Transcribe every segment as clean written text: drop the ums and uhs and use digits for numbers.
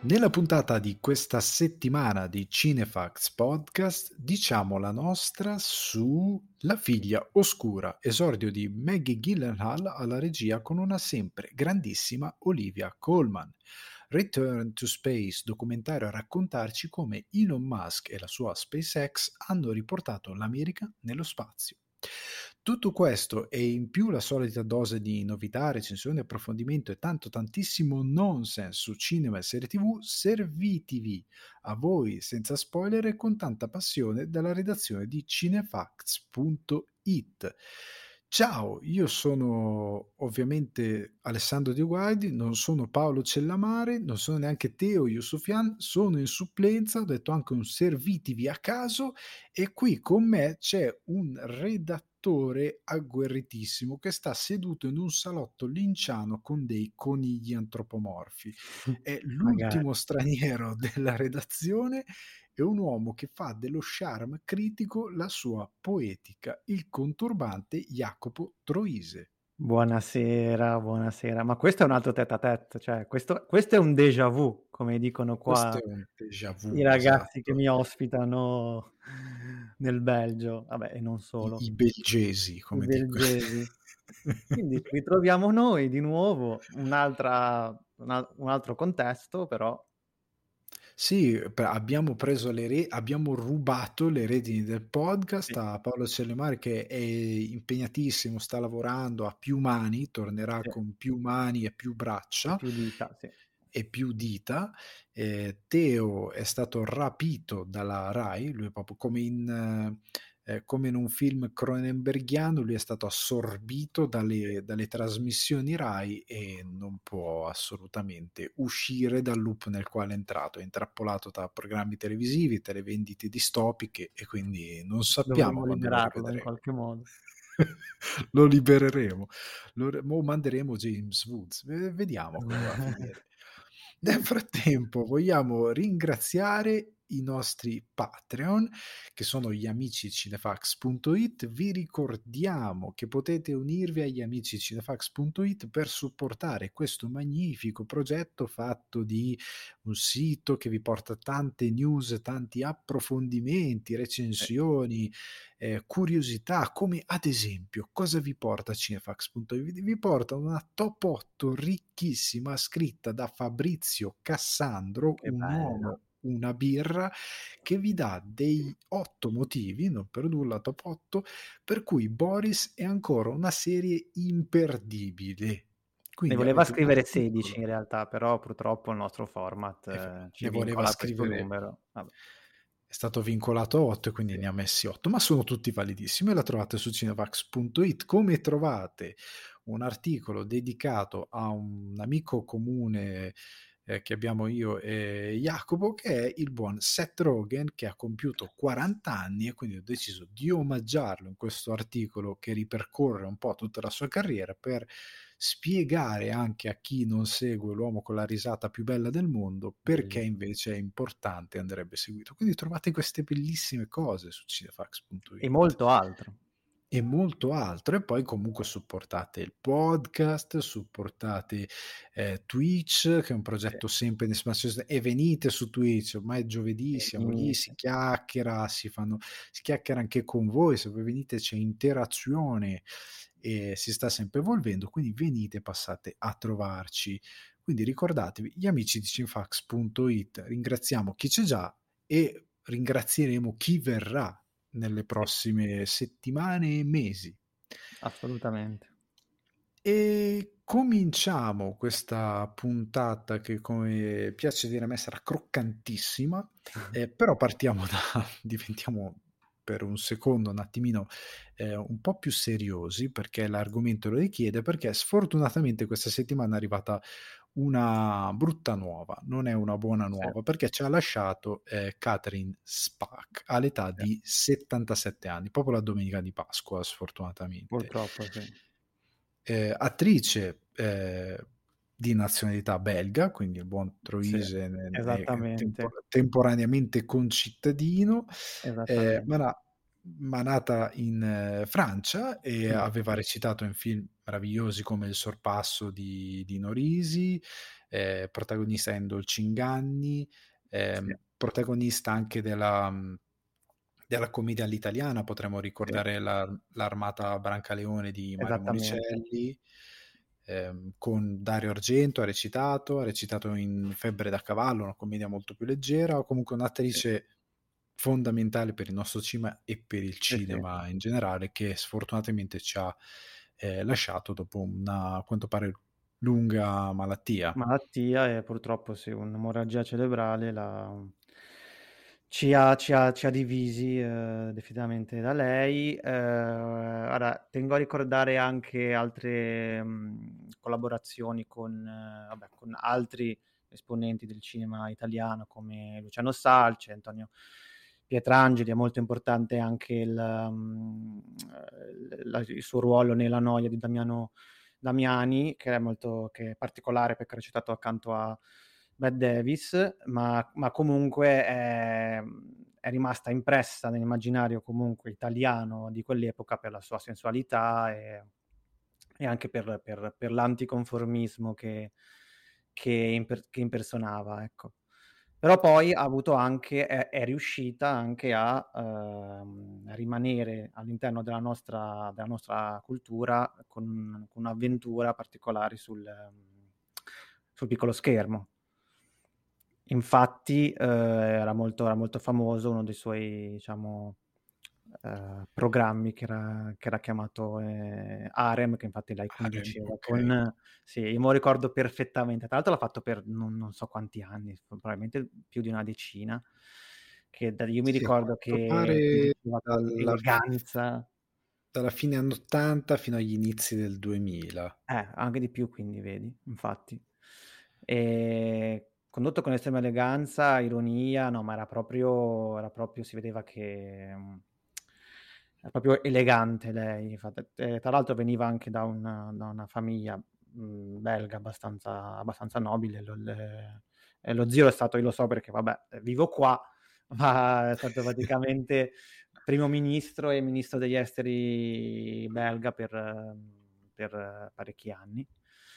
Nella puntata di questa settimana di Cinefax Podcast diciamo la nostra su La figlia oscura, esordio di Maggie Gyllenhaal alla regia con una sempre grandissima Olivia Colman. Return to Space, documentario a raccontarci come Elon Musk e la sua SpaceX hanno riportato l'America nello spazio. Tutto questo e in più la solita dose di novità, recensione, approfondimento e tantissimo nonsense su cinema e serie TV servitivi a voi senza spoiler e con tanta passione dalla redazione di cinefacts.it. Ciao, io sono ovviamente Alessandro Di Guardi, non sono Paolo Cellamare, non sono neanche Teo Yusufian, sono in supplenza, ho detto anche un servitivi a caso, e qui con me c'è un redattore agguerritissimo che sta seduto in un salotto linciano con dei conigli antropomorfi. È Magari. l'ultimo straniero della redazione e un uomo che fa dello charme critico la sua poetica, il conturbante Jacopo Troise. Buonasera, buonasera. Ma questo è un altro tête-à-tête, cioè questo è un déjà vu, come dicono Questo qua è un déjà i vu, ragazzi che esatto. mi ospitano nel Belgio, vabbè, e non I, solo, i belgesi, i come dico. belgesi. Quindi ci ritroviamo noi di nuovo, un altro contesto, però Sì, abbiamo rubato le redini del podcast sì, a Paolo Cellemare che è impegnatissimo, sta lavorando, ha più mani, tornerà sì, con più mani e più e braccia più dita, sì. e più dita. Teo è stato rapito dalla Rai, lui è proprio come in un film cronenberghiano, lui è stato assorbito dalle trasmissioni Rai e non può assolutamente uscire dal loop nel quale è entrato, è intrappolato tra programmi televisivi, televendite distopiche e quindi non sappiamo Dovremmo quando lo liberarlo in rivedremo. qualche modo. Lo libereremo, mo manderemo James Woods, vediamo come va a finire. Nel frattempo vogliamo ringraziare i nostri Patreon, che sono gli amici cinefax.it. Vi ricordiamo che potete unirvi agli amici cinefax.it per supportare questo magnifico progetto fatto di un sito che vi porta tante news, tanti approfondimenti, Sì. recensioni, curiosità, come ad esempio cosa vi porta Cinefax.it? Vi porta una top 8 ricchissima scritta da Fabrizio Cassandro, Che un bello. uomo, una birra, che vi dà dei 8 motivi, non per nulla top 8, per cui Boris è ancora una serie imperdibile. Ne Quindi voleva avete un scrivere articolo, 16 in realtà, però purtroppo il nostro format ne ci voleva vincola a questo scrivere, numero. Vabbè, è stato vincolato a 8 e quindi sì, ne ha messi 8, ma sono tutti validissimi e la trovate su cinevax.it, come trovate un articolo dedicato a un amico comune che abbiamo io e Jacopo, che è il buon Seth Rogen, che ha compiuto 40 anni e quindi ho deciso di omaggiarlo in questo articolo che ripercorre un po' tutta la sua carriera per spiegare anche a chi non segue l'uomo con la risata più bella del mondo perché bellissi invece è importante e andrebbe seguito. Quindi trovate queste bellissime cose su e cinefax.it molto altro. e molto altro, e poi comunque supportate il podcast, supportate Twitch, che è un Sì, progetto sempre in espansione, e venite su Twitch, ormai è giovedì, siamo lì, si venite. chiacchiera, si chiacchiera anche con voi, se voi venite c'è interazione e si sta sempre evolvendo, quindi venite, passate a trovarci. Quindi ricordatevi, gli amici di cinefax.it, ringraziamo chi c'è già e ringrazieremo chi verrà nelle Sì, prossime settimane e mesi. assolutamente. E cominciamo questa puntata che, come piace dire a me, sarà croccantissima, però partiamo diventiamo per un secondo un attimino un po' più seriosi perché l'argomento lo richiede, perché sfortunatamente questa settimana è arrivata una brutta nuova, non è una buona Sì, nuova, perché ci ha lasciato Catherine Spack all'età sì, di 77 anni, proprio la domenica di Pasqua, sfortunatamente. purtroppo sì. Attrice di nazionalità belga, quindi il buon Sì, Troise è esattamente, temporaneamente concittadino, esattamente. ma nata in Francia e Mh, aveva recitato in film meravigliosi come Il sorpasso di Norisi, protagonista in Dolce Inganni, Sì, protagonista anche della commedia all'italiana, potremmo sì, ricordare l'Armata Brancaleone di Mario esattamente. Monicelli, con Dario Argento ha recitato in Febbre da cavallo, una commedia molto più leggera, o comunque Sì, un'attrice fondamentale per il nostro cinema e per il sì, sì. cinema in generale, che sfortunatamente ci ha lasciato dopo una, a quanto pare, lunga malattia. Malattia e purtroppo sì, un'emorragia cerebrale ci ha divisi, definitivamente da lei. Ora tengo a ricordare anche altre, collaborazioni con vabbè, con altri esponenti del cinema italiano come Luciano Salce, Antonio Pietrangeli. È molto importante anche il suo ruolo nella Noia di Damiani, che è particolare perché ha recitato accanto a Bette Davis, ma comunque è rimasta impressa nell'immaginario comunque italiano di quell'epoca per la sua sensualità e anche per l'anticonformismo che impersonava, ecco. Però poi ha avuto anche è riuscita anche a, rimanere all'interno della nostra cultura con un'avventura particolari sul piccolo schermo. Infatti, era molto famoso uno dei suoi, diciamo, programmi che era chiamato, Harem, che infatti lei Harem, conduceva okay. con sì, io me lo ricordo perfettamente. Tra l'altro l'ha fatto per non so quanti anni, probabilmente più di una decina, che da io mi Sì, a ricordo quanto che pare conduceva con dalla eleganza, dalla fine anni '80 fino agli inizi del 2000. anche di più quindi vedi, infatti. Condotto con estrema eleganza, ironia, no, ma era proprio si vedeva che, era proprio elegante lei, tra l'altro veniva anche da una famiglia, belga abbastanza nobile. Lo zio è stato io lo so perché vabbè, vivo qua, ma è stato praticamente primo ministro e ministro degli esteri belga per parecchi anni.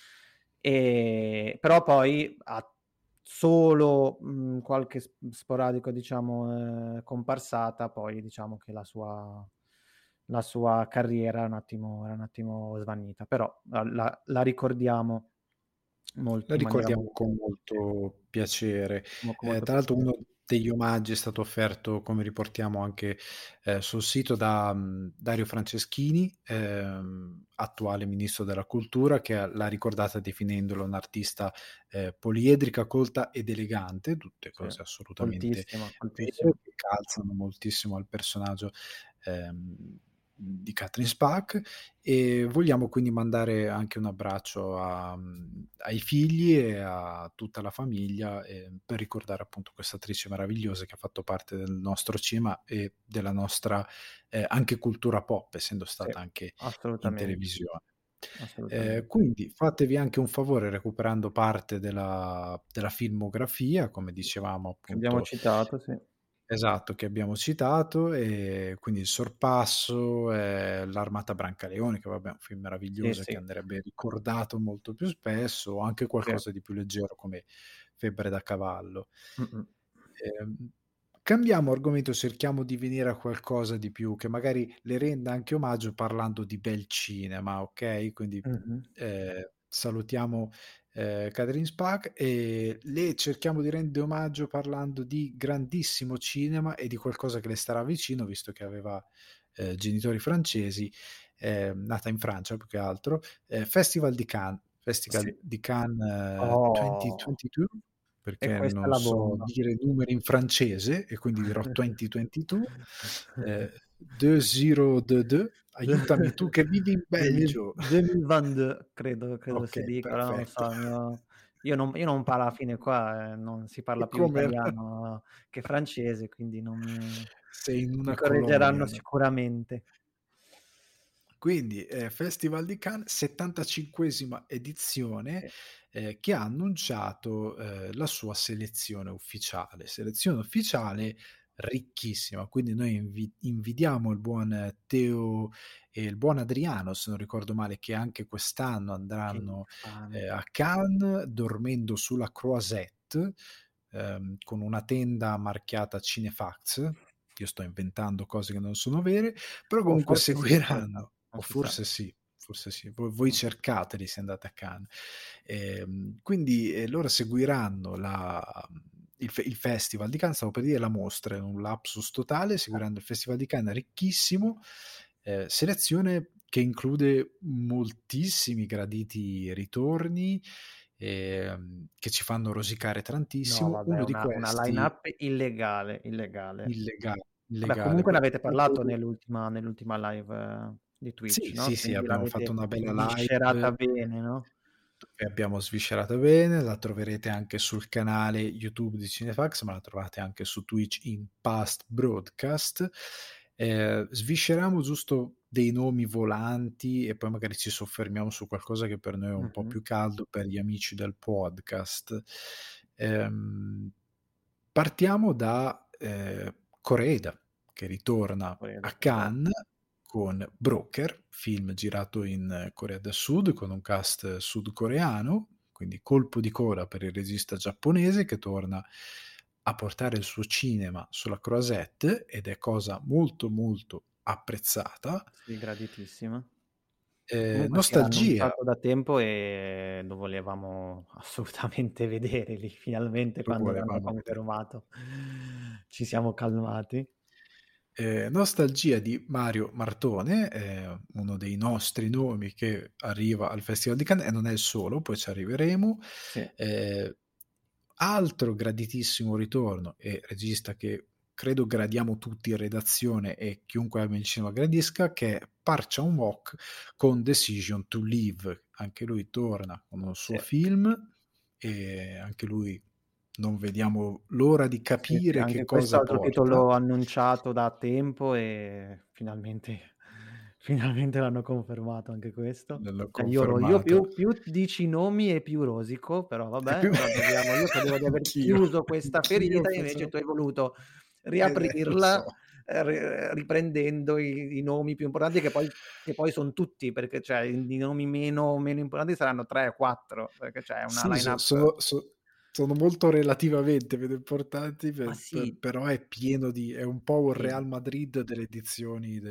Però poi ha solo, qualche sporadico diciamo, comparsata, poi diciamo che la sua carriera era un attimo svanita, però la ricordiamo La in maniera ricordiamo con molto sì, molto piacere. con molto Tra l'altro piacere. uno degli omaggi è stato offerto, come riportiamo anche, sul sito, da, Dario Franceschini, attuale Ministro della Cultura, che l'ha ricordata definendolo un'artista, poliedrica, colta ed elegante, tutte Sì, cose assolutamente coltissima, vere, coltissima. che calzano moltissimo al personaggio, di Catherine Spaak. E vogliamo quindi mandare anche un abbraccio ai figli e a tutta la famiglia, per ricordare appunto questa attrice meravigliosa che ha fatto parte del nostro cinema e della nostra, anche cultura pop, essendo Sì, stata anche in assolutamente, televisione. assolutamente. Quindi fatevi anche un favore recuperando parte della filmografia, come dicevamo Che abbiamo appunto. citato, sì. Esatto, che abbiamo citato, e quindi Il Sorpasso, L'Armata Brancaleone, che vabbè è un film Sì, meraviglioso e che sì, andrebbe ricordato molto più spesso, o anche sì. qualcosa di più leggero come Febbre da cavallo. Mh-mh. Ehm, Cambiamo argomento, cerchiamo di venire a qualcosa di più che magari le renda anche omaggio parlando di bel cinema, okay, quindi, Mh-mh. salutiamo, Catherine Spaak, e le cerchiamo di rendere omaggio parlando di grandissimo cinema e di qualcosa che le starà vicino, visto che aveva, genitori francesi, nata in Francia più che altro, Sì. Festival di Cannes, Oh, 2022, e perché questa è non la so bomba. dire numeri in francese e quindi dirò 2022. 2022, aiutami tu che vivi in Belgio. 2022 credo si Okay, dica, ora non lo perfetto. so, io non parlo alla fine qua, non si E parla più come italiano che francese, quindi non sei in mi una correggeranno colonia, no? sicuramente. Quindi, Festival di Cannes, 75ª edizione, Sì, che ha annunciato, la sua selezione ufficiale. Selezione ufficiale, ricchissima, quindi noi invidiamo il buon Teo e il buon Adriano, se non ricordo male, che anche quest'anno Che andranno infame. a Cannes dormendo sulla Croisette, con una tenda marchiata Cinefax. Io sto inventando cose che non sono vere, però O comunque forse sì, in realtà, seguiranno, non o si sa. forse sì, forse sì. Voi Mh. cercateli se andate a Cannes. Quindi loro seguiranno il Festival di Cannes, stavo per dire la mostra, in un lapsus totale, seguiranno il Festival di Cannes ricchissimo, selezione che include moltissimi graditi ritorni, che ci fanno rosicare No tantissimo. vabbè, Uno di una questi line-up illegale, illegale. illegale, Vabbè, illegale. comunque ne avete Uno parlato nell'ultima live di Twitch, Sì, no, sì, sì, quindi abbiamo fatto l'avete una bella sviscerata live bene, no? che abbiamo sviscerato bene, la troverete anche sul canale YouTube di Cinefax, ma la trovate anche su Twitch in past broadcast. Svisceriamo giusto dei nomi volanti e poi magari ci soffermiamo su qualcosa che per noi è un po' Mh-mh. più caldo per gli amici del podcast. Partiamo da Koreeda, che ritorna Quello, a esatto. Cannes con Broker, film girato in Corea del Sud con un cast sudcoreano, quindi colpo di coda per il regista giapponese che torna a portare il suo cinema sulla Croisette ed è cosa molto molto apprezzata. Sì, graditissima. Comunque si era Nostalgia, annunciato da tempo e lo volevamo assolutamente vedere lì, finalmente lo quando l'hanno volevamo vedere. confermato ci siamo calmati. Nostalgia di Mario Martone, uno dei nostri nomi che arriva al Festival di Cannes, e non è il solo, poi ci arriveremo. Sì, Eh, Altro graditissimo ritorno, e regista che credo gradiamo tutti in redazione e chiunque ama il cinema gradisca, che è Park Chan-wook con Decision to Live. Anche lui torna con un suo sì. film e anche lui non vediamo l'ora di Sì, sì, capire che anche questo cosa altro porta. titolo annunciato da tempo e finalmente finalmente l'hanno confermato anche questo. L'ho Io confermato. più dici nomi e più rosico, però E vabbè, più ora dobbiamo io credevo di aver anch'io, chiuso questa anch'io ferita e invece faccio tu hai voluto lo riaprirla, so. riprendendo i nomi più importanti che poi son tutti, perché cioè i nomi meno importanti saranno 3 o 4, perché c'è una Sì, line-up sono molto relativamente meno importanti, ma sì, però è pieno è un po' un sì, Real Madrid delle edizioni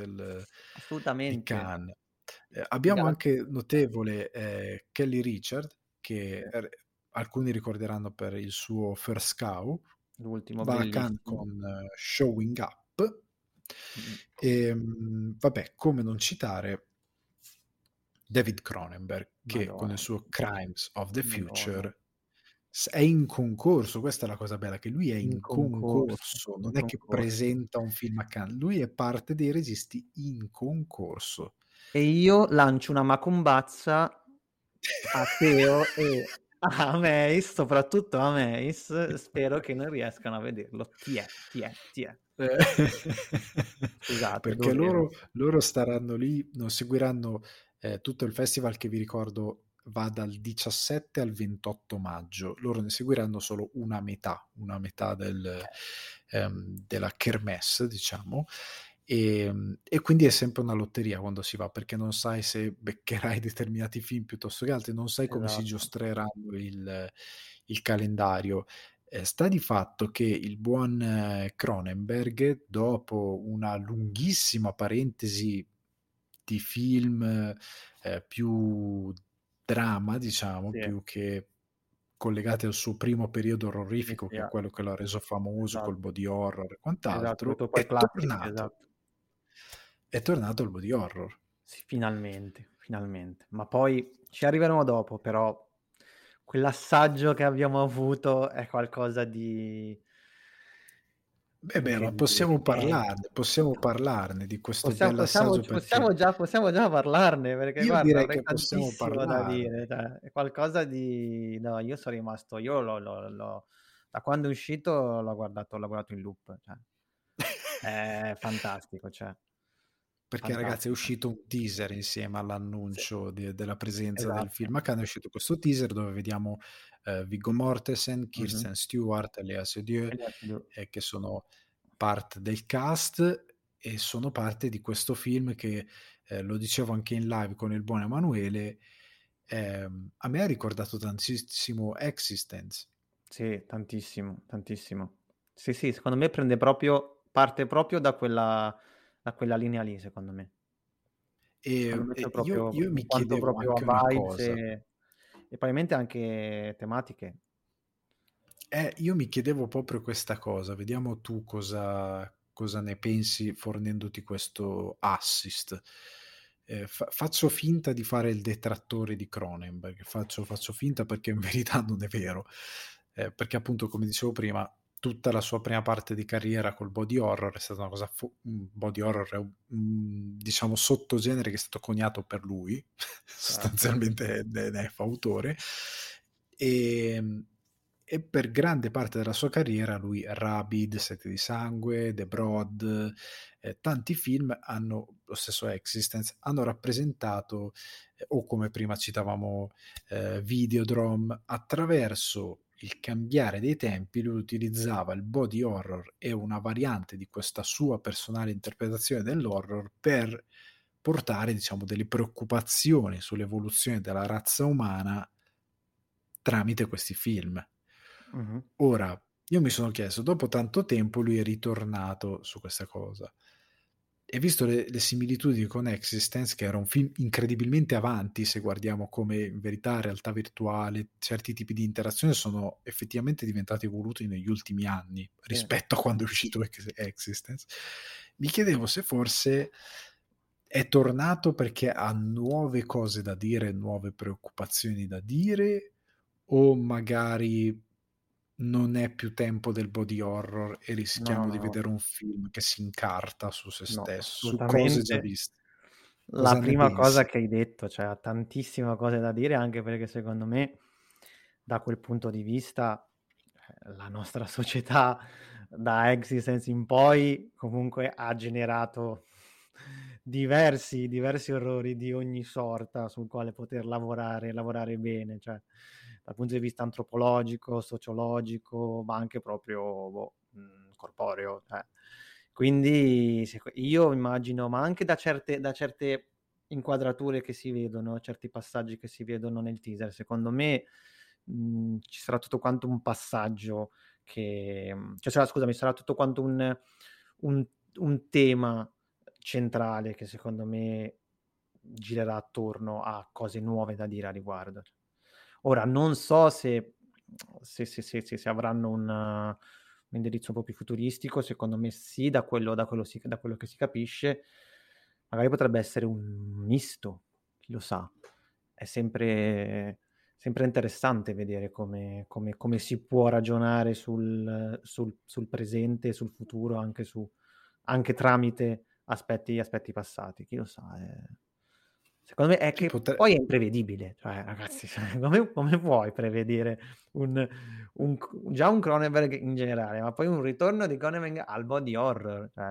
di assolutamente. Cannes. I Abbiamo gal anche notevole Kelly Richard, Sì, che alcuni ricorderanno per il suo First Cow, l'ultimo va a Cannes bellissimo. con Showing Up. Mh-mh. Vabbè, come non citare David Cronenberg, che con il Madonna, suo Crimes of the madonna. Future è in concorso. Questa è la cosa bella, che lui è In in concorso, concorso, in non è che concorso. presenta un film a Cannes, lui è parte dei registi in concorso. E io lancio una macumbazza a Teo e a Meis, soprattutto a Meis, spero che non riescano a vederlo. Ti è, ti è, ti è. Eh, Scusate, perché dovevo. loro staranno lì, non seguiranno tutto il festival, che vi ricordo va dal 17 al 28 maggio. Loro ne seguiranno solo una metà della kermesse, diciamo. E quindi è sempre una lotteria quando si va, perché non sai se beccherai determinati film piuttosto che altri, non sai come si Esatto. giostreranno il calendario. Sta di fatto che il buon Cronenberg, dopo una lunghissima parentesi di film più drama, diciamo, Sì, più che collegati al suo primo periodo sì, orrorifico, sì, che è quello che l'ha reso famoso col esatto, body horror e esatto, quant'altro, dopo poi classici, esatto. è tornato al body horror. Sì, finalmente, finalmente. Ma poi ci arriveremo dopo, però quell'assaggio che abbiamo avuto è qualcosa di Beh, ma incredibile. possiamo parlarne di questo Possiamo possiamo bell'assaggio, c perché possiamo già parlarne, perché io guarda direi avrei che possiamo tantissimo da dire, parlarne. cioè è qualcosa di no, io son rimasto io l'ho da quando è uscito l'ho guardato in loop, cioè è fantastico, cioè Perché ragazzi, è fantastico. uscito un teaser insieme Sì, all'annuncio della presenza del esatto. film a Cannes, è uscito questo teaser dove vediamo Viggo Mortensen, Mh-mh. Kirsten Stewart, Léa Seydoux, Esatto. che sono parte del cast e sono parte di questo film che, lo dicevo anche in live con il buon Emanuele, a me ha ricordato tantissimo Existence. Sì, tantissimo, tantissimo. Sì, sì, secondo me parte proprio da quella linea lì, secondo me. Secondo me c'è E io proprio in mi quanto chiedevo proprio anche una a vibes cosa. e probabilmente anche tematiche. Io mi chiedevo proprio questa cosa, vediamo tu cosa ne pensi fornendoti questo assist. Faccio finta di fare il detrattore di Cronenberg, faccio finta perché in verità non è vero. Perché appunto, come dicevo prima, tutta la sua prima parte di carriera col body horror è stata una cosa, body horror è diciamo sottogenere che è stato coniato per lui, Certo. sostanzialmente ne è fautore, e, e per grande parte della sua carriera lui, Rabid, Sete di sangue, The Broad, tanti film hanno, lo stesso Existence, hanno rappresentato, o come prima citavamo Videodrome, attraverso il cambiare dei tempi lui utilizzava il body horror e una variante di questa sua personale interpretazione dell'horror per portare, diciamo, delle preoccupazioni sull'evoluzione della razza umana tramite questi film. Mh-mh. Ora, io mi sono chiesto, dopo tanto tempo lui è ritornato su questa cosa. E visto le similitudini con Existence, che era un film incredibilmente avanti, se guardiamo come in verità realtà virtuale, certi tipi di interazione sono effettivamente diventati evoluti negli ultimi anni Sì. rispetto a quando è uscito Existence, mi chiedevo se forse è tornato perché ha nuove cose da dire, nuove preoccupazioni da dire, o magari non è più tempo del body horror e No, rischiamo di no, vedere un film che si incarta su se no, stesso, su cose già assolutamente. viste. La Cosa ne prima cosa pensi? che hai detto, cioè ha tantissime cose da dire, anche perché secondo me, da quel punto di vista, la nostra società da Existence in poi comunque ha generato diversi orrori di ogni sorta sul quale poter lavorare bene, cioè dal punto di vista antropologico, sociologico, ma anche proprio, corporeo, cioè. Quindi io immagino, ma anche da certe inquadrature che si vedono, certi passaggi che si vedono nel teaser, secondo me, ci sarà tutto quanto un passaggio che cioè sarà tutto quanto un un tema centrale che secondo me girerà attorno a cose nuove da dire a riguardo. Ora non so se avranno un indirizzo un po' più futuristico, secondo me sì, da quello che si capisce. Magari potrebbe essere un misto, chi lo sa. È sempre interessante vedere come si può ragionare sul presente e sul futuro, anche tramite aspetti passati. Chi lo sa, secondo me è Sì, che poi è imprevedibile, cioè ragazzi, cioè come puoi prevedere già un Cronenberg in generale, ma poi un ritorno di Cronenberg al body horror, cioè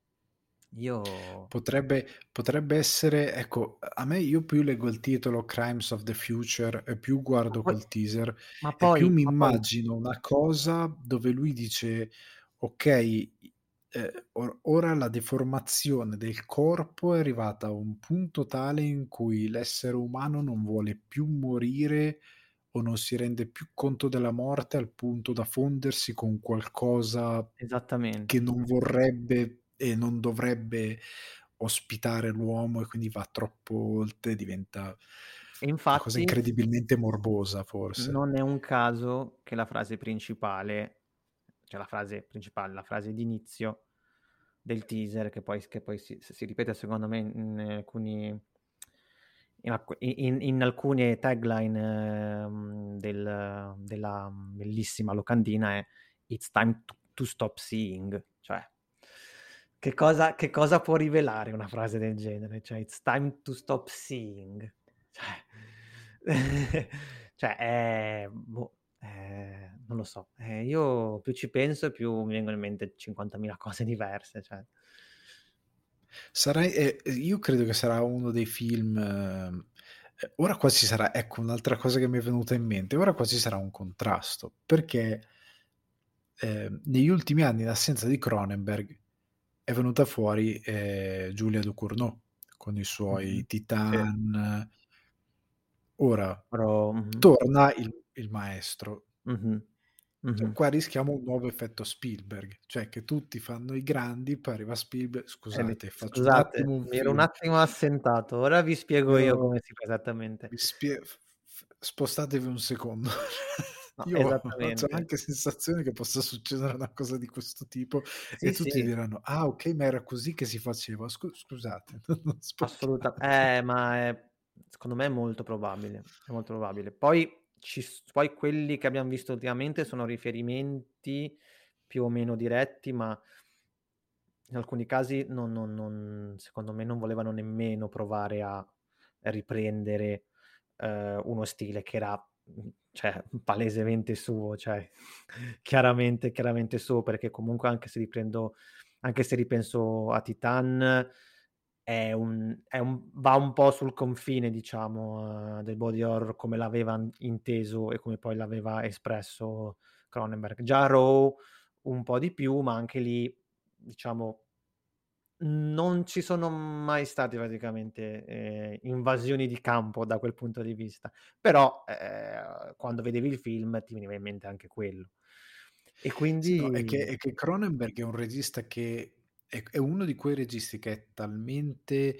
io potrebbe essere, ecco, a me, io più leggo il titolo Crimes of the Future e più ma guardo poi quel teaser ma e più poi mi ma poi immagino una cosa dove lui dice, ok, ora la deformazione del corpo è arrivata a un punto tale in cui l'essere umano non vuole più morire o non si rende più conto della morte al punto da fondersi con qualcosa che esattamente. non vorrebbe e non dovrebbe ospitare l'uomo, e quindi va troppo oltre, diventa E una cosa infatti incredibilmente morbosa forse. non è un caso che la frase principale, cioè la frase d'inizio del teaser che poi si ripete secondo me in alcune tagline, della bellissima locandina è: "It's time to stop seeing", cioè che cosa può rivelare una frase del genere? Cioè: "It's time to stop seeing", cioè cioè, boh, non lo so. Io più ci penso e più mi vengono in mente 50.000 cose diverse, cioè. Io credo che sarà uno dei film, ora quasi sarà, ecco, un'altra cosa che mi è venuta in mente, ora quasi sarà un contrasto, perché negli ultimi anni, in assenza di Cronenberg, è venuta fuori, Julia Ducournau con i Mh-mh. suoi Sì, Titane. Ora però mh-mh, torna il maestro. mh-mh, Cioè, mh-mh. qua rischiamo un nuovo effetto Spielberg, cioè che tutti fanno i grandi, poi arriva Spielberg: Mi "Scusate, faccio un scusate, attimo un mi ero un film, attimo assentato, ora vi spiego io però come si fa esattamente. mi spie f spostatevi un secondo." No, Io c'ho esattamente. anche sensazione che possa succedere una cosa di questo tipo e Sì, tutti sì, diranno: "Ah, okay, ma era così che si faceva. Scusate, non assoluta spoilerate." ma è secondo me è molto probabile, è molto probabile. Poi quelli che abbiam visto ultimamente sono riferimenti più o meno diretti, ma in alcuni casi non secondo me non volevano nemmeno provare a riprendere, uno stile che era, cioè palesemente suo, cioè chiaramente suo, perché comunque anche se ripenso a Titan è un va un po' sul confine diciamo, del body horror come l'aveva inteso e come poi l'aveva espresso Cronenberg. Già Raw un po' di più, ma anche lì diciamo non ci sono mai stati praticamente, invasioni di campo da quel punto di vista, però, quando vedevi il film ti veniva in mente anche quello. E Sì, no, è quindi che Cronenberg è un regista che è uno di quei registi che è talmente,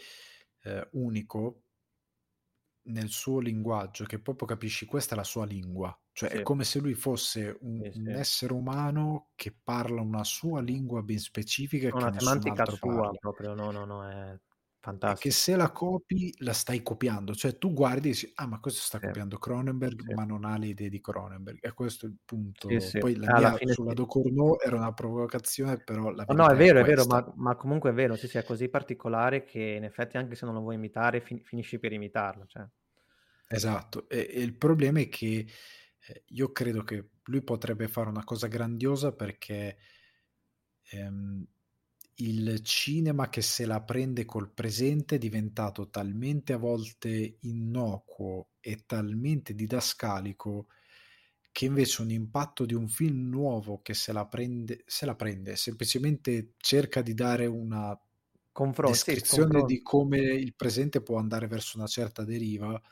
unico nel suo linguaggio, che proprio capisci questa è la sua lingua. Cioè è sì, come se lui fosse un sì, un sì. essere umano che parla una sua lingua ben specifica Ha e che una nessun semantica altro sua parla. proprio, no, no, no, è E che fantastico. se la copi, la stai copiando. Cioè tu guardi e dici: "Ah, ma questo sta Sì, copiando Cronenberg, sì, ma non ha le idee di Cronenberg." E questo è il sì, punto. sì. Poi la Alla mia fine sulla sì. Ducournau era una provocazione, però la No, no, verità è è vero, questa. ma comunque è vero, sì, sì, è così particolare che in effetti anche se non lo vuoi imitare finisci per imitarlo, cioè. Esatto, e il problema è che, io credo che lui potrebbe fare una cosa grandiosa perché, ehm, il cinema che se la prende col presente è diventato talmente a volte innocuo e talmente didascalico, che invece un impatto di un film nuovo che se la prende, semplicemente cerca di dare una Sì, descrizione di come il presente può andare verso una certa deriva,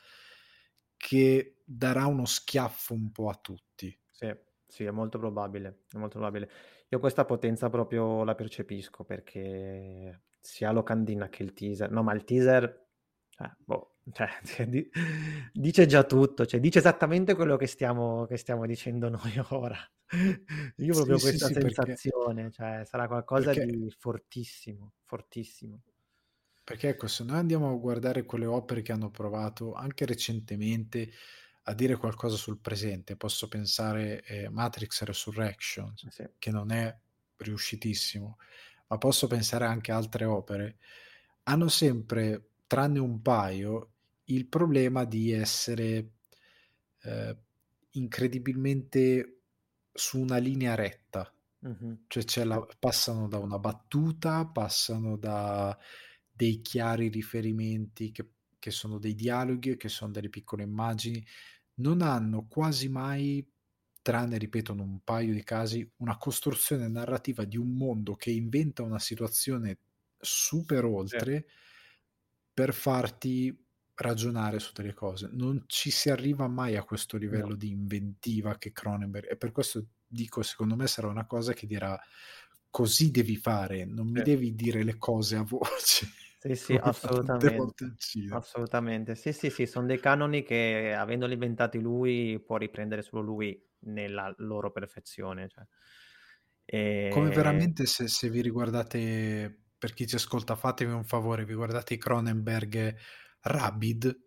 che darà uno schiaffo un po' a tutti. sì, sì, è molto probabile, è molto probabile. Io questa potenza proprio la percepisco perché sia Locandina che il teaser no, ma il teaser, boh, cioè dice già tutto, cioè dice esattamente quello che stiamo dicendo noi ora. Io ho Sì, proprio sì, questa sì, sensazione, cioè sarà qualcosa perché di fortissimo, fortissimo. perché ecco, se noi andiamo a guardare quelle opere che hanno provato anche recentemente a dire qualcosa sul presente, posso pensare, Matrix Resurrections, Sì, che non è riuscitissimo, ma posso pensare anche a altre opere, hanno sempre, tranne un paio, il problema di essere, ehm, incredibilmente su una linea retta. mh-mh, Cioè c'è sì, la passano da una battuta, passano da dei chiari riferimenti che sono dei dialoghi, che son delle piccole immagini. Non hanno quasi mai, tranne ripeto in un paio di casi, una costruzione narrativa di un mondo che inventa una situazione super sì, oltre per farti ragionare su delle cose. Non ci si arriva mai a questo no, livello di inventiva che Cronenberg, e per questo dico, secondo me sarà una cosa che dirà: "Così devi fare, non mi sì. devi dire le cose a voce Sì, sì, come fa tante volte assolutamente, al cinema." assolutamente. Sì, sì, sì, son dei canoni che avendoli inventati lui, può riprendere solo lui nella loro perfezione, cioè. Come Ehm, veramente, se vi riguardate, per chi ci ascolta fatemi un favore, vi guardate i Cronenberg Rabid,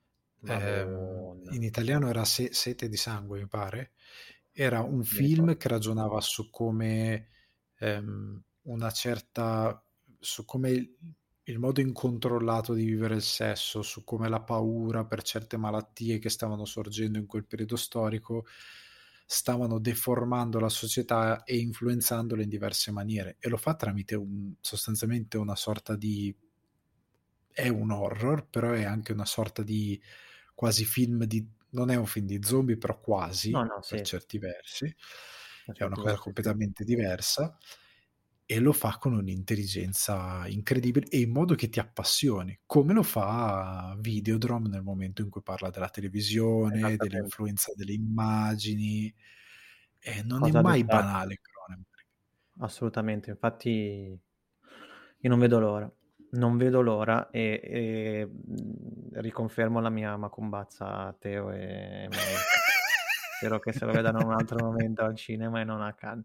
Madonna, in italiano era Sete di sangue mi pare, era un mi ricordo. film che ragionava su come, una certa su come il modo incontrollato di vivere il sesso, su come la paura per certe malattie che stavano sorgendo in quel periodo storico, stavano deformando la società e influenzandola in diverse maniere, e lo fa tramite sostanzialmente una sorta di, è un horror, però è anche una sorta di quasi film di, non è un film di zombie, però No, quasi, no, per sì, certi versi, è una cosa effettivamente sì. completamente diversa e lo fa con un'intelligenza incredibile e in modo che ti appassioni, come lo fa Videodrome nel momento in cui parla della televisione, Esattamente. dell'influenza delle immagini, e non è Cosa mai dettata. banale Cronenberg. Assolutamente, infatti io non vedo l'ora. Non vedo l'ora riconfermo la mia macumbazza a Teo e May. Spero che se lo vedano in un altro momento al cinema e non a Cannes.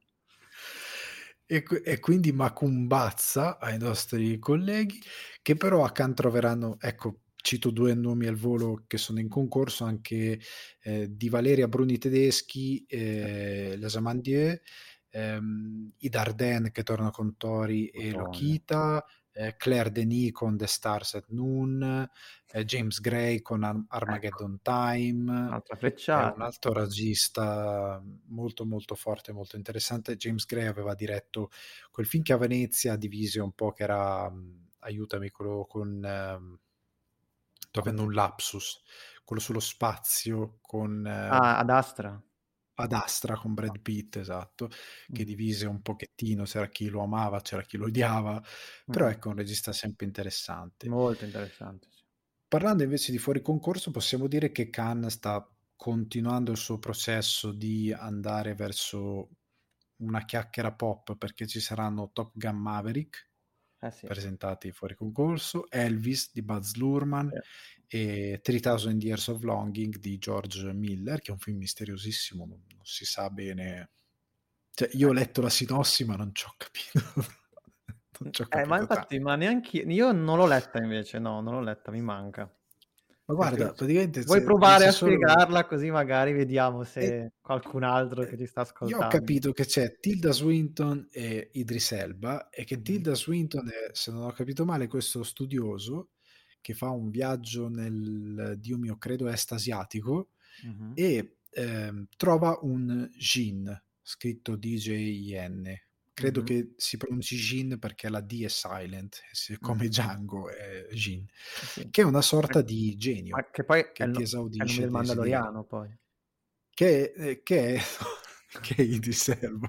E quindi Macumbazza ai nostri colleghi, che però a Cannes troveranno, ecco, cito 2 nomi al volo che sono in concorso, anche, di Valeria Bruni Tedeschi, Les Amandier, i Dardenne che tornano con Tori e Madonna. Lokita, Claire Denis con The Stars at Noon, James Gray con Ecco, Armageddon Time. un'altra È un frecciata. altro regista molto, molto forte, molto interessante. James Gray aveva diretto quel film che a Venezia divise un po', che era, aiutami, quello con, sto avendo Cos'è? un lapsus, quello sullo spazio con, Ah, Ad Astra. Ad Astra con Brad Pitt, esatto, che Mh. divise un pochettino, c'era chi lo amava, c'era chi lo odiava, però Mh-mh. ecco, un regista sempre interessante. Molto interessante, sì. Parlando invece di fuori concorso, possiamo dire che Cannes sta continuando il suo processo di andare verso una chiacchiera pop, perché ci saranno Top Gun Maverick, Eh sì, presentati fuori concorso, Elvis di Baz Luhrmann sì. e 3000 Years of Longing di George Miller, che è un film misteriosissimo, non si sa bene. Cioè, io ho letto la sinossi, ma non ci ho capito, non ci ho Ma capito infatti, tanto. ma io non l'ho letta invece, no, non l'ho letta, mi manca. Ma Se guarda, ti praticamente vuoi provare dice a solo. spiegarla così magari vediamo E se qualcun altro che eh, ci sta io ho ascoltando. capito che c'è Tilda Swinton e Idris Elba, e che Mh-mh, Tilda Swinton è, se non ho capito male, questo studioso che fa un viaggio nel, Dio mio, credo est asiatico, mh-mh, e trova un Jin, scritto DJIN. Credo mh-mh. che si pronunci Jin perché la D è silent, come Mh-mh. Django è Jin, Sì. che è una Ma sorta di genio che poi che ti è il nome esaudisce i del desideri. Mandaloriano poi. Che è che è Idris Elba.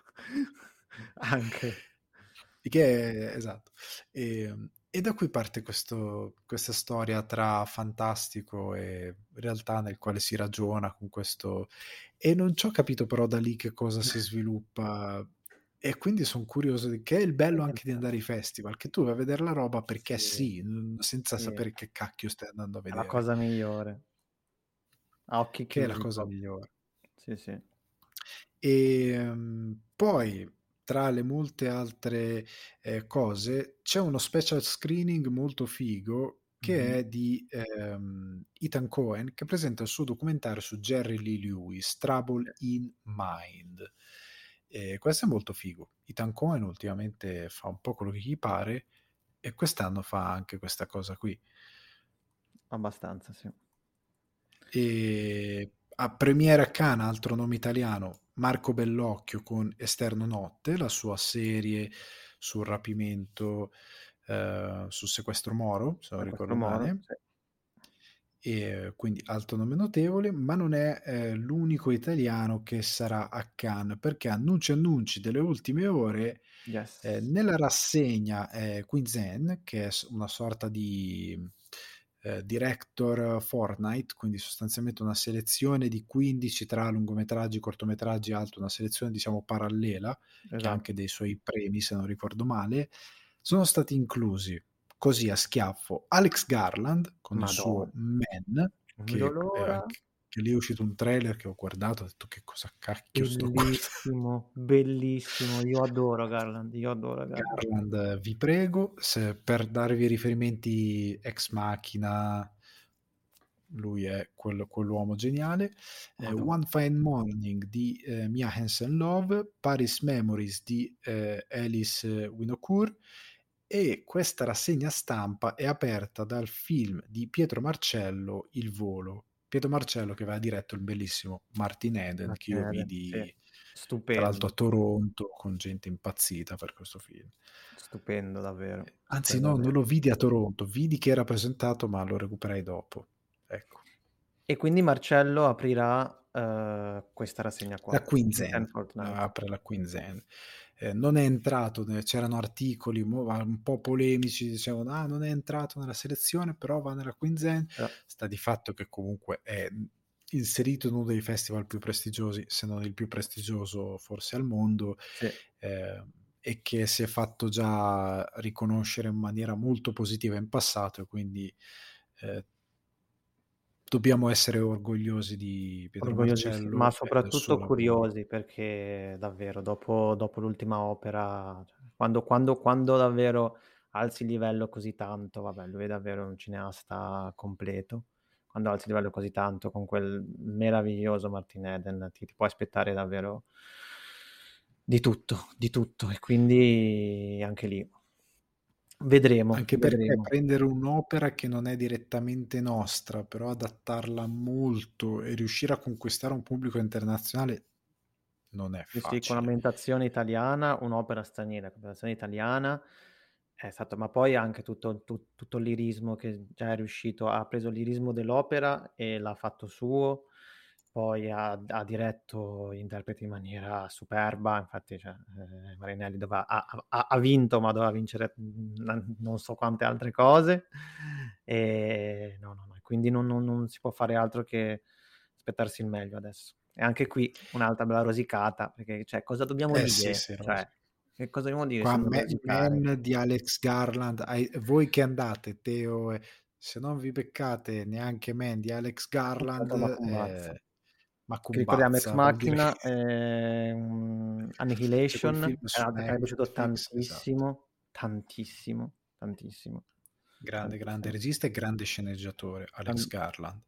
Anche. Che è esatto. E da qui parte questa storia tra fantastico e realtà, nel quale si ragiona con questo, e non c'ho capito però da lì che cosa si sviluppa, e quindi son curioso, che è il bello anche di Niente. andare ai festival, che tu vai a vedere la roba perché Sì, sì, senza sì, sapere che cacchio stai andando a è la vedere, cosa migliore. A occhi che è la chiusi cosa proprio. migliore. Sì, sì. Poi, tra le molte altre, cose, c'è uno special screening molto figo che Mh-mh. è di, Ethan Cohen, che presenta il suo documentario su Jerry Lee Lewis, Sì, Trouble in Mind. Questo è molto figo. Ethan Cohen ultimamente fa un po' quello che gli pare, e quest'anno fa anche questa cosa qui. abbastanza, sì. A premiere a Cannes, altro nome italiano, Marco Bellocchio con Esterno Notte, la sua serie sul rapimento, sul sequestro Moro, se non Sequestro ricordo Moro, male, sì. e quindi altro nome notevole, ma non è, l'unico italiano che sarà a Cannes, perché annunci delle ultime ore, Yes. nella rassegna, Quinzen, che è una sorta di, director Fortnite, quindi sostanzialmente una selezione di 15 tra lungometraggi, cortometraggi, altro, una selezione diciamo parallela, che ha anche Esatto. dei suoi premi se non ricordo male, sono stati inclusi così a schiaffo Alex Garland con il suo Madonna, Man, non vedo che è l'ora. anche, che lì è uscito un trailer che ho guardato, ho detto che cosa cacchio sto guardando. Bellissimo, bellissimo. Io adoro Garland, io adoro Garland. Garland, vi prego, per darvi riferimenti, Ex Machina, lui è quell'uomo geniale. Madonna. One Fine Morning di, Mia Hansen-Løve, Paris Memories di, Alice Winocour, e questa rassegna stampa è aperta dal film di Pietro Marcello, Il volo. Pietro Marcello che aveva diretto il bellissimo Martin Eden, che io Martinelli, sì. vidi tra l'altro a Stupendo, Toronto con gente impazzita per questo film. stupendo davvero, Anzi stupendo no, non davvero. lo vidi a Toronto, vidi che era presentato, ma lo recuperai dopo. Ecco. E quindi Marcello aprirà questa rassegna qua, La Quinzen, Stanford Night. apre la Quinzen. Non è entrato, c'erano articoli un po' polemici, dicevano non è entrato nella selezione, però va nella Quinzen. Sta di fatto che comunque è inserito in uno dei festival più prestigiosi, se non il più prestigioso forse al mondo, Sì. e che si è fatto già riconoscere in maniera molto positiva in passato, e quindi dobbiamo essere orgogliosi di Pietro Orgogliosissi ma Marcello e del suo soprattutto lavoro. curiosi, perché davvero dopo l'ultima opera, cioè quando davvero alzi il livello così tanto, vabbè, lui è davvero un cineasta completo. Quando alzi il livello così tanto con quel meraviglioso Martin Eden, ti puoi aspettare davvero di tutto, e quindi anche lì vedremo, Anche perché vedremo. prendere un'opera che non è direttamente nostra, però adattarla molto e riuscire a conquistare un pubblico internazionale non è Sì, sì, con facile. ambientazione italiana, un'opera straniera, con ambientazione italiana è stato, ma poi anche tutto il lirismo che già è riuscito, ha preso il lirismo dell'opera e l'ha fatto suo, poi ha diretto gli interpreti in maniera superba, infatti cioè, Marinelli ha vinto, ma doveva vincere, non so quante altre cose. No, no, no, quindi non si può fare altro che aspettarsi il meglio adesso. E anche qui un'altra bella rosicata, perché cioè cosa dobbiamo Sì, dire? sì, Cioè, che cosa dobbiamo dire qua se non rosicare? Man di Alex Garland, voi che andate, Teo, se non vi beccate neanche Man di Alex Garland, Peccato Macumbazza. ma Che ricordiamo Ex Cumbazza vuol dire che Machina, c'è quel Annihilation, film è su un altro che mi è piaciuto Netflix, esatto. tantissimo, tantissimo, tantissimo, Grande, grande tantissimo. regista e grande sceneggiatore, Alex Tan Garland.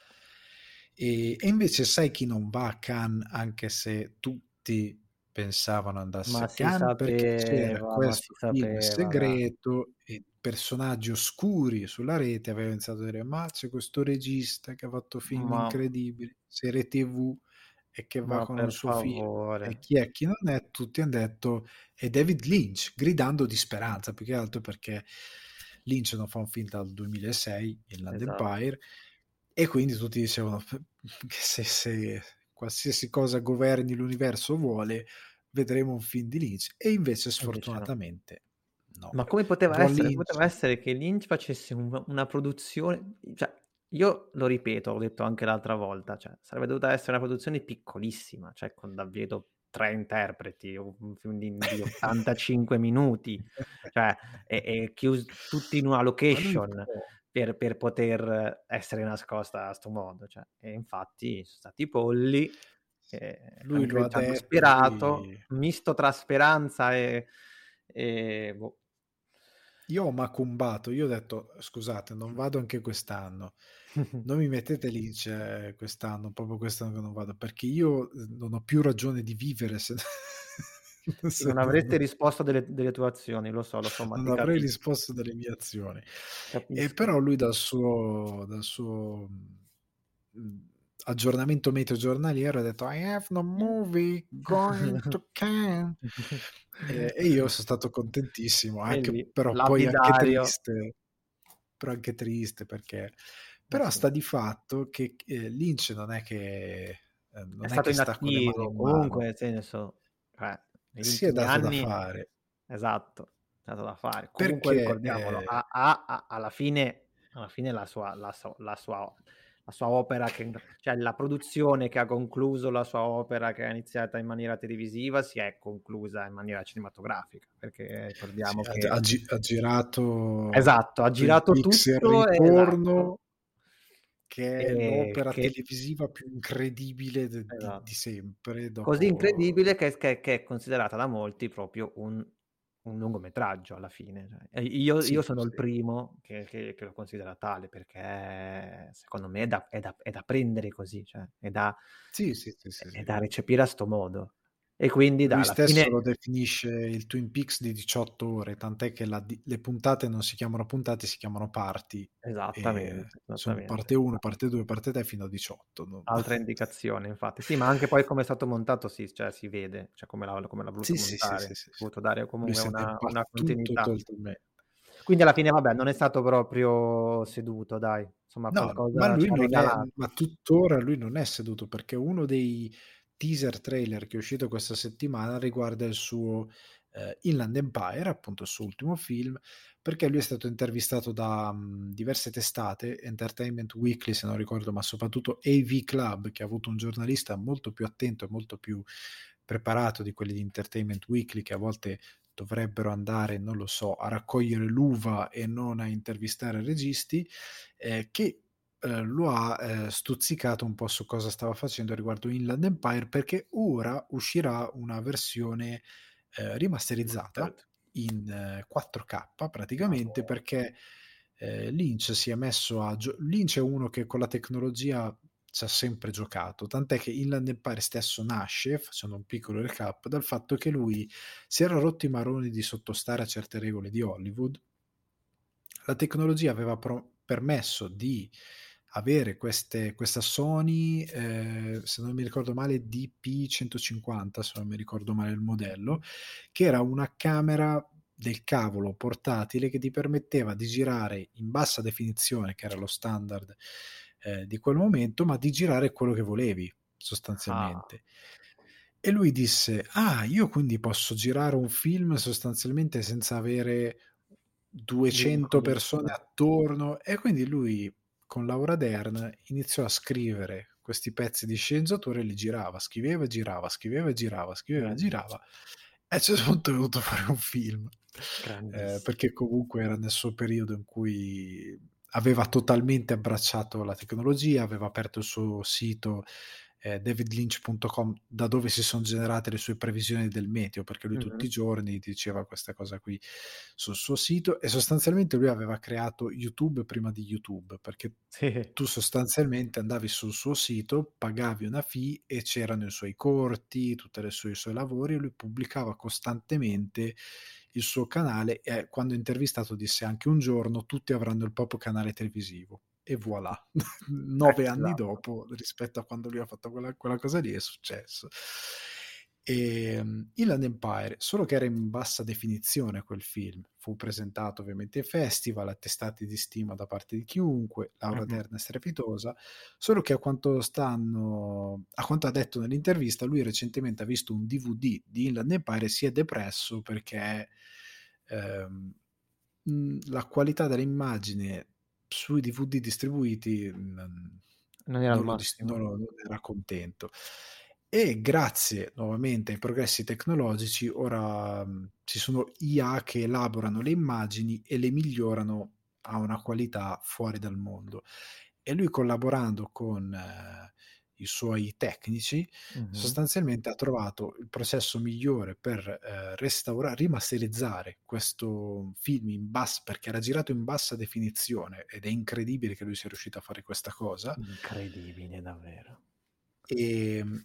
E invece sai chi non va a Cannes, anche se tutti pensavano andasse ma a Cannes, perché c'era ma questo si film sapeva dai. segreto e personaggi oscuri sulla rete avevano iniziato a dire ma c'è questo regista che ha fatto film Ma incredibili, serie TV, e che va ma con un per suo film. E favore. chi è, chi non è, tutti hanno detto è David Lynch, gridando di speranza, più che altro perché Lynch non fa un film dal 2006, Inland Esatto, Empire, e quindi tutti dicevano che se qualsiasi cosa governi l'universo vuole, vedremo un film di Lynch, e invece e invece no. sfortunatamente no. Ma come poteva Buon essere? Lynch. Poteva essere che Lynch facesse una produzione, cioè, io lo ripeto, l'ho detto anche l'altra volta, cioè sarebbe dovuta essere una produzione piccolissima, cioè con davvero 3 interpreti, o un film di 85 minuti, cioè e tutti in una Ma lui location può. per poter essere nascosta a 'sto modo, cioè, e infatti son stati i polli, Lui lo ha c'hanno detto, sperato, lui. misto tra speranza boh. Io ho macumbato, io ho detto: "Scusate, non vado anche quest'anno. Non mi mettete lì, cioè quest'anno, proprio quest'anno che non vado, perché io, non ho più ragione di vivere se Sì, non se avreste non risposto delle tue azioni, lo so, ma non ti avrei risposto delle mie azioni." E capisco. però lui dal suo, aggiornamento meteo giornaliero ha detto: "I have no movie going to Cannes." E io so stato contentissimo, E anche lì, però poi lapidario. anche triste perché Eh però sì. sta di fatto che, Lynch È non è stato che sta con le mani inattivo, in mano. comunque nel senso, negli Si è ultimi dato da anni, fare, esatto, dato da fare. Comunque perché, ricordiamolo, alla fine la sua opera, cioè la produzione che ha concluso la sua opera, che è iniziata in maniera televisiva, si è conclusa in maniera cinematografica, perché sì, ricordiamo ha che ha girato esatto, ha Twin girato Peaks: Il tutto, esatto, ritorno, che è l'opera che televisiva più incredibile di esatto. sempre, Così dopo. incredibile che è considerata da molti proprio un lungometraggio alla fine, cioè. E io Sì, sono il sì. primo che lo considera tale, perché secondo me è da prendere così, cioè Sì, sì, sì, sì, è sì. da recepire a 'sto modo. E quindi Lui alla stesso fine lo definisce il Twin Peaks di 18 ore, tant'è che le puntate non si chiamano puntate, si chiamano parti, esattamente, sono esattamente. parte 1, parte 2, parte 3 fino a 18, non. Altra indicazione infatti. Sì, ma anche poi come è stato montato, sì, cioè si vede, cioè come l'ha voluto Sì, sì, sì, montare. sì, Ha sì, sì. voluto dare Lui comunque se n'è una battuto continuità. totalmente. Quindi alla fine vabbè, non è stato proprio seduto dai, insomma No, ma qualcosa ci lui ha non è, regalato. ma tuttora lui non è seduto, perché uno dei teaser trailer che è uscito questa settimana riguarda il suo Inland Empire, appunto il suo ultimo film, perché lui è stato intervistato da diverse testate, Entertainment Weekly se non ricordo, ma soprattutto AV Club, che ha avuto un giornalista molto più attento e molto più preparato di quelli di Entertainment Weekly, che a volte dovrebbero andare, non lo so, a raccogliere l'uva e non a intervistare registi, che lo ha stuzzicato un po' su cosa stava facendo riguardo Inland Empire, perché ora uscirà una versione rimasterizzata Remastered. in 4K Ah, praticamente, boh. perché Lynch si è messo a Lynch è uno che con la tecnologia ci ha sempre giocato, tant'è che Inland Empire stesso nasce, facendo un piccolo recap, dal fatto che lui si era rotto i maroni di sottostare a certe regole di Hollywood. La tecnologia aveva permesso di avere questa Sony, se non mi ricordo male, DP150, se non mi ricordo male il modello, che era una camera del cavolo portatile che ti permetteva di girare in bassa definizione, che era lo standard di quel momento, ma di girare quello che volevi Ah, sostanzialmente. E lui disse: Ah, io quindi posso girare un film sostanzialmente senza avere 200 vincoli. persone attorno. E quindi lui, con Laura Dern, iniziò a scrivere questi pezzi di sceneggiatura e li girava, scriveva e girava, scriveva e girava, scriveva e Grandissimo, girava. E a un certo punto è venuto fuori un film. grandissimo. Perché comunque era nel suo periodo in cui aveva totalmente abbracciato la tecnologia, aveva aperto il suo sito davidlynch.com, da dove si sono generate le sue previsioni del meteo, perché lui tutti Mh-mh. i giorni diceva questa cosa qui sul suo sito, e sostanzialmente lui aveva creato YouTube prima di YouTube, perché Sì. tu sostanzialmente andavi sul suo sito, pagavi una fee e c'erano i suoi corti, tutti i suoi lavori, e lui pubblicava costantemente il suo canale, e quando intervistato disse anche: un giorno tutti avranno il proprio canale televisivo. E voilà, 9 anni Esatto. dopo, rispetto a quando lui ha fatto quella cosa lì, è successo. Inland Empire, solo che era in bassa definizione quel film, fu presentato ovviamente ai festival, attestati di stima da parte di chiunque, Laura Mh-mh. Dern è strepitosa, solo che a quanto ha detto nell'intervista, lui recentemente ha visto un DVD di Inland Empire e si è depresso perché ehm, la qualità dell'immagine sui DVD distribuiti Non era il massimo. non era contento. E grazie nuovamente ai progressi tecnologici, ora ci sono IA che elaborano le immagini e le migliorano a una qualità fuori dal mondo. E lui, collaborando con i suoi tecnici, Mh-mh. sostanzialmente ha trovato il processo migliore per rimasterizzare questo film perché era girato in bassa definizione, ed è incredibile che lui sia riuscito a fare questa cosa. Incredibile davvero. E,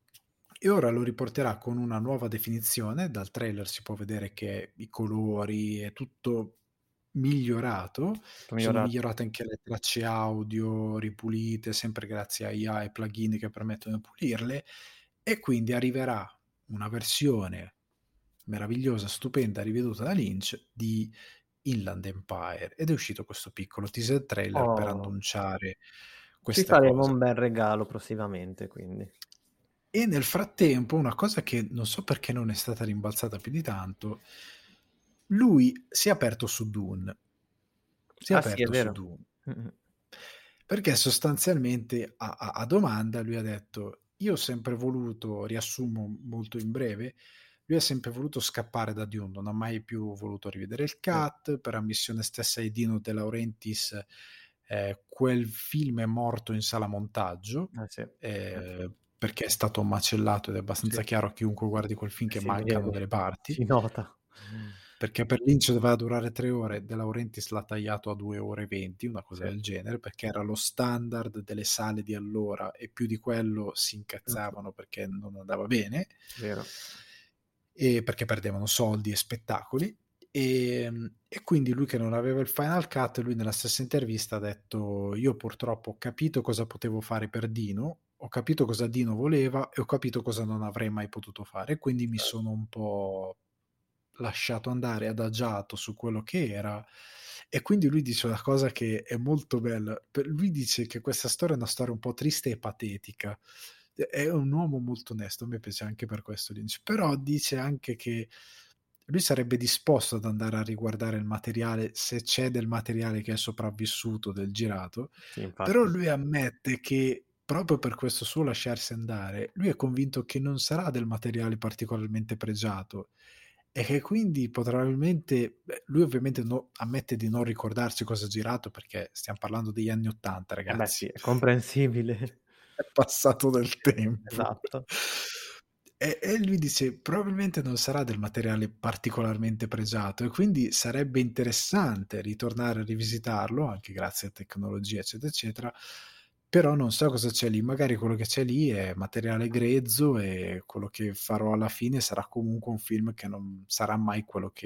e ora lo riporterà con una nuova definizione. Dal trailer si può vedere che i colori è tutto migliorato, Tutto sono migliorato. migliorate anche le tracce audio, ripulite, sempre grazie a IA e plugin che permettono di pulirle, e quindi arriverà una versione meravigliosa, stupenda, riveduta da Lynch di Inland Empire, ed è uscito questo piccolo teaser trailer per Oh, annunciare ci questa faremo un cosa. bel regalo prossimamente quindi. E nel frattempo, una cosa che non so perché non è stata rimbalzata più di tanto, lui si è aperto su Dune. Si è Ah sì, è aperto su vero. Dune. Mh-mh. Perché sostanzialmente a domanda lui ha detto: io ho sempre voluto, riassumo molto in breve, lui ha sempre voluto scappare da Dune, non ha mai più voluto rivedere il Sì. cut, per ammissione stessa di Dino De Laurentiis, quel film è morto in sala montaggio, Sì. perché è stato macellato, ed è Sì. abbastanza chiaro a chiunque guardi quel film che Si mancano vede, delle parti. si nota. Perché per Lynch doveva durare 3 ore, De Laurentiis l'ha tagliato a 2 ore e 20, una cosa Sì. del genere, perché era lo standard delle sale di allora, e più di quello si Mh-mh. incazzavano perché non andava bene, Vero. e perché perdevano soldi e spettacoli. E quindi lui, che non aveva il Final Cut, lui nella stessa intervista ha detto: io purtroppo ho capito cosa potevo fare per Dino, ho capito cosa Dino voleva e ho capito cosa non avrei mai potuto fare, e quindi mi sono un po' lasciato andare, adagiato su quello che era. E quindi lui dice una cosa che è molto bella. Lui dice che questa storia è una storia un po' triste e patetica. È un uomo molto onesto, a me piace anche per questo Lynch, però dice anche che lui sarebbe disposto ad andare a riguardare il materiale se c'è del materiale che è sopravvissuto del girato, Sì, però infatti. lui ammette che proprio per questo suo lasciarsi andare, lui è convinto che non sarà del materiale particolarmente pregiato e che quindi probabilmente, lui ovviamente ammette di non ricordarsi cosa ha girato perché stiamo parlando degli anni '80, Eh beh sì, ragazzi. è comprensibile. È passato del tempo. Esatto. E lui dice probabilmente non sarà del materiale particolarmente pregiato e quindi sarebbe interessante ritornare a rivisitarlo anche grazie a tecnologia eccetera eccetera, però non so cosa c'è lì, magari quello che c'è lì è materiale grezzo e quello che farò alla fine sarà comunque un film che non sarà mai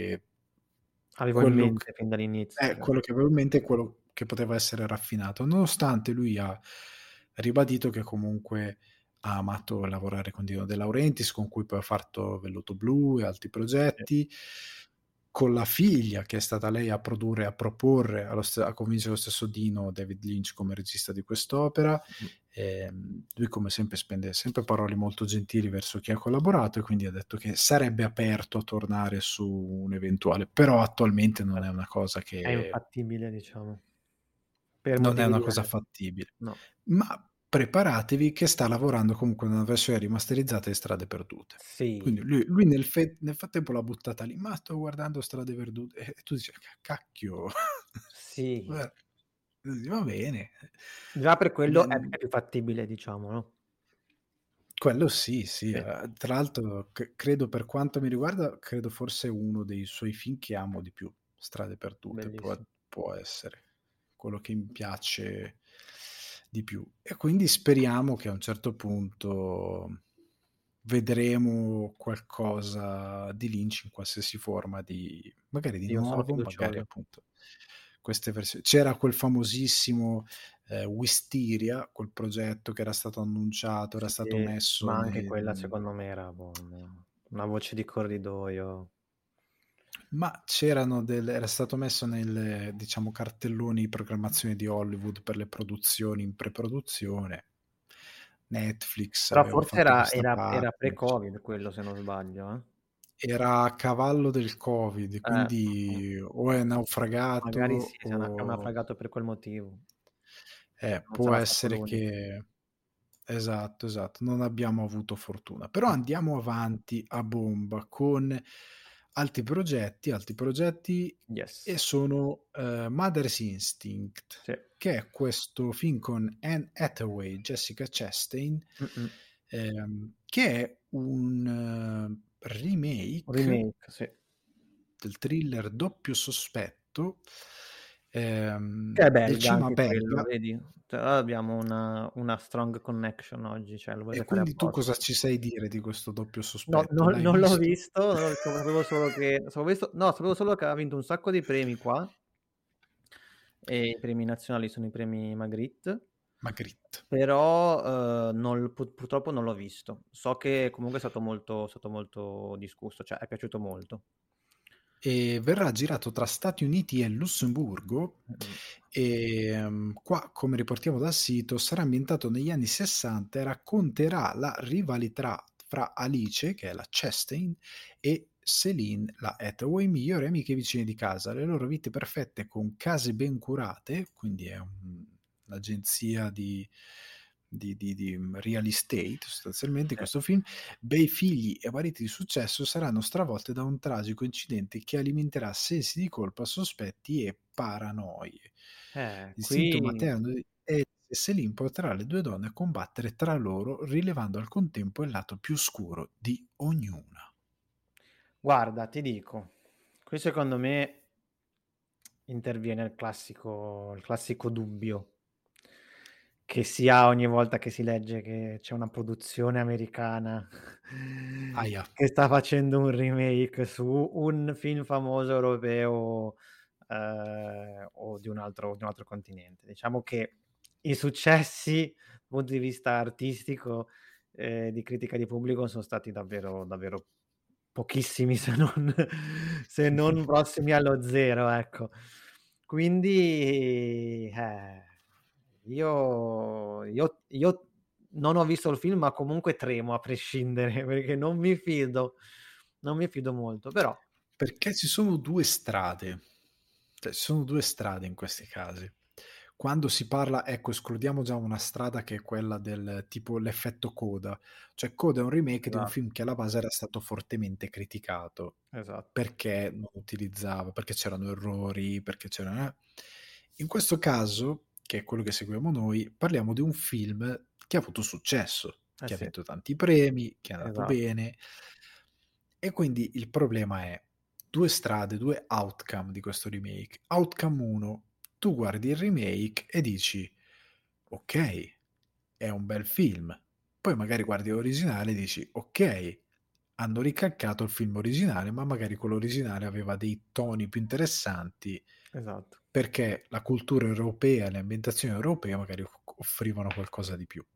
Avevo in quello mente fin dall'inizio, cioè. quello che avevo in mente è quello che poteva essere raffinato, nonostante lui ha ribadito che comunque ha amato lavorare con Dino De Laurentiis, con cui poi ha fatto Velluto Blu e altri Sì. progetti, con la figlia che è stata lei a produrre e a proporre, a convincere lo stesso Dino, David Lynch, come regista di quest'opera. Mh-mh. Lui come sempre spende sempre parole molto gentili verso chi ha collaborato e quindi ha detto che sarebbe aperto a tornare su un eventuale, però attualmente non è una cosa È che infattibile, diciamo, per non è motivi una cosa diversi. fattibile. No. Ma preparatevi che sta lavorando comunque a una versione rimasterizzata di Strade Perdute. Quindi Sì, lui nel frattempo l'ha buttata lì: "Ma sto guardando Strade Perdute", e tu dici: "Cacchio". sì. Guarda, tu dici: "Va bene". Già per quello è Nel più fattibile, diciamo, no? Quello sì, sì. Sì, Tra l'altro credo per quanto mi riguarda, credo forse uno dei suoi film che amo di più, Strade Perdute, bellissimo. può essere quello che mi piace di più. E quindi speriamo che a un certo punto vedremo qualcosa di Lynch in qualsiasi forma magari di Io sono nuovo, magari fiducioso. appunto queste versioni. C'era quel famosissimo Wisteria, quel progetto che era stato annunciato, era Sì, stato messo ma anche quella secondo me era boh, una voce di corridoio. ma era stato messo nel, diciamo, cartelloni di programmazione di Hollywood per le produzioni in pre-produzione. Netflix Però aveva forse fatto questa era parte, pre-Covid quello, se non sbaglio, eh. era a cavallo del Covid, Mh-mh. quindi o è Magari sì, naufragato se è o naufragato per quel motivo. Non può sarà stato essere l'unico. che esatto, esatto, non abbiamo avuto fortuna. Però Mh. andiamo avanti a bomba con altri progetti e Yes. sono, Mother's Instinct, Sì. che è questo film con Anne Hathaway, Jessica Chastain, Mh-mh. che è un Un remake remake, sì. del thriller Doppio sospetto, Che è del belga cinema anche quello, belga. vedi? Cioè allora abbiamo una strong connection oggi, cioè lo vuoi E mettere a quindi tu cosa posto. ci sai dire di questo Doppio No, sospetto? L'hai non l'ho visto? visto, non lo sapevo solo che sapevo solo che aveva vinto un sacco di premi qua, e i premi nazionali sono i premi Magritte, Magritte. però, non l purtroppo non l'ho visto. So che comunque è stato molto discusso, cioè è piaciuto molto. E verrà girato tra Stati Uniti e Lussemburgo. Mh-mh. Qua, come riportiamo dal sito, sarà ambientato negli anni '60 e racconterà la rivalità fra Alice, che è la Chastain, e Céline, la Hathaway, migliori amiche vicine di casa. Le loro vite perfette con case ben curate, quindi è un'agenzia di real estate sostanzialmente in Sì. questo film. Bei figli e mariti di successo saranno stravolte da un tragico incidente che alimenterà sensi di colpa, sospetti e paranoie. L'istinto Qui materno di Alice e Céline porterà le due donne a combattere tra loro, rilevando al contempo il lato più scuro di ognuna. guarda, ti dico, qui secondo me interviene il classico dubbio che si ha ogni volta che si legge che c'è una produzione americana Ahia. che sta facendo un remake su un film famoso europeo, o di un altro continente. Diciamo che i successi dal punto di vista artistico, di critica di pubblico, son stati davvero, davvero pochissimi se non prossimi allo 0, ecco. Quindi, io non ho visto il film, ma comunque tremo a prescindere, perché non mi fido molto, però Perché ci sono 2 strade. Cioè, ci sono 2 strade in questi casi. Quando si parla, ecco, escludiamo già una strada che è quella del tipo l'effetto coda. Cioè, Coda è un remake di un esatto, film che alla base era stato fortemente criticato esatto. perché non utilizzava, perché c'erano errori, perché c'era in questo caso, che è quello che seguiamo noi, parliamo di un film che ha avuto successo, Eh che ha sì, vinto tanti premi, che è andato esatto, bene. E quindi il problema è 2 strade, 2 outcome di questo remake. Outcome 1: tu guardi il remake e dici: "Okay, è un bel film". Poi magari guardi l'originale e dici: "Okay, hanno ricalcato il film originale, ma magari quello originale aveva dei toni più interessanti, esatto, perché la cultura europea e le ambientazioni europee magari offrivano qualcosa di più".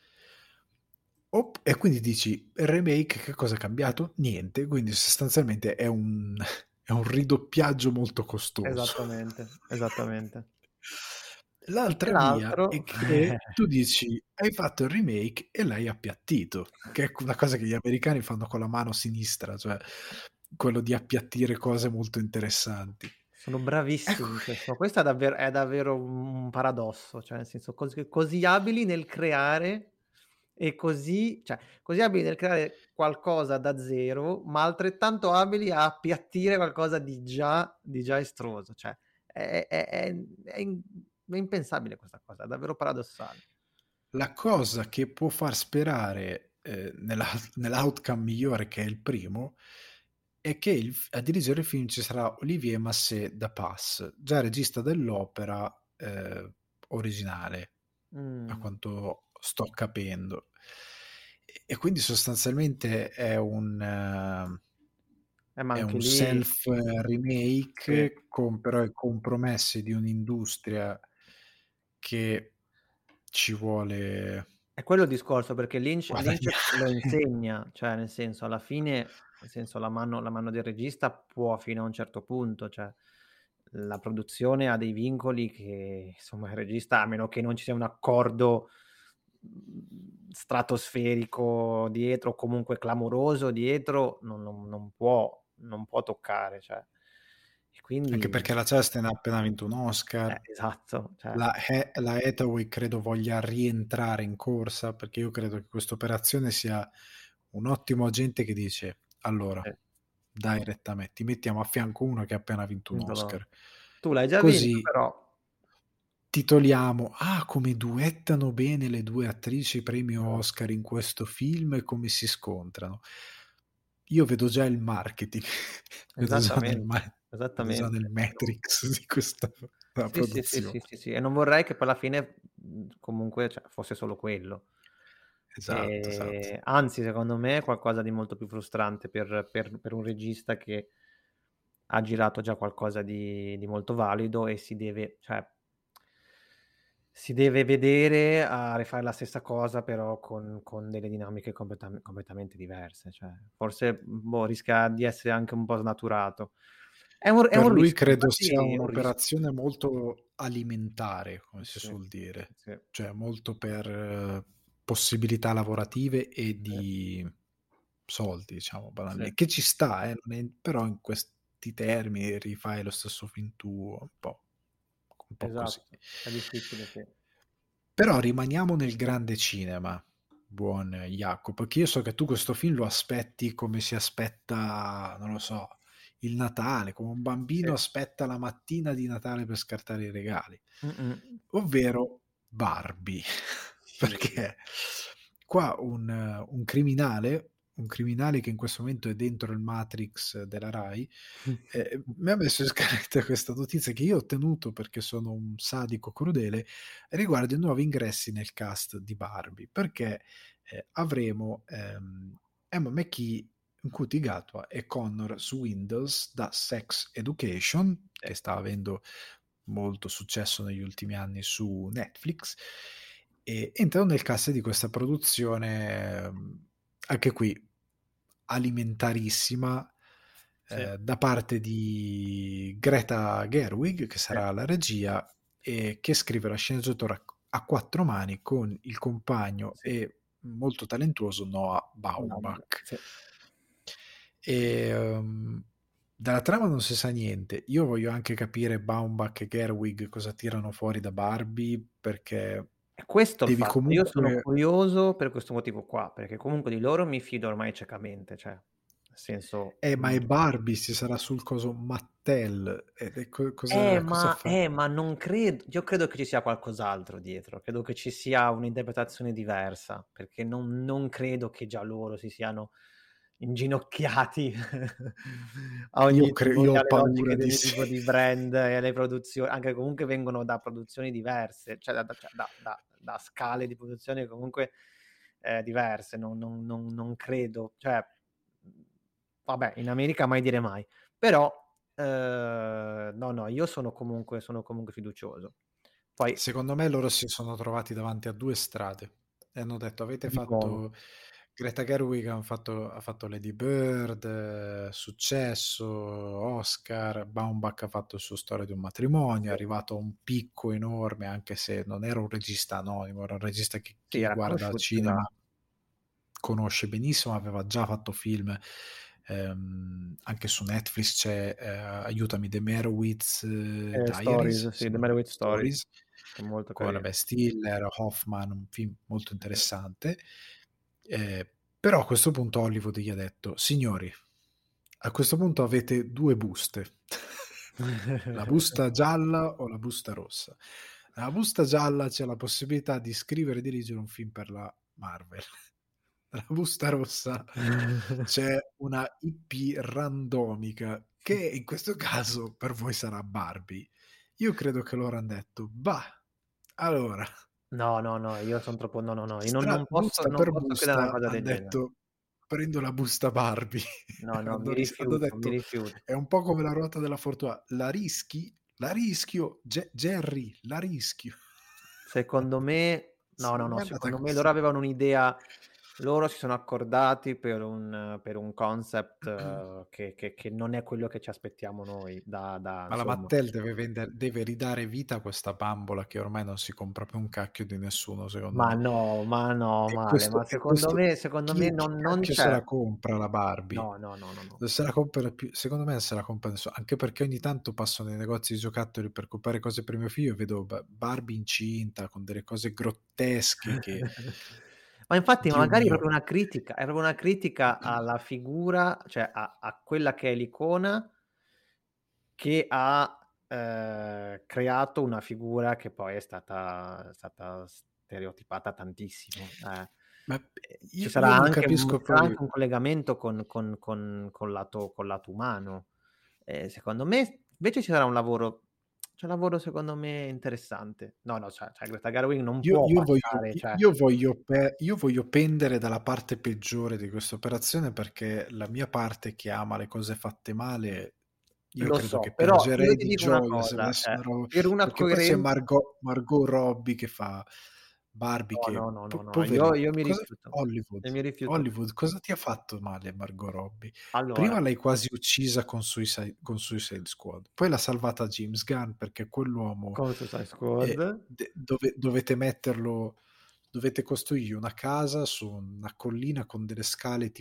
E quindi dici: "Il remake che cosa è cambiato? Niente". Quindi sostanzialmente è un è un ridoppiaggio molto costoso. esattamente, esattamente. E L'altra via l'altro è che tu dici: "Hai fatto il remake e l'hai appiattito", che è una cosa che gli americani fanno con la mano sinistra, cioè quello di appiattire cose molto interessanti. sono Ecco, bravissimi in questo. Questo è davvero un paradosso, cioè nel senso così abili nel creare e così abili nel creare qualcosa da zero, ma altrettanto abili a appiattire qualcosa di già estruso. Cioè è impensabile questa cosa, è davvero paradossale. la cosa che può far sperare, nell'outcome migliore che è il primo, è che a dirigere il film ci sarà Olivier Massé da Pass, già regista dell'opera originale, a Mh. quanto sto capendo. E quindi sostanzialmente Ma è anche un lì self sì. remake con però i compromessi di un'industria che ci vuole È quello il discorso, perché Lynch lo guadagnare. insegna, cioè nel senso alla fine nel senso la mano del regista può fino a un certo punto, cioè la produzione ha dei vincoli che insomma il regista, a meno che non ci sia un accordo, stratosferico dietro o comunque clamoroso dietro, non può toccare, cioè. E Anche quindi perché la Chastain ha appena vinto un Oscar. esatto, cioè La Hathaway credo voglia rientrare in corsa, perché io credo che questa operazione sia un ottimo agente che dice: "Allora, sì, dai retta me, ti mettiamo a fianco uno che ha appena vinto un Oscar. tu l'hai già vinto Così però titoliamo: "Ah, come duettano bene le 2 attrici premio esatto, Oscar in questo film e come si scontrano". Io vedo già il marketing, esattamente, vedo già nel esattamente. matrix di questa della Sì, sì, sì, sì, produzione. sì, sì, e non vorrei che poi alla fine, comunque cioè fosse solo quello. Esatto, esatto. Anzi secondo me è qualcosa di molto più frustrante per un regista che ha girato già qualcosa di molto valido e si deve vedere a rifare la stessa cosa però con delle dinamiche completamente diverse, cioè forse, boh, rischia di essere anche un po' snaturato. È Per un lui rischio, credo sia infatti è un rischio. un'operazione molto alimentare, come si Sì, suol dire, sì, cioè molto per possibilità lavorative e sì, di soldi, diciamo sì, banalme che ci sta, non è però in questi termini rifai lo stesso film tuo, un po' così. esatto, è difficile, sì. Però rimaniamo nel grande cinema, buon Jacopo, perché io so che tu questo film lo aspetti come si aspetta, non lo so, il Natale, come un Sì. bambino aspetta la mattina di Natale per scartare i regali, Mh-mh. ovvero Barbie. Sì. Perché qua un criminale che in questo momento è dentro il Matrix della Rai, mi ha messo in scaletta questa notizia che io ho ottenuto perché sono un sadico crudele, riguardo i nuovi ingressi nel cast di Barbie, perché avremo Emma McKee, Ncuti Gatwa e Connor Swindoll da Sex Education, Sì, che sta avendo molto successo negli ultimi anni su Netflix, e entrano nel cast di questa produzione, anche qui alimentarissima Sì, da parte di Greta Gerwig, che sì, sarà la regia, e che scrive la sceneggiatura a quattro mani con il compagno sì. e molto talentuoso Noah Baumbach, Baumbach. sì. E, dalla trama non si sa niente. Io voglio anche capire Baumbach e Gerwig cosa tirano fuori da Barbie, perché È questo il devi fatto. Io sono comunque... curioso per questo motivo qua, perché comunque di loro mi fido ormai ciecamente, cioè, nel senso, Ma è Barbie, si sarà sul coso Mattel, ed è cosa fa? ma non cred io credo che ci sia qualcos'altro dietro, credo che ci sia un'interpretazione diversa, perché non credo che già loro si siano inginocchiati a ogni Io ho alle paura logiche di di ogni sì. tipo di brand e alle anche comunque vengono da produzioni diverse, cioè da scale di produzione comunque, diverse. Non credo, cioè, vabbè, in America mai dire mai. Però, no, io sono comunque fiducioso. Poi Secondo me loro si sono trovati davanti a due strade e hanno detto: avete di nuovo, fatto Greta Gerwig, ha fatto Lady Bird, successo, Oscar, Baumbach ha fatto il suo Storia di un matrimonio, è sì, arrivato a un picco enorme, anche se non era un regista anonimo, era un regista che sì, chi era guarda al conosciuto già. cinema conosce benissimo, aveva già fatto film, anche su Netflix c'è Aiutami, The Merowitz Stories, Diaries, sì, The Meyerowitz Stories, Stories, che è molto con carino. Ben Stiller, Hoffman, un film molto Sì. interessante. Però a questo punto Hollywood gli ha detto: signori, a questo punto avete due buste, la busta gialla o la busta rossa. Nella busta gialla c'è la possibilità di scrivere e dirigere un film per la Marvel. Nella busta rossa c'è una IP randomica che in questo caso per voi sarà Barbie. Io credo che loro han detto: bah, allora, Io son troppo no, io non posso busta non per posso credere a una busta cosa han del genere. detto: prendo la busta Barbie. No, Hanno mi detto: rifiuto. è un po' come la ruota della fortuna, la rischi? La rischio, Jerry, la rischio. Secondo me Secondo me è andata secondo me così. loro avevano un'idea, loro si sono accordati per un concept, che non è quello che ci aspettiamo noi da Ma la insomma. Mattel deve ridare vita a questa bambola che ormai non si compra più un cacchio di nessuno, secondo me. Ma no, Male, ma secondo me Chi non cacchio se c'è. la compra la Barbie? No. Non se la compra più, secondo me non se la compra nessuno, anche perché ogni tanto passo nei negozi di giocattoli per comprare cose per mio figlio e vedo Barbie incinta con delle cose grottesche che, Ma infatti, ma Dio magari mio. è proprio una critica alla figura, cioè a quella che è l'icona che ha, creato una figura che poi è stata stereotipata tantissimo. Ma Ci io sarà non anche capisco ci sarà poi. anche un collegamento col lato umano. Secondo me invece ci sarà c'è un lavoro secondo me interessante. No, cioè Greta Gerwig non Io, può io voglio, passare, cioè io voglio pendere dalla parte peggiore di questa operazione, perché la mia parte che ama le cose fatte male, io lo credo so, che però io piangerei ti di dico una gioia se cosa, avessero una roba, per una perché poi c'è coeren Margot Robbie che fa Barbie, che no, io poverina, io mi cosa rifiuto. Hollywood, Io mi rifiuto. Hollywood, cosa ti ha fatto male Margot Robbie? Allora, Prima l'hai quasi uccisa con Suicide Squad, poi l'ha salvata James Gunn, perché quell'uomo con Suicide Squad, dovete metterlo, dovete costruirgli una casa su una collina con delle scale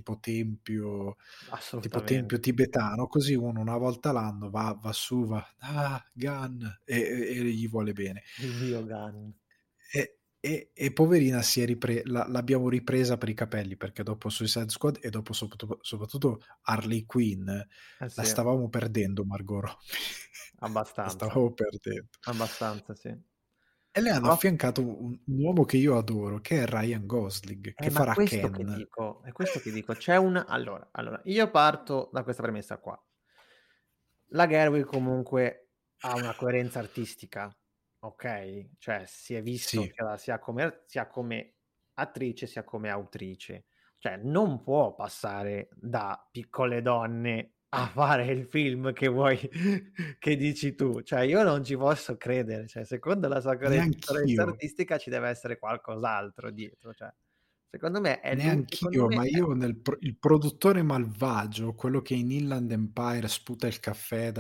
tipo tempio assolutamente. tibetano, così uno una volta l'anno va su, Gunn, e gli vuole bene. Il mio Gunn. E poverina l'abbiamo ripresa per i capelli, perché dopo Suicide Squad e dopo soprattutto Harley Quinn Eh la sì, stavamo perdendo Margot Robbie. La abbastanza, stavamo perdendo. abbastanza sì. E le hanno Però affiancato un uomo che io adoro, che è Ryan Gosling, che ma farà questo che Ken. dico, è questo che dico. C'è un allora, io parto da questa premessa qua. La Gerwig comunque ha una coerenza artistica, okay, cioè si è visto Sì, sia come attrice, sia come autrice. Cioè non può passare da Piccole donne a fare il film che vuoi che dici tu. Cioè io non ci posso credere, cioè secondo la sua coerenza neanch'io. artistica ci deve essere qualcos'altro dietro, cioè Secondo me è secondo Neanch'io, me ma è io il produttore malvagio, quello che in Inland Empire sputa il caffè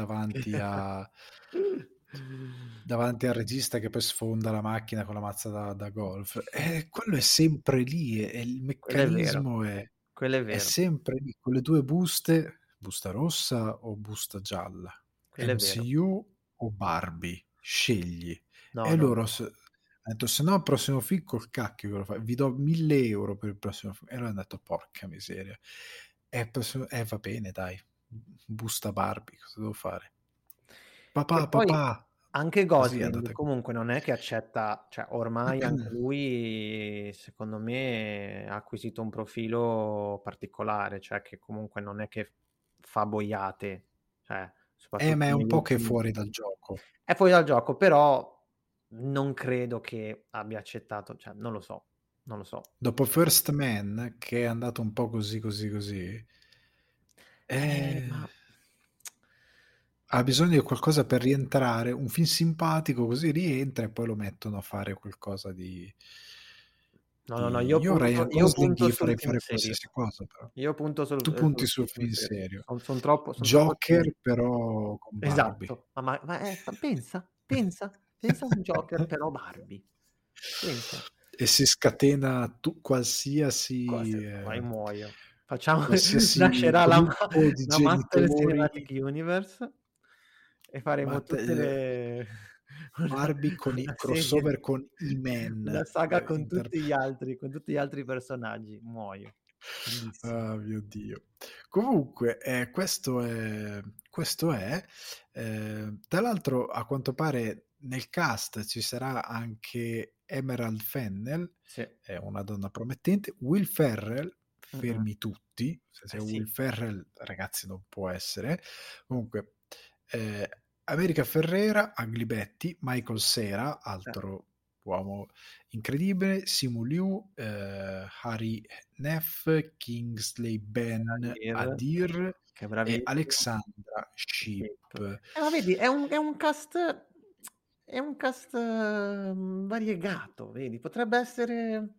davanti al regista che poi sfonda la macchina con la mazza da golf, quello è sempre lì e il quello è vero, meccanismo quello è è vero, sempre lì, con le 2 buste, busta rossa o busta gialla, quello è vero. MCU o Barbie, scegli. No, E no, loro no. ha detto: "Se no il prossimo film col cacchio che lo fai, vi do 1.000 € per il prossimo film". E allora hanno detto: "Porca miseria". Va bene dai, busta Barbie, cosa devo fare? Che Papà, poi papà. anche Così è Gosling andata così. comunque non è che accetta, cioè ormai anche lui secondo me ha acquisito un profilo particolare, cioè che comunque non è che fa boiate, cioè Ma soprattutto è un negli po' che è ultimi, fuori dal gioco. è fuori dal gioco, però non credo che abbia accettato, cioè non lo so, non lo so. Dopo First Man, che è andato un po' così, così, così, Ma ha bisogno di qualcosa per rientrare, un film simpatico, così rientra e poi lo mettono a fare qualcosa no, no, no, io Io Ryan punto io Gosling punto gli sul farei film fare serio. qualsiasi cosa però. Io punto Tu punti sul sul film film serio. serio. Son troppo Joker però con Barbie. esatto. Fa pensa a un Joker però Barbie. Pensa. E si scatena qualsiasi Ma io muoio. Facciamo qualsiasi nascerà gruppo di la Marvel genitori. Cinematic Universe e faremo Matt tutte le Barbie con i una serie, crossover con I-Men, una saga inter con tutti gli altri personaggi. Muoio. Bellissimo. ah mio Dio. Comunque, questo è, tra l'altro a quanto pare nel cast ci sarà anche Emerald Fennell, Sì. è una donna promettente, Will Ferrell, Mh-mh. fermi tutti, se Eh c'è sì. Will Ferrell ragazzi non può essere. Comunque, ehm, America Ferrera, Ugly Betty, Michael Cera, Eh. altro uomo incredibile, Simu Liu, Hari Nef, Kingsley Ben Adir, Adir che è e bravissimo. Alexandra Shipp. Shipp. Ma vedi è un cast, variegato, vedi, potrebbe essere,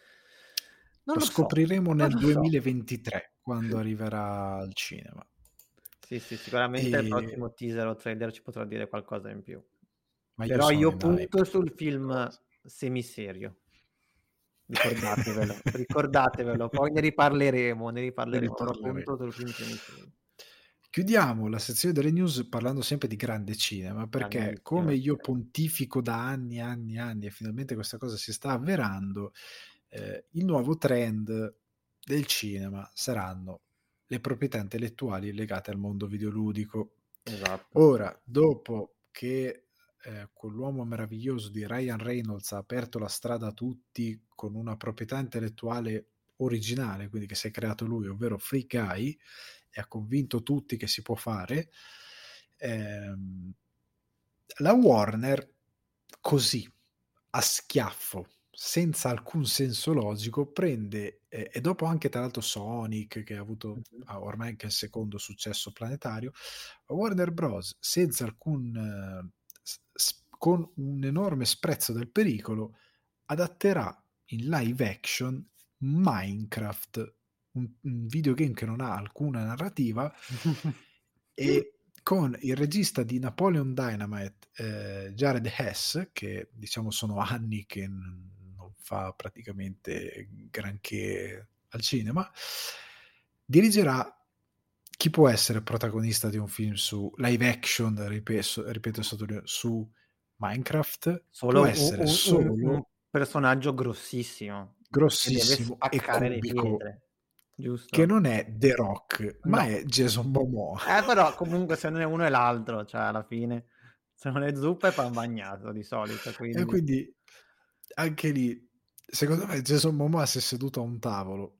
non Lo lo so, scopriremo non nel lo so. 2023 quando arriverà al cinema. Sì, sì, sicuramente il E prossimo teaser o trailer ci potrà dire qualcosa in più. ma io Però sono io in hype punto per sul questa film cosa. semiserio. Ricordatevelo, ricordatevelo, poi ne Ne riparleremo, però riparleremo. punto sul film semiserio. Chiudiamo la sezione delle news parlando sempre di grande cinema, perché Grandissimo come io cinema. pontifico da anni e anni e anni e finalmente questa cosa si sta avverando, il nuovo trend del cinema saranno le proprietà intellettuali legate al mondo videoludico. Esatto. Ora, dopo che quell'uomo meraviglioso di Ryan Reynolds ha aperto la strada a tutti con una proprietà intellettuale originale, quindi che si è creato lui, ovvero Free Guy, e ha convinto tutti che si può fare, ehm, la Warner così, a schiaffo, senza alcun senso logico, prende e dopo anche tra l'altro Sonic che Mh-mh. ha ormai anche il secondo successo planetario, Warner Bros. Senza alcun con un enorme sprezzo del pericolo, adatterà in live action Minecraft, un videogame che non ha alcuna narrativa e con il regista di Napoleon Dynamite, Jared Hess, che diciamo sono anni che non fa praticamente granché al cinema, dirigerà chi può essere protagonista di un film su live action, ripeto e sottolineo, su Minecraft? Può Solo u essere u un solo personaggio grossissimo, che deve grossissimo e spaccare le comico, pietre, che giusto? non è The Rock, ma No. è Jason Momoa. Però comunque se non è uno è l'altro, cioè alla fine se non è zuppa è pan bagnato di solito, E quindi quindi anche lì, secondo me Jason Momoa si è seduto a un tavolo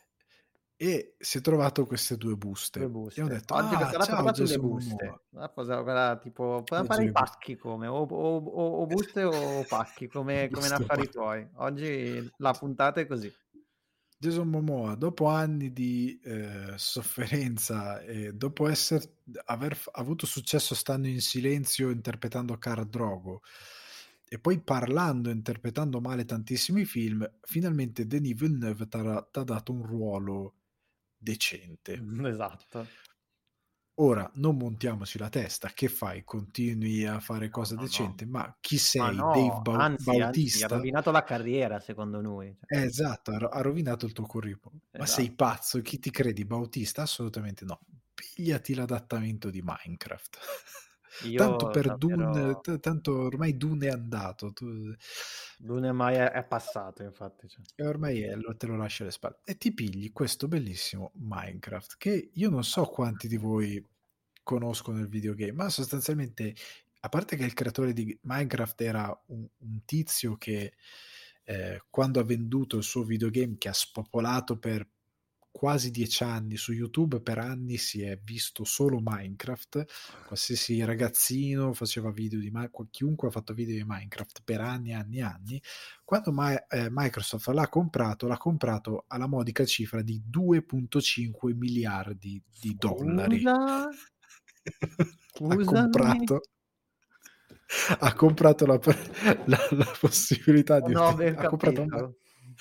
e si è trovato queste 2 le buste e ho buste. detto: Oggi "Ah, questa volta ciao proprio sulle Jason Momoa". buste. La cosa quella tipo potevamo Oggi fare i le buste pacchi come o buste o pacchi, come ne buste affari tuoi. Oggi la puntata è così. Jason Momoa, dopo anni di, sofferenza e dopo aver avuto successo stando in silenzio interpretando Khal Drogo e poi parlando e interpretando male tantissimi film, finalmente Denis Villeneuve t'ha dato un ruolo decente. Esatto. Ora, non montiamoci la testa, che fai? Continui a fare No, cosa no, no. decente? Ma chi Ma sei? Dave no, anzi, gli ha Bautista? rovinato la carriera secondo lui, cioè. Esatto, ha rovinato il tuo curriculum. Ma sei Esatto. pazzo? Chi ti credi, Bautista? Assolutamente no. Pigliati l'adattamento di Minecraft. Tanto Io per Dune, davvero tanto ormai Dune è andato, Dune mai è passato infatti, cioè. e ormai te lo lasci alle spalle. E ti pigli questo bellissimo Minecraft, che io non so quanti di voi conoscono il videogame, ma sostanzialmente, a parte che il creatore di Minecraft era un tizio che quando ha venduto il suo videogame, che ha spopolato per quasi 10 anni su YouTube, per anni si è visto solo Minecraft, qualsiasi ragazzino faceva video di Minecraft, chiunque ha fatto video di Minecraft per anni e anni e anni. Quando Microsoft l'ha comprato alla modica cifra di 2,5 miliardi di dollari. Scusa? ha Scusami? comprato ha comprato la possibilità di Non ho ben ha comprato capito.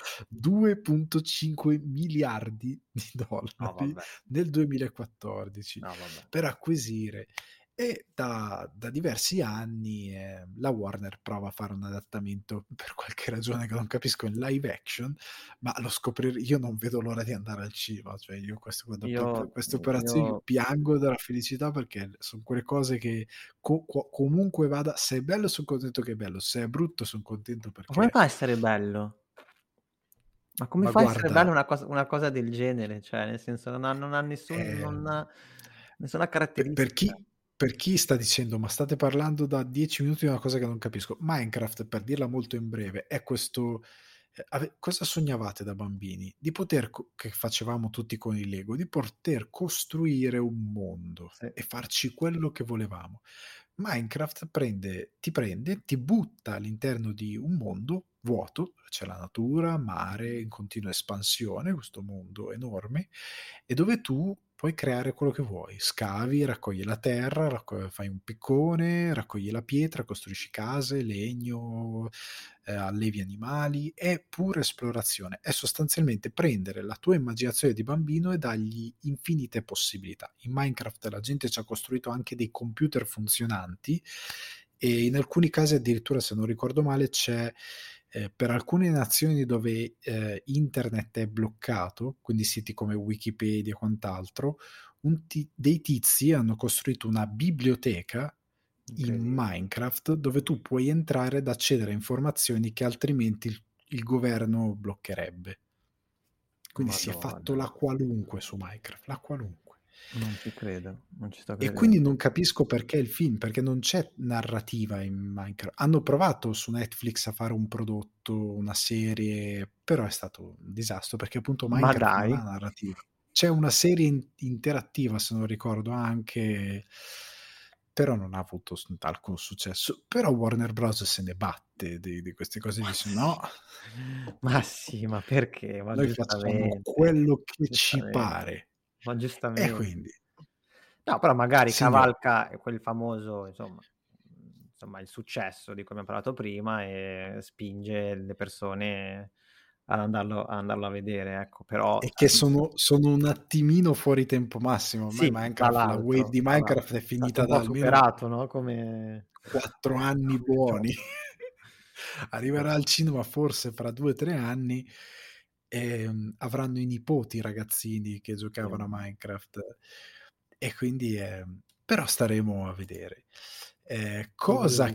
2,5 miliardi di No dollari vabbè, nel 2014 no vabbè. per acquisire, e da diversi anni la Warner prova a fare un adattamento, per qualche ragione che non capisco, in live action, ma lo scoprirò. Io non vedo l'ora di andare al cinema, cioè io Io queste io operazioni piango dalla felicità, perché sono quelle cose che comunque vada, se è bello son contento che è bello, se è brutto son contento ma come perché, fa a essere bello? Ma come ma fa a essere guarda, bella una cosa del genere? Cioè, nel senso non ha nessun non ehm ha nessuna per caratteristica. chi sta dicendo: "Ma state parlando da 10 minuti di una cosa che non capisco". Minecraft, per dirla molto in breve, è questo, cosa sognavate da bambini? Di poter che facevamo tutti con i Lego, di poter costruire un mondo Sì. e farci quello che volevamo. Minecraft prende, ti butta all'interno di un mondo vuoto, c'è la natura, mare in continua espansione, questo mondo enorme, e dove tu puoi creare quello che vuoi. Scavi, raccogli la terra, fai un piccone, raccogli la pietra, costruisci case, legno, allevi animali, è pura esplorazione. È sostanzialmente prendere la tua immaginazione di bambino e dargli infinite possibilità. In Minecraft la gente ci ha costruito anche dei computer funzionanti, e in alcuni casi addirittura, se non ricordo male, c'è per alcune nazioni dove internet è bloccato, quindi siti come Wikipedia e quant'altro, dei tizi hanno costruito una biblioteca in Incredibile. Minecraft, dove tu puoi entrare ed accedere a informazioni che altrimenti il governo bloccherebbe. Quindi si è fatto Madonna, la qualunque su Minecraft, la qualunque. non ci credo, non ci sto E quindi non credendo. capisco perché il film, perché non c'è narrativa in Minecraft. Hanno provato su Netflix a fare un prodotto, una serie, però è stato un disastro, perché appunto Ma Minecraft non dai, ha narrativa. C'è una serie interattiva, se non ricordo anche, però non ha avuto alcun successo. Però Warner Bros. Se ne batte di queste cose, ma dice sì, no, ma sì, ma perché? Ma noi facciamo giustamente, quello che ci giustamente, pare. ma E giustamente. quindi, No, però magari signor cavalca quel famoso insomma il successo di cui abbiam parlato prima e spinge le persone ad andarlo a vedere, ecco. Però, e che sono un attimino fuori tempo massimo. Ormai sì, tra Minecraft, la wave l'altro, di tra l'altro. Minecraft è È stato finita un da po' almeno superato, no, come 4 anni come buoni. gioco. Sì. Arriverà al cinema forse fra 2, 3 anni, avranno i nipoti i ragazzini che Sì, giocavano a Minecraft, e quindi, però staremo a vedere. curiosi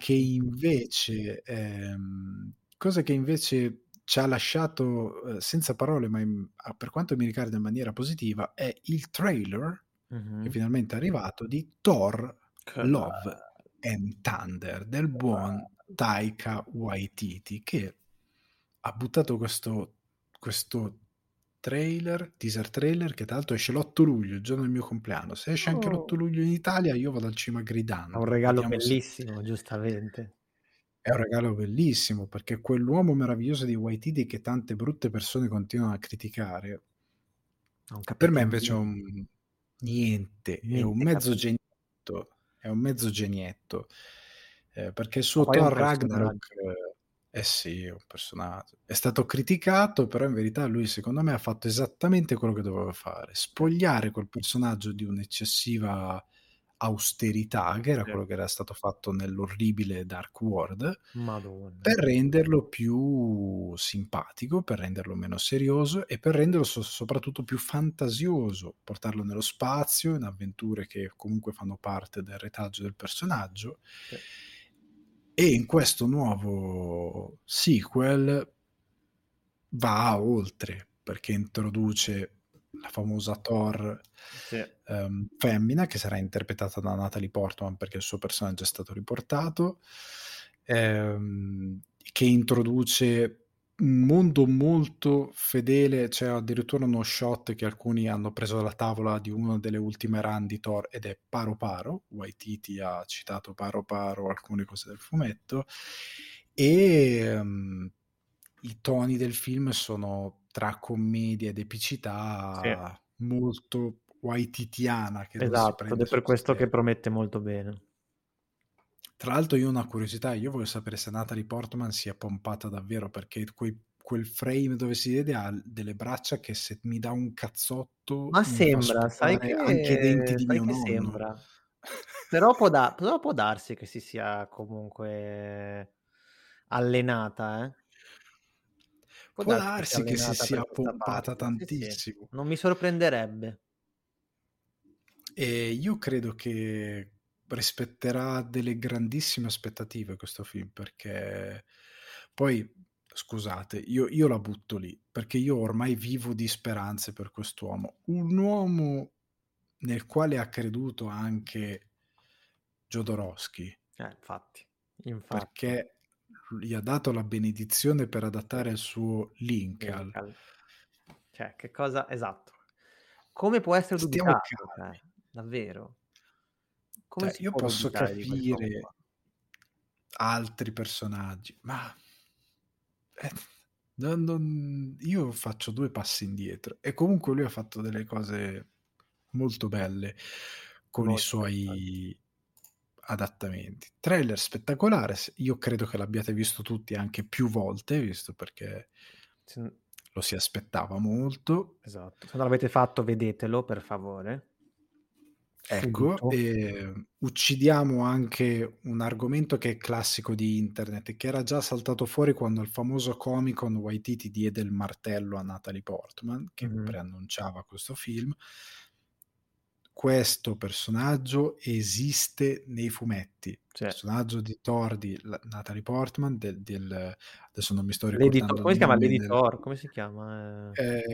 Cosa che invece ci ha lasciato, senza parole, ma per quanto mi riguarda in maniera positiva, è il trailer che mh-mh. finalmente è arrivato di Thor: Che Love bello, and Thunder del che buon bello. Taika Waititi, che ha buttato questo teaser trailer, che tra l'altro esce l'8 luglio, il giorno del mio compleanno. Se esce anche l'8 Oh, luglio in Italia, io vado al cinema è un gridando. regalo Vediamo se bellissimo, giustamente. è un regalo bellissimo, perché quell'uomo meraviglioso di Waititi, che tante brutte persone continuano a criticare, Non per me capite invece è niente, un niente, niente capite. è un mezzo genietto. perché il Ma suo poi è un Thor Ragnarok, personaggio. sì, è un personaggio. È stato criticato, però in verità lui secondo me ha fatto esattamente quello che doveva fare: Sì, spogliare quel personaggio di un'eccessiva austerità, che era sì. quello che era stato fatto nell'orribile Dark World, Madonna. per renderlo più simpatico, per renderlo meno serioso e per renderlo soprattutto più fantasioso, portarlo nello spazio, in avventure che comunque fanno parte del retaggio del personaggio. Sì, E in questo nuovo sequel va oltre, perché introduce la famosa Thor sì. femmina, che sarà interpretata da Natalie Portman perché il suo personaggio è stato riportato, che introduce un mondo molto fedele. C'è addirittura uno shot che alcuni hanno preso dalla tavola di una delle ultime run di Thor, ed è Paro Paro. Waititi ha citato Paro Paro, alcune cose del fumetto, e i toni del film sono tra commedia ed Sì, epicità molto waititiana, che non si esatto, ed prende è per sul questo che serio. promette molto bene. Tra l'altro io ho una curiosità, io voglio sapere se Natalie Portman si è pompata davvero, perché quel frame dove si vede ha delle braccia che, se mi dà un cazzotto, Ma mi fa sembra, sputare anche i denti di sai mio che nonno. sembra. Però può darsi che si sia comunque allenata, eh. Può Può darsi che sia darsi che si allenata per sia questa pompata parte. Sì, sì, tantissimo. non mi sorprenderebbe. E io credo che rispetterà delle grandissime aspettative questo film, perché poi, scusate, io la butto lì, perché io ormai vivo di speranze per quest'uomo. Un uomo nel quale ha creduto anche Jodorowsky, Infatti, infatti. perché gli ha dato la benedizione per Sì, adattare il suo Linkal. Lincoln. Cioè, che cosa esatto. Come può essere Stiamo dubitato, calmi. davvero? Come Cioè, si io può posso dubitare di quest'uomo capire qua? altri personaggi, ma Eh, io faccio due passi indietro, e comunque lui ha fatto delle cose molto belle con i Molto interessante. suoi adattamenti. Trailer spettacolare, io credo che l'abbiate visto tutti anche più volte, visto perché Se n lo si aspettava molto. Esatto. Se non l'avete fatto vedetelo per favore, Ecco, subito. uccidiamo anche un argomento che è classico di internet e che era già saltato fuori quando al famoso Comic-Con Waititi diede il martello a Natalie Portman, che Mh-mh. preannunciava questo film. Questo personaggio esiste nei fumetti. Il Sì. personaggio di Thor di Natalie Portman, adesso non mi sto L'editor ricordando il come si chiama nome del. l'editor? Come si chiama?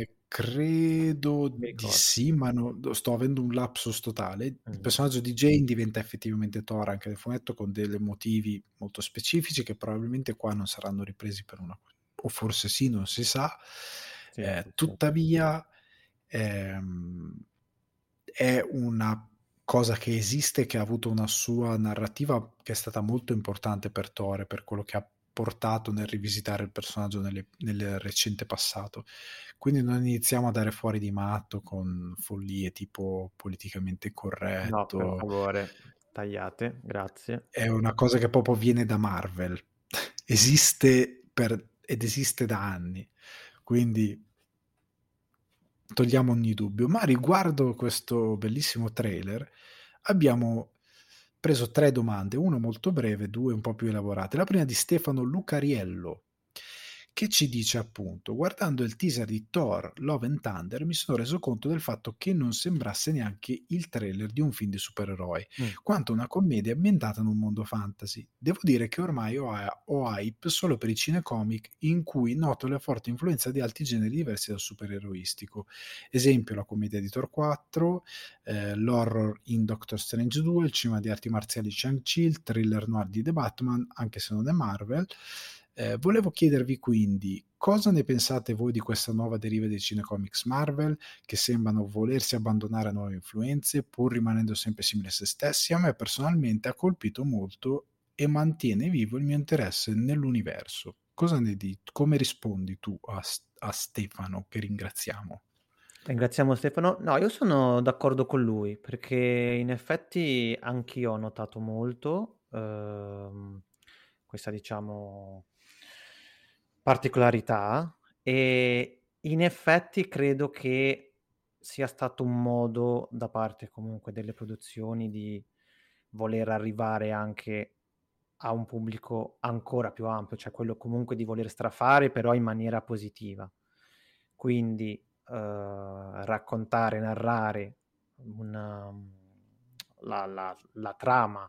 Credo Non mi di ricordo. sì, ma sto avendo un lapsus totale. Il Mh. personaggio di Jane diventa effettivamente Thor anche nel fumetto, con delle motivi molto specifici che probabilmente qua non saranno ripresi per una, o forse sì, non si sa. Sì, sì, sì. Tuttavia, ehm, è una cosa che esiste, che ha avuto una sua narrativa che è stata molto importante per Thor, per quello che ha portato nel rivisitare il personaggio nel recente passato. Quindi non iniziamo a dare fuori di matto con follie tipo politicamente No, per corretto. favore, tagliate, grazie. È una cosa che proprio viene da Marvel. Esiste ed esiste da anni. Quindi togliamo ogni dubbio. Ma riguardo questo bellissimo trailer, abbiamo preso 3 domande, una molto breve, 2 un po' più elaborate. La prima di Stefano Lucariello, che ci dice appunto: guardando il teaser di Thor Love and Thunder mi sono reso conto del fatto che non sembrasse neanche il trailer di un film di supereroi, Mh. quanto una commedia ambientata in un mondo fantasy. Devo dire che ormai ho hype solo per i cinecomic in cui noto la forte influenza di altri generi diversi dal supereroistico. Esempio la commedia di Thor 4, l'horror in Doctor Strange 2, il cinema di arti marziali di Shang-Chi, il thriller noir di The Batman, anche se non è Marvel. Volevo chiedervi quindi cosa ne pensate voi di questa nuova deriva dei cinecomics Marvel, che sembrano volersi abbandonare a nuove influenze pur rimanendo sempre simili a se stessi. A me personalmente ha colpito molto e mantiene vivo il mio interesse nell'universo. Cosa ne dici? Come rispondi tu a Stefano, che ringraziamo? Ringraziamo Stefano. No, io sono d'accordo con lui, perché in effetti anch'io ho notato molto. questa diciamo particolarità, e in effetti credo che sia stato un modo da parte comunque delle produzioni di voler arrivare anche a un pubblico ancora più ampio, cioè quello comunque di voler strafare però in maniera positiva. Quindi, raccontare, narrare una la trama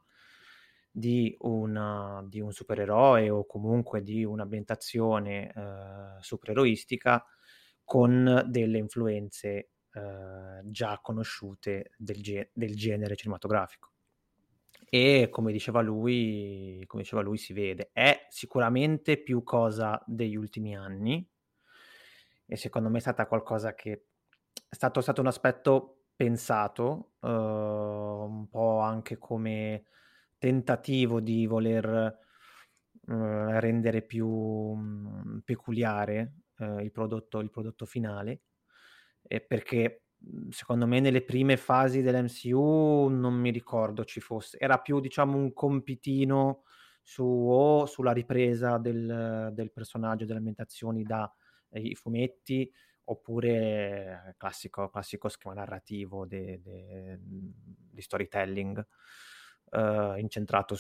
di un supereroe o comunque di un'ambientazione, supereroistica con delle influenze, già conosciute del genere cinematografico. E come diceva lui si vede. È sicuramente più cosa degli ultimi anni e secondo me è stata qualcosa che è stato un aspetto pensato, un po' anche come tentativo di voler, rendere più, peculiare, il prodotto finale, perché, secondo me nelle prime fasi dell'MCU non mi ricordo ci fosse era più diciamo un compitino sulla ripresa del personaggio, delle ambientazioni da, i fumetti, oppure classico schema narrativo di storytelling, incentrato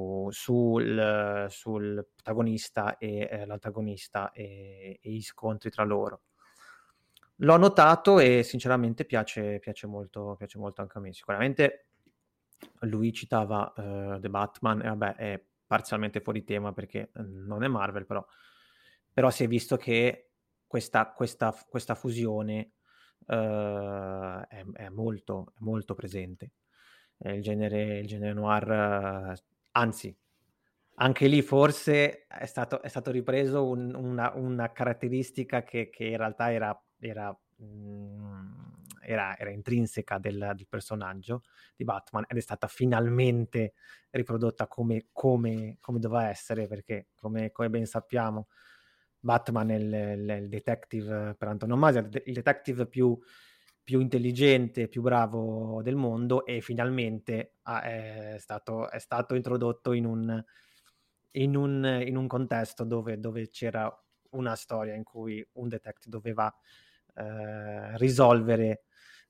sul protagonista e, l'antagonista e gli scontri tra loro. L'ho notato e sinceramente piace molto anche a me. Sicuramente lui citava, The Batman e vabbè è parzialmente fuori tema perché, non è Marvel però si è visto che questa fusione, è molto presente. Il genere noir anzi, anche lì forse è stato ripreso una caratteristica che in realtà era intrinseca del personaggio di Batman ed è stata finalmente riprodotta come doveva essere, perché come ben sappiamo Batman è il detective per antonomasia, il detective più intelligente, più bravo del mondo e finalmente è stato introdotto in un contesto dove c'era una storia in cui un detective doveva, risolvere,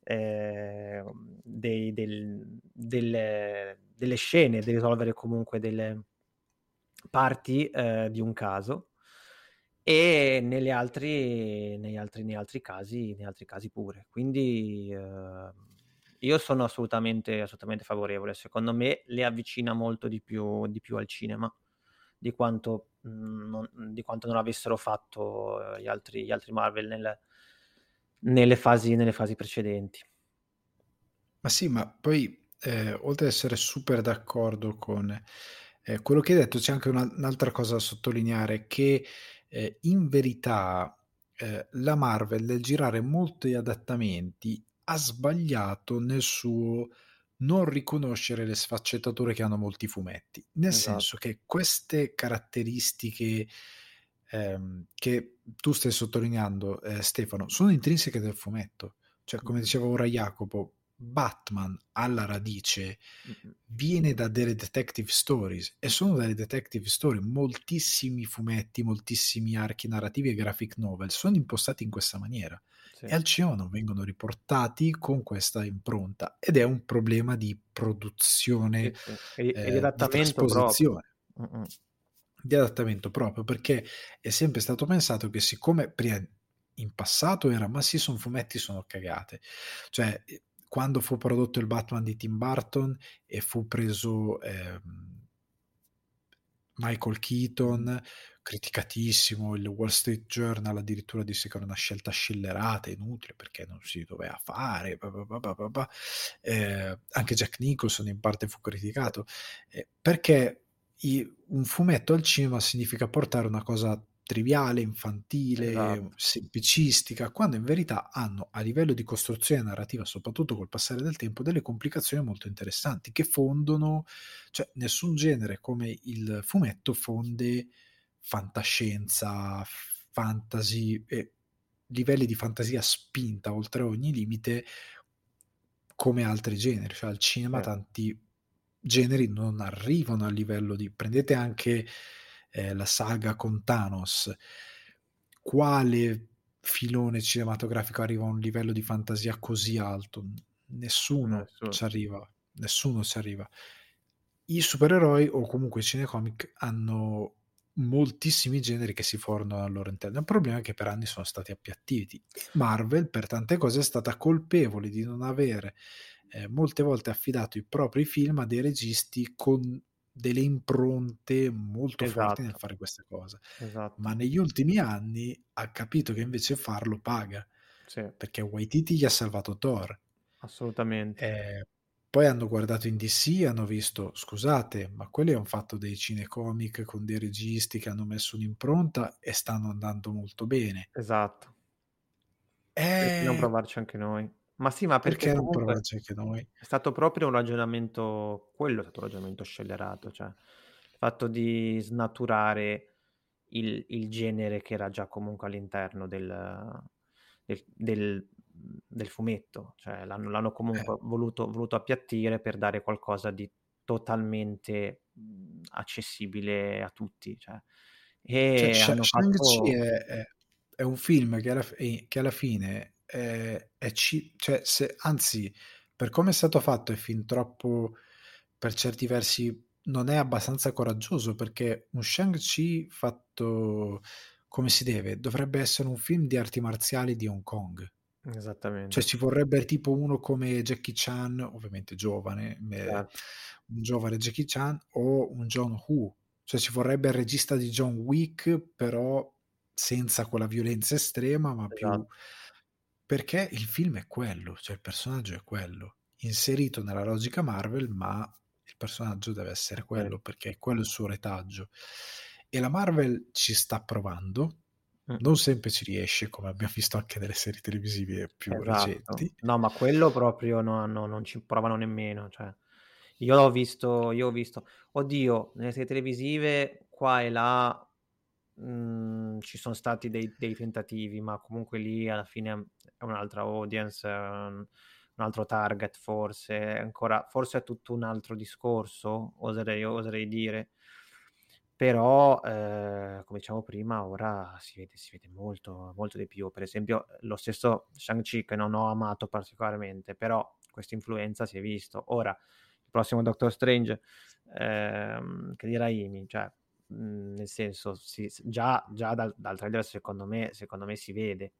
delle scene, di risolvere comunque delle parti, di un caso e negli altri casi pure. Quindi, io sono assolutamente favorevole. Secondo me le avvicina molto di più al cinema, di quanto non avessero fatto, gli altri Marvel nelle fasi precedenti. Ma sì, ma poi, oltre ad essere super d'accordo con, quello che hai detto, c'è anche un'altra cosa da sottolineare, che, in verità, la Marvel nel girare molti adattamenti ha sbagliato nel suo non riconoscere le sfaccettature che hanno molti fumetti. Nel senso Esatto. che queste caratteristiche, che tu stai sottolineando, Stefano, sono intrinseche del fumetto. Cioè, come Mh-mh. diceva ora Jacopo, Batman alla radice Mh-mh. viene da delle detective stories e Mh-mh. sono delle detective story. Moltissimi fumetti, moltissimi archi narrativi e graphic novel sono impostati in questa maniera Sì. e al cinema non vengono riportati con questa impronta ed è un problema di Sì, produzione, sì. E di di adattamento proprio. trasposizione, Mh-mh. di adattamento proprio perché è sempre stato pensato che siccome prima in passato era ma sì sono fumetti sono cagate, cioè quando fu prodotto il Batman di Tim Burton e fu preso Michael Mh-mh. Keaton, criticatissimo, il Wall Street Journal addirittura disse che era una scelta scellerata, inutile perché non si doveva fare, anche Jack Nicholson in parte fu Sì, criticato, perché un fumetto al cinema significa portare una cosa triviale, infantile, esatto. semplicistica, quando in verità hanno a livello di costruzione narrativa, soprattutto col passare del tempo, delle complicazioni molto interessanti che fondono, cioè nessun genere come il fumetto fonde fantascienza, fantasy e livelli di fantasia spinta oltre ogni limite come altri generi, cioè al cinema Sì. tanti generi non arrivano al livello di prendete anche, la saga con Thanos. Quale filone cinematografico arriva a un livello di fantasia così alto? Nessuno Nessuno. c'arriva, nessuno ci arriva. I supereroi o comunque i cinecomic hanno moltissimi generi che si formano al loro interno. Il problema è che per anni sono stati appiattiti e Marvel per tante cose è stata colpevole di non avere molte volte affidato i propri film a dei registi con delle impronte molto forti nel Esatto, fare queste cose. Ma esatto. negli ultimi anni ha capito che invece farlo paga, Sì, perché Waititi gli ha salvato Thor. assolutamente. Poi hanno guardato in DC e hanno visto, scusate, ma quelli han fatto dei cinecomic con dei registi che hanno messo un'impronta e stanno andando molto bene. Esatto. Perché non Eh, provarci anche noi? Ma sì, ma perché perché non comunque provarci anche noi? è stato proprio un ragionamento, quello è stato un ragionamento scellerato, cioè il fatto di snaturare il genere che era già comunque all'interno del fumetto, cioè l'hanno Eh, comunque voluto appiattire per dare qualcosa di totalmente, accessibile a tutti, cioè cioè e hanno Shang-Chi fatto è un film che alla fine cioè se anzi, per come è stato fatto è fin troppo per certi versi non è abbastanza coraggioso, perché un Shang-Chi fatto come si deve, dovrebbe essere un film di arti marziali di Hong Kong. Cioè esattamente, ci vorrebbe tipo uno come Jackie Chan, ovviamente giovane, certo, un giovane Jackie Chan o un John Woo. Cioè ci vorrebbe il regista di John Wick, però senza quella violenza estrema, ma più esatto, perché il film è quello, cioè il personaggio è quello, inserito nella logica Marvel, ma il personaggio deve essere okay. quello, perché è quello il suo retaggio. E la Marvel ci sta provando, non Mh-mh. sempre ci riesce, come abbiamo visto anche nelle serie televisive più Esatto. recenti. No, ma quello proprio non ci provano nemmeno, cioè. Io ho visto oddio, nelle serie televisive qua e là, ci son stati dei tentativi, ma comunque lì alla fine è un'altra audience, un altro target forse, ancora forse è tutto un altro discorso, oserei dire. Però, come dicevamo prima, ora si vede molto molto di più. Per esempio, lo stesso Shang-Chi che non ho amato particolarmente, però questa influenza si è visto. Ora, il prossimo Doctor Strange, che dirai, cioè, nel senso già dal trailer secondo me si vede.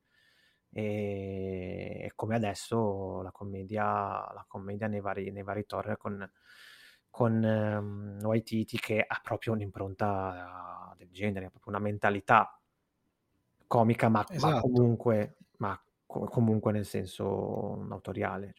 E come adesso la commedia nei vari Thor con Waititi che ha proprio un'impronta del genere, ha proprio una mentalità comica, ma Esatto, comunque nel senso autoriale.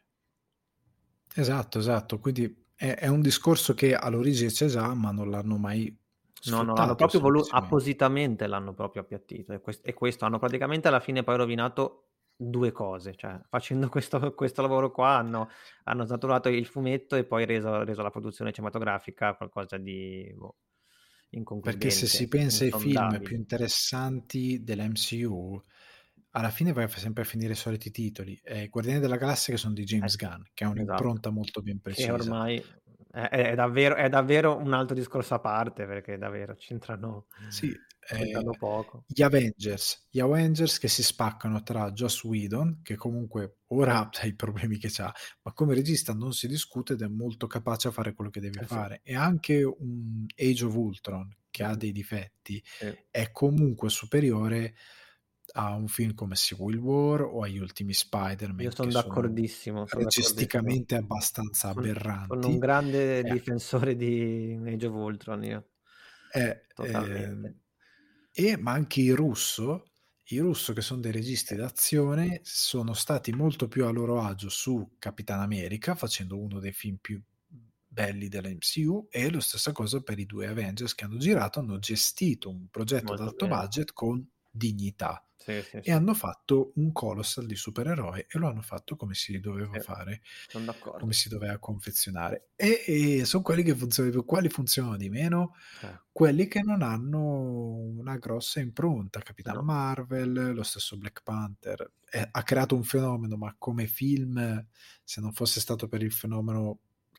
esatto. Quindi è un discorso che all'origine c'è già, ma non l'hanno mai No, no, l'hanno sfruttato proprio semplicemente. appositamente l'hanno proprio appiattito e questo hanno praticamente alla fine poi rovinato 2 cose, cioè facendo questo lavoro qua hanno snaturato il fumetto e poi reso la produzione cinematografica qualcosa di, boh, Perché se si inconcludente, pensa ai film più insondabile. interessanti dell'MCU, alla fine vai sempre a finire i soliti titoli. Guardiani della Galassia che sono di Eh James sì, Gunn, che ha esatto. un'impronta molto ben Che precisa. ormai è davvero un altro discorso a parte, perché davvero Sì, c'entrano poco. gli Avengers che si spaccano tra Joss Whedon, che comunque ora ha i problemi che c'ha, ma come regista non si discute ed è molto capace a fare quello che deve Eh sì. fare. E anche un Age of Ultron, che ha Mh-mh. dei difetti, Sì. è comunque superiore a un film come Civil War o agli ultimi Io Spider-Man, che son sono d'accordissimo, son d'accordissimo. registicamente abbastanza Sono un aberranti. grande Eh, difensore di Age of Ultron io, eh, totalmente. ma anche i Russo che son dei registi Sì, d'azione, sono stati molto più a loro agio su Capitan America, facendo uno dei film più belli dell'MCU, e lo stessa cosa per i 2 Avengers che hanno girato, hanno gestito un progetto ad molto alto bene. budget con dignità Sì, sì, e sì, hanno fatto un colossal di supereroi e lo hanno fatto come si doveva sì, fare, son come d'accordo. si doveva confezionare. E son quelli che funzionano quali funzionano di meno? Eh, Quelli che non hanno una grossa impronta. Capitan no, Marvel, lo stesso Black Panther, ha creato un fenomeno, ma come film, se non fosse stato per il fenomeno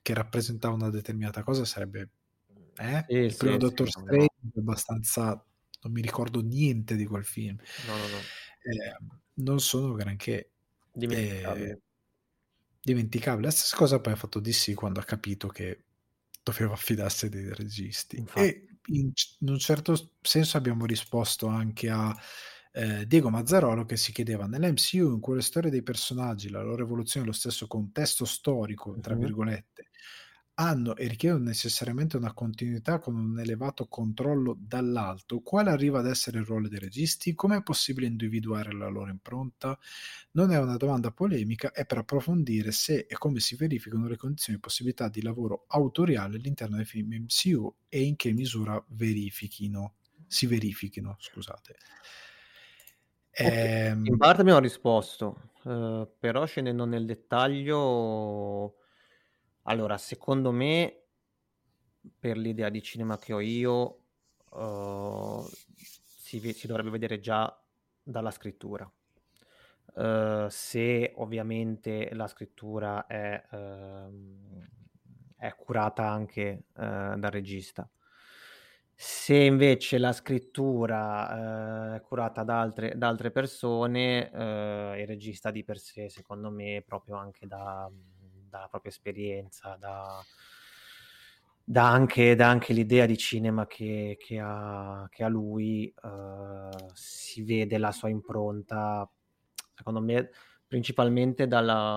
che rappresentava una determinata cosa sarebbe Sì, il primo sì, sì, Doctor no, no. Strange è abbastanza, non mi ricordo niente di quel film. No, no, no. Non sono granché, ehm, Dimenticabile. dimenticabile. La stessa cosa poi ha fatto DC quando ha capito che doveva affidarsi a dei registi Infatti. e in un certo senso abbiamo risposto anche a Diego Mazzarolo che si chiedeva nell'MCU in quelle storie dei personaggi la loro evoluzione nello stesso contesto storico tra Mh-mh. virgolette hanno e richiedono necessariamente una continuità con un elevato controllo dall'alto. Quale arriva ad essere il ruolo dei registi? Com'è possibile individuare la loro impronta? Non è una domanda polemica, è per approfondire se e come si verificano le condizioni e possibilità di lavoro autoriale all'interno dei film MCU e in che misura si verifichino, scusate. Okay, in Ehm, parte abbiamo risposto, però scendendo nel dettaglio, allora secondo me, per l'idea di cinema che ho io, si dovrebbe vedere già dalla scrittura. Se ovviamente la scrittura è curata anche, dal regista. Se invece la scrittura, è curata da altre persone, il regista di per sé, secondo me, proprio anche dalla propria esperienza, da anche l'idea di cinema che ha lui, si vede la sua impronta, secondo me, principalmente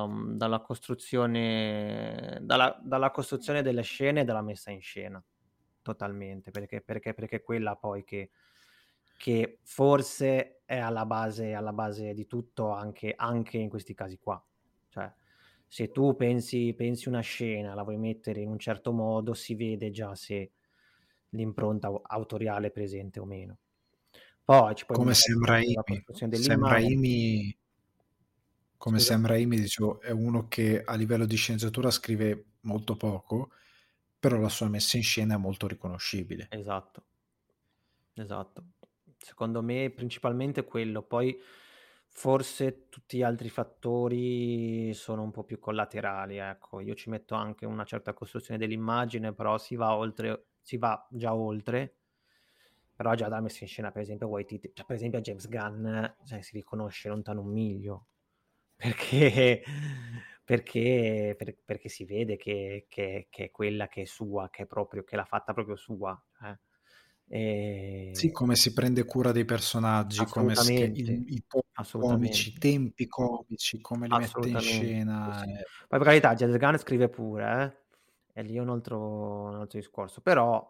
dalla costruzione delle scene e dalla messa in scena. Totalmente, perché è quella poi che forse è alla base di tutto anche in questi casi qua. Cioè, se tu pensi una scena, la vuoi mettere in un certo modo, si vede già se l'impronta autoriale è presente o meno. Poi ci puoi come mettere Sam anche la Raimi. costruzione Sam dell'immagine. Raimi Come Scusa? Sam Raimi, dicevo, è uno che a livello di sceneggiatura scrive molto poco, però la sua messa in scena è molto riconoscibile. Esatto. Esatto. Secondo me principalmente quello, poi forse tutti gli altri fattori sono un po' più collaterali, ecco. Io ci metto anche una certa costruzione dell'immagine, però si va già oltre, però già dalla messa in scena, per esempio Waititi, cioè per esempio a James Gunn, cioè si riconosce lontano un miglio, perché perché si vede che è quella che è sua, che l'ha fatta proprio sua, Sì, come si prende cura dei personaggi, come s che assolutamente, i toni comici, i assolutamente, tempi comici, come li mette in assolutamente, sì, scena, sì. Poi per carità James Gunn scrive pure, e lì è un altro discorso, però,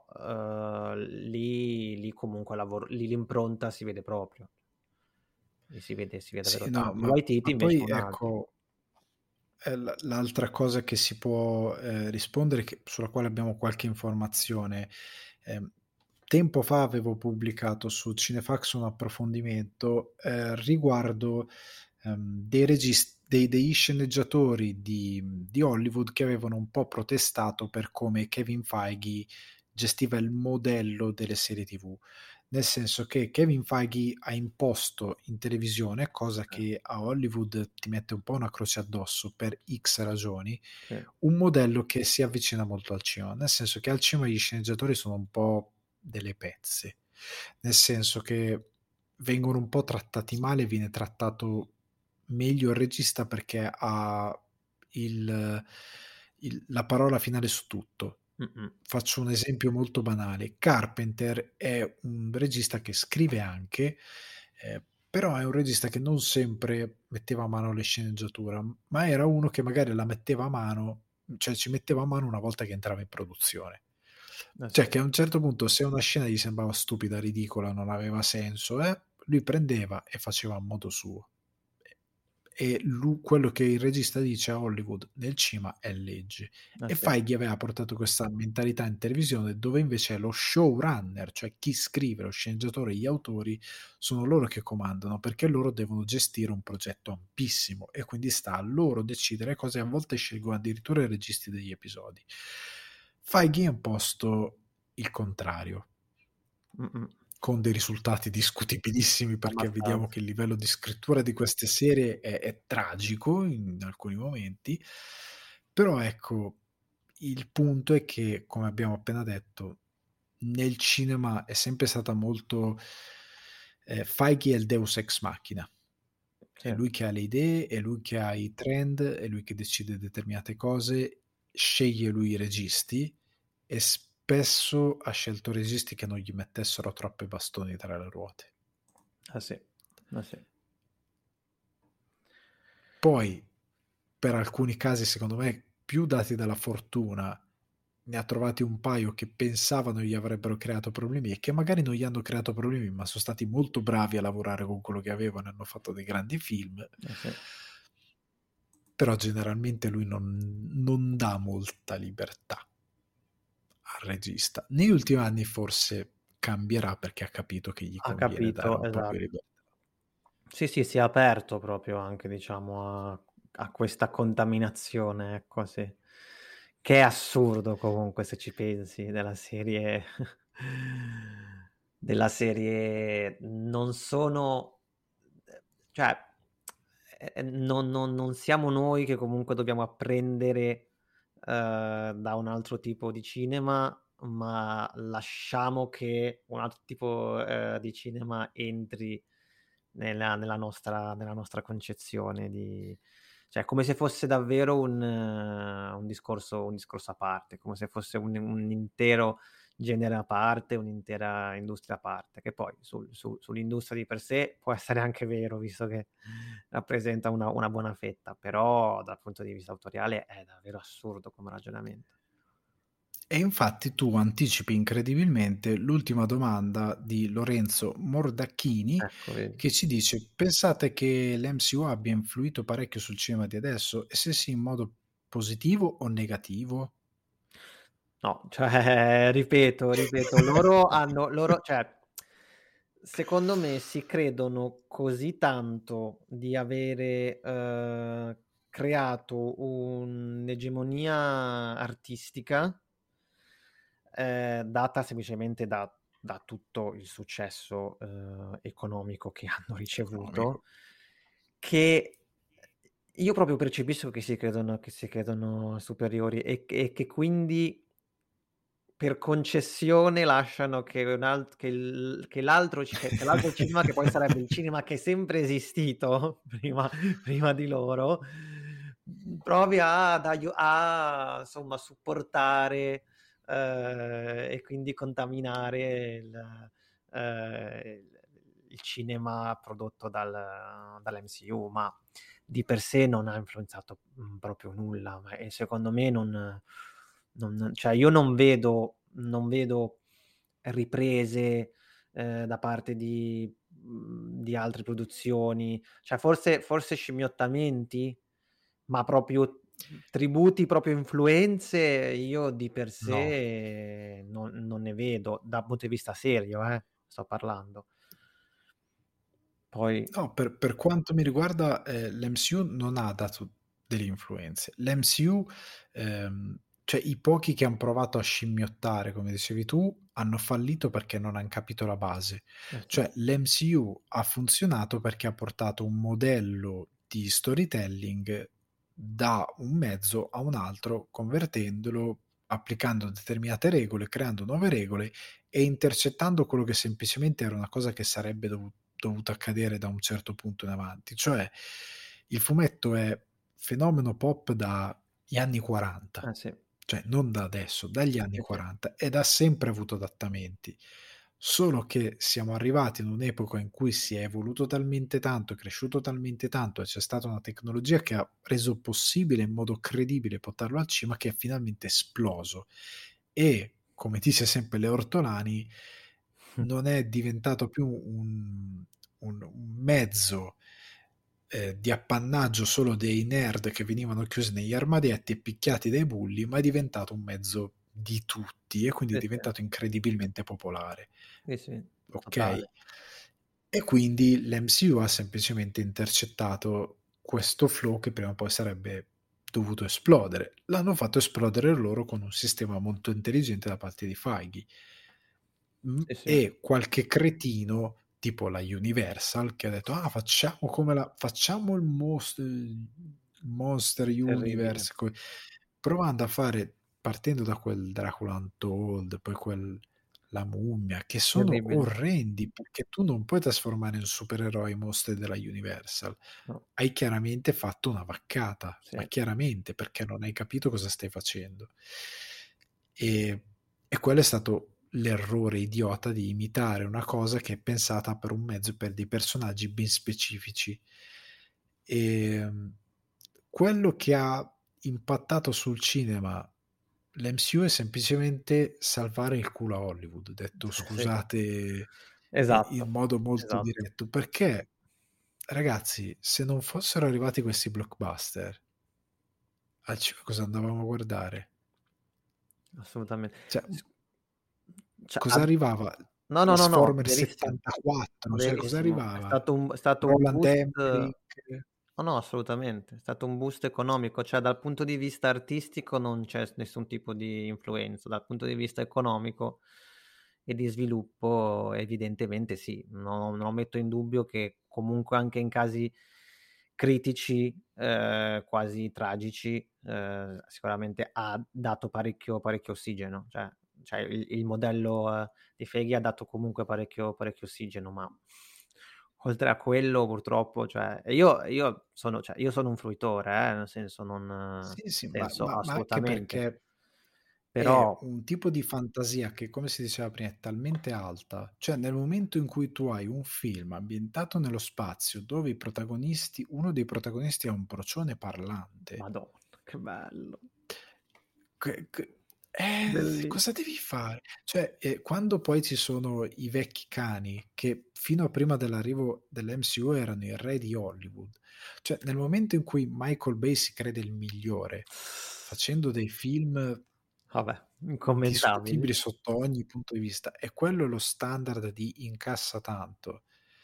lì comunque lì l'impronta si vede proprio, lì si vede davvero sì, no, tanto. ma Waititi invece è poi un altro. ecco, l'altra cosa che si può, rispondere, che sulla quale abbiamo qualche informazione, ehm, tempo fa avevo pubblicato su Cinefax un approfondimento, riguardo, degli sceneggiatori di Hollywood che avevano un po' protestato per come Kevin Feige gestiva il modello delle serie TV. Nel senso che Kevin Feige ha imposto in televisione, cosa che a Hollywood ti mette un po' una croce addosso per X ragioni, Sì. un modello che si avvicina molto al cinema, nel senso che al cinema gli sceneggiatori sono un po' delle pezze, nel senso che vengono un po' trattati male, viene trattato meglio il regista perché ha la parola finale su tutto. Mh-mh. Faccio un esempio molto banale. Carpenter è un regista che scrive anche, però è un regista che non sempre metteva a mano le sceneggiature, ma era uno che magari la metteva a mano, cioè ci metteva a mano una volta che entrava in produzione. Sì. Cioè che a un certo punto se una scena gli sembrava stupida, ridicola, non aveva senso, lui prendeva e faceva a modo suo. E quello che il regista dice a Hollywood nel cinema è legge. E Sì. Feige aveva portato questa mentalità in televisione dove invece è lo showrunner, cioè chi scrive, lo sceneggiatore, gli autori, sono loro che comandano perché loro devono gestire un progetto ampissimo e quindi sta a loro decidere cose, a volte scelgono addirittura i registi degli episodi. Feige ha imposto il contrario, Mh-mh. con dei risultati discutibilissimi perché vediamo Abbastanza. che il livello di scrittura di queste serie è tragico in alcuni momenti, però ecco, il punto è che, come abbiamo appena detto, nel cinema è sempre stata molto Feige è il deus ex machina. È Sì. lui che ha le idee, è lui che ha i trend, è lui che decide determinate cose, sceglie lui i registi e spesso ha scelto registi che non gli mettessero troppi bastoni tra le ruote. Ah sì, ah sì. Poi, per alcuni casi, secondo me, più dati dalla fortuna, ne ha trovati un paio che pensavano gli avrebbero creato problemi e che magari non gli hanno creato problemi, ma sono stati molto bravi a lavorare con quello che avevano e hanno fatto dei grandi film. Ah sì. Però generalmente lui non dà molta libertà al regista. Negli ultimi anni forse cambierà perché ha capito che gli Ha conviene dare capito, un po' più esatto. libertà. Sì, sì, si è aperto proprio anche diciamo a questa contaminazione, ecco, sì. Che è assurdo comunque se ci pensi, della serie non sono cioè, non siamo noi che comunque dobbiamo apprendere, da un altro tipo di cinema, ma lasciamo che un altro tipo, di cinema entri nella nostra concezione di cioè come se fosse davvero un discorso a parte, come se fosse un intero genere a parte, un'intera industria a parte, che poi sull'industria di per sé può essere anche vero, visto che rappresenta una buona fetta, però dal punto di vista autoriale è davvero assurdo come ragionamento. E infatti tu anticipi incredibilmente l'ultima domanda di Lorenzo Mordacchini Ecco vedi. che ci dice: pensate che l'MCU abbia influito parecchio sul cinema di adesso? E se sì, in modo positivo o negativo? No, cioè ripeto, loro cioè, secondo me si credono così tanto di avere, creato un'egemonia artistica, data semplicemente da tutto il successo, economico che hanno ricevuto, Economico. che io proprio percepisco che si credono superiori e che quindi per concessione lasciano che un alt che l'altro ci che l'altro cinema, che poi sarebbe il cinema che è sempre esistito prima di loro, provi a insomma supportare, e quindi contaminare il cinema prodotto dall'MCU, ma di per sé non ha influenzato, proprio nulla, ma e secondo me cioè io non vedo riprese, da parte di altre produzioni, cioè forse scimmiottamenti, ma proprio tributi, proprio influenze, io di per No. sé non ne vedo, dal punto di vista serio, sto parlando. Poi No, per quanto mi riguarda, l'MCU non ha dato delle influenze. L'MCU, cioè i pochi che han provato a scimmiottare, come dicevi tu, hanno fallito perché non han capito la base. eh sì, Cioè l'MCU ha funzionato perché ha portato un modello di storytelling da un mezzo a un altro, convertendolo, applicando determinate regole, creando nuove regole e intercettando quello che semplicemente era una cosa che sarebbe dovuto accadere da un certo punto in avanti. Cioè, il fumetto è fenomeno pop dagli anni 40, sì, cioè non da adesso, dagli anni sì, sì, 40, ed ha sempre avuto adattamenti. Solo che siamo arrivati in un'epoca in cui si è evoluto talmente tanto, è cresciuto talmente tanto e c'è stata una tecnologia che ha reso possibile in modo credibile portarlo al cinema, che è finalmente esploso. E, come dice sempre Leo Ortolani, non è diventato più un mezzo di appannaggio solo dei nerd che venivano chiusi negli armadietti e picchiati dai bulli, ma è diventato un mezzo di tutti e quindi è sì, sì, diventato incredibilmente popolare. sì, sì, Ok? totale. E quindi l'MCU ha semplicemente intercettato questo flow che prima o poi sarebbe dovuto esplodere. L'hanno fatto esplodere loro con un sistema molto intelligente da parte di Feige. Sì, sì, E qualche cretino, tipo la Universal, che ha detto: "Ah, facciamo il Monster terribile. Universe", provando a fare partendo da quel Dracula Untold, poi La mummia, che sono Terribili. orrendi, perché tu non puoi trasformare in supereroi i mostri della Universal. No, Hai chiaramente fatto una vaccata, sì, ma chiaramente, perché non hai capito cosa stai facendo. E e quello è stato l'errore idiota di imitare una cosa che è pensata per un mezzo, per dei personaggi ben specifici. Ehm, Quello che ha impattato sul cinema l'MCU è semplicemente salvare il culo a Hollywood, detto sì, scusate in esatto, modo molto esatto, diretto, perché ragazzi, se non fossero arrivati questi blockbuster, al cinema cosa andavamo a guardare? assolutamente. Cioè, S cioè cosa ad arrivava? no, no, no, no, Transformers verissimo, 74, cioè cosa verissimo. arrivava? È stato un Roland boost. Emmerich. No, no, assolutamente. È stato un boost economico, cioè dal punto di vista artistico non c'è nessun tipo di influenza, dal punto di vista economico e di sviluppo evidentemente sì. Non lo metto in dubbio che comunque anche in casi critici, quasi tragici, sicuramente ha dato parecchio ossigeno. Cioè il modello, di Feghi ha dato comunque parecchio ossigeno, ma oltre a quello purtroppo, cioè e io sono un fruitore, nel senso non nel Sì, sì, senso ma anche assolutamente. perché è Però un tipo di fantasia che, come si diceva prima, è talmente alta, cioè nel momento in cui tu hai un film ambientato nello spazio dove uno dei protagonisti ha un procione parlante, madonna, che bello, che- che- belli cosa devi fare? Cioè, quando poi ci sono i vecchi cani che fino a prima dell'arrivo dell'MCU erano i re di Hollywood, cioè nel momento in cui Michael Bay si crede il migliore, facendo dei film vabbè, incommentabili. discutibili sotto ogni punto di vista, e quello è lo standard di incassa tanto.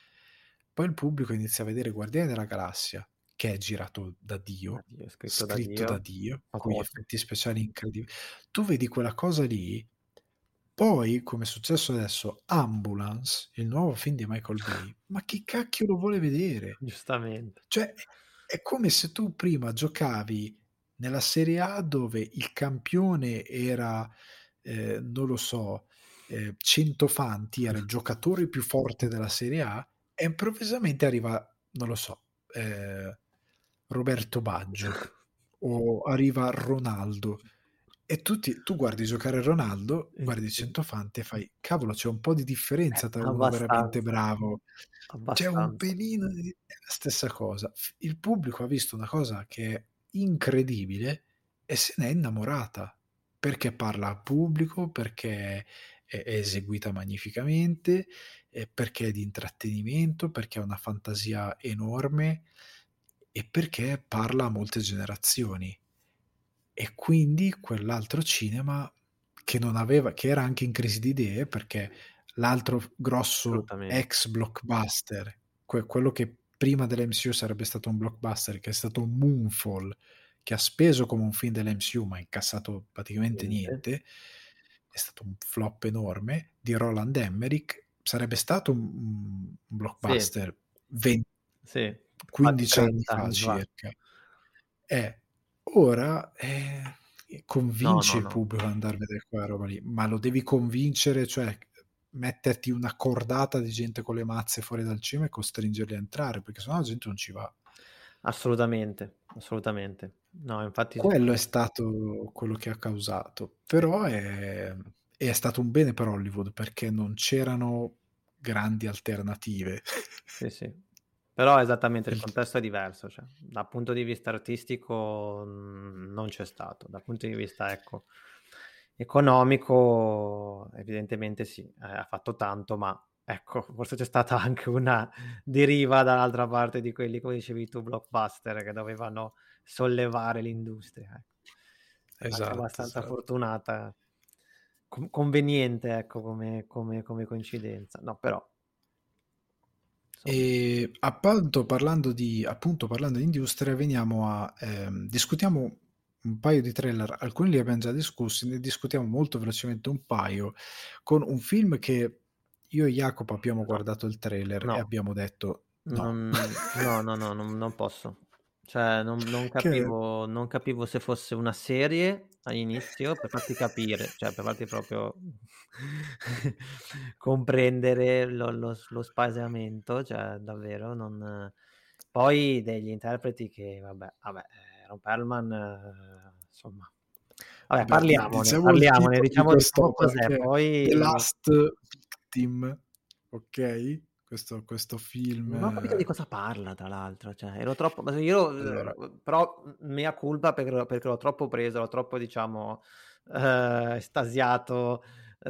Poi il pubblico inizia a vedere Guardiani della Galassia, che è girato da Dio, Oddio, scritto da scritto da Dio, Dio, con gli madonna. effetti speciali incredibili. Tu vedi quella cosa lì, poi, come è successo adesso, Ambulance, il nuovo film di Michael Bay, ma chi cacchio lo vuole vedere? Giustamente. Cioè, è come se tu prima giocavi nella Serie A dove il campione era, non lo so, Centofanti, era il giocatore più forte della Serie A, e improvvisamente arriva, non lo so, Roberto Baggio o arriva Ronaldo. E tu guardi giocare Ronaldo, Eh guardi sì, Centofanti e fai, cavolo, c'è un po' di differenza tra uno veramente abbastanza, bravo. C'è un abbastanza. pelino è la stessa cosa. Il pubblico ha visto una cosa che è incredibile e se n'è innamorata, perché parla al pubblico, perché è eseguita magnificamente, perché è di intrattenimento, perché ha una fantasia enorme e perché parla a molte generazioni. E quindi quell'altro cinema che era anche in crisi di idee, perché l'altro grosso Assolutamente. ex blockbuster, quello che prima dell'MCU sarebbe stato un blockbuster, che è stato Moonfall, che ha speso come un film dell'MCU ma ha incassato praticamente Niente. niente, è stato un flop enorme, di Roland Emmerich, sarebbe stato un Sì, blockbuster sì, quasi 15 anni 30 fa anni fa. circa. Ora No, convinci no, il no. pubblico ad andare a vedere quella roba lì, ma lo devi convincere, cioè metterti una cordata di gente con le mazze fuori dal cinema e costringerli a entrare, perché sennò la gente non ci va. Assolutamente, assolutamente. No, infatti Quello è stato quello che ha causato, sì, però è stato un bene per Hollywood perché non c'erano grandi alternative. sì, sì. Però esattamente il Il- contesto è diverso, cioè dal punto di vista artistico, non c'è stato. Dal punto di vista, ecco, economico evidentemente sì, ha fatto tanto, ma ecco, forse c'è stata anche una deriva dall'altra parte di quelli, come dicevi tu, blockbuster che dovevano sollevare l'industria, ecco. È anche Esatto, abbastanza esatto. fortunata, conveniente, ecco, come coincidenza. No, però insomma E appunto parlando di industria, veniamo a discutiamo un paio di trailer, alcuni li abbiamo già discussi, ne discutiamo molto velocemente un paio, con un film che io e Jacopo abbiamo no, guardato il trailer e no. abbiamo detto no. No, no, no, non posso. Cioè non che capivo se fosse una serie all'inizio per farti capire, cioè per farti proprio comprendere lo spaesamento, cioè davvero non poi degli interpreti che vabbè, Ron Perlman, insomma. Vabbè vabbè, diciamo il titolo diciamo cos'è, che è The poi Last Victim, ok? Questo film, non ho capito di cosa parla tra l'altro, cioè ero troppo ma io, allora, però, mea culpa perché ero troppo preso, ero troppo diciamo, estasiato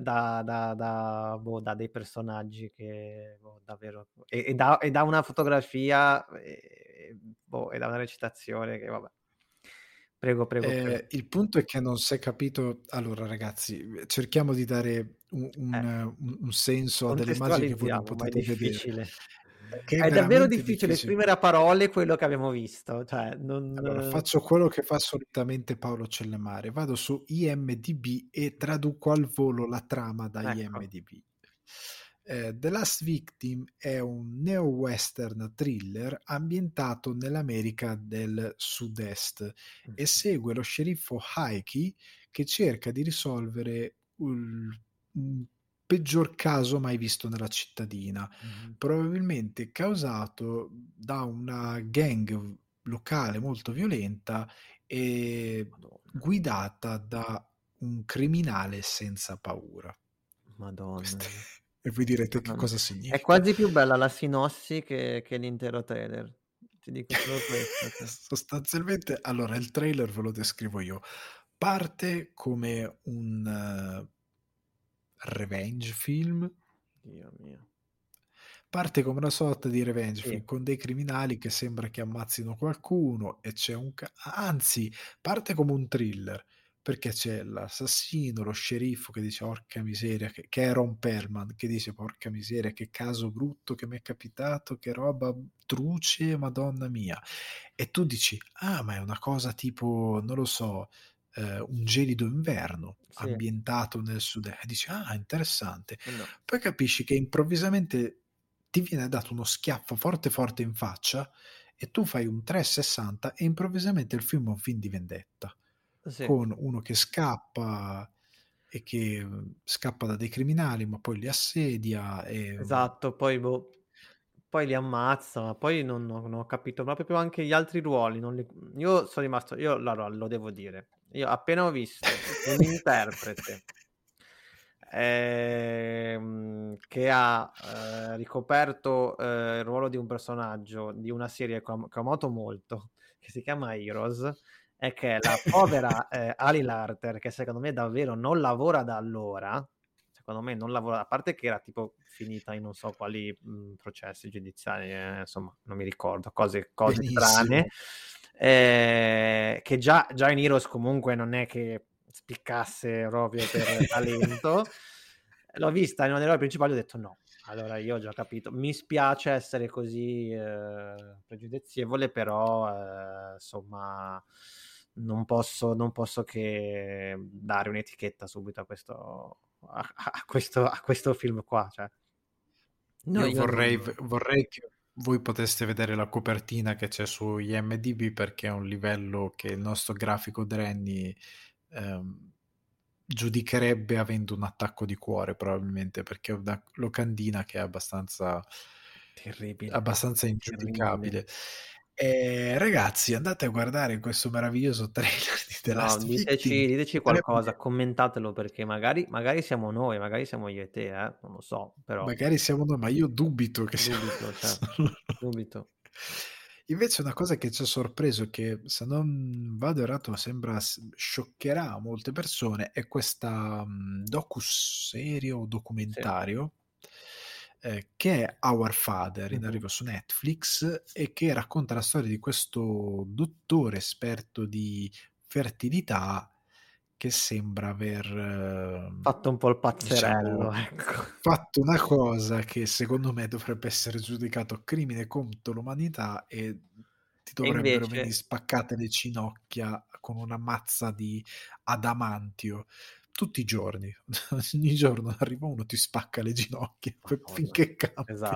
da dei personaggi che boh, davvero e da una fotografia, boh, e da una recitazione che vabbè. Prego. il punto è che non s'è capito. Allora ragazzi, cerchiamo di dare Eh. un senso a delle immagini che voi non Contestualizziamo, ma è potete vedere, difficile. che è È davvero veramente difficile difficile. esprimere a parole quello che abbiamo visto, cioè Allora, non faccio quello che fa solitamente Paolo Cellemare, vado su IMDb e traduco al volo la trama da ecco. IMDb. The Last Victim è un neo-western thriller ambientato nell'America del Sud-Est e segue lo sceriffo Hickey che cerca di risolvere un peggior caso mai visto nella cittadina, Mh-mh. probabilmente causato da una gang locale molto violenta e Madonna, guidata da un criminale senza paura. madonna Queste mia, e voi direte che madonna. cosa È significa. quasi più bella la sinossi che l'intero trailer. Ti dico solo questo, cioè. Sostanzialmente, allora il trailer ve lo descrivo io. Parte come un revenge film. Dio mio. Parte come una sorta di revenge Sì, film con dei criminali che sembra che ammazzino qualcuno e c'è anzi, parte come un thriller perché c'è l'assassino, lo sceriffo che dice porca miseria, che è Ron Perlman, che dice porca miseria, che caso brutto che mi è capitato, che roba truce, madonna mia. E tu dici, ah, ma è una cosa tipo, non lo so, un gelido inverno sì, ambientato nel sud. E dici, ah, interessante. no. Poi capisci che improvvisamente ti viene dato uno schiaffo forte forte in faccia e tu fai un 360 e improvvisamente il film è un film di vendetta Sì, con uno che scappa e che scappa da dei criminali ma poi li assedia e esatto, poi boh, poi li ammazza, ma poi non ho capito, ma proprio anche gli altri ruoli non li io son rimasto io allora lo devo dire, io appena ho visto un interprete che ha, ricoperto, il ruolo di un personaggio di una serie che ho amato molto, che si chiama Heroes, e che è la povera, Ali Larter, che secondo me davvero non lavora da allora, secondo me non lavora a parte che era tipo finita in non so quali, processi giudiziari, insomma non mi ricordo, cose strane, benissimo. che già in Heroes comunque non è che spiccasse proprio per talento. L'ho vista in uno dei ruoli principali e ho detto: "No, allora io ho già capito". Mi spiace essere così, pregiudizievole, però, insomma non posso che dare un'etichetta subito a questo film qua, cioè. No, Io io non vorrei che voi poteste vedere la copertina che c'è su IMDb perché è un livello che il nostro grafico Drenny ehm, giudicherebbe avendo un attacco di cuore probabilmente perché è una locandina che è terribile, abbastanza terribile. ingiudicabile. Ragazzi, andate a guardare questo meraviglioso trailer di The No, Last Victim che diteci qualcosa, potrebbe. commentatelo perché magari siamo noi, magari siamo io e te, non lo so, però Magari siamo noi, ma io dubito che sia. dubito, cioè, dubito. Invece una cosa che ci ha sorpreso, che se non vado errato sembra scioccherà molte persone, è questa docuserie o Sì. documentario che è Our Father, in Mh-mh. arrivo su Netflix, e che racconta la storia di questo dottore esperto di fertilità che sembra aver, Fatto un po' il diciamo, pazzerello, ecco. fatto una cosa che secondo me dovrebbe essere giudicato crimine contro l'umanità e ti E dovrebbero venì invece spaccate le ginocchia con una mazza di adamantio tutti i giorni. Ogni giorno arriva uno, ti spacca le ginocchia Madonna, finché campi. esatto.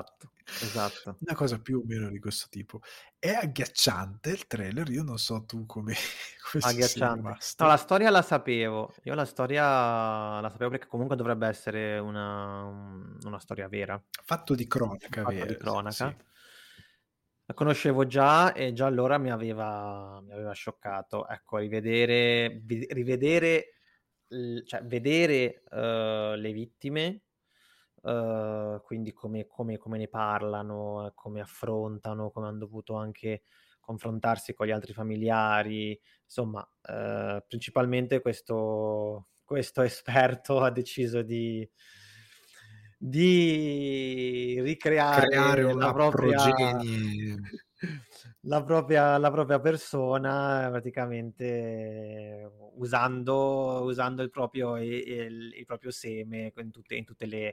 esatto. Una cosa più o meno di questo tipo. È agghiacciante il trailer, io non so tu come come ci sei Agghiacciante. No, rimasto. la storia la sapevo. Io la storia la sapevo perché comunque dovrebbe essere una storia vera, Fatto di cronaca fatto di sì. cronaca. La conoscevo già e già allora mi aveva scioccato. Ecco, rivedere cioè vedere, le vittime, quindi come ne parlano, come affrontano, come han dovuto anche confrontarsi con gli altri familiari, insomma, principalmente questo esperto ha deciso di Creare ricreare una progenie. la propria persona praticamente usando il proprio seme in tutte le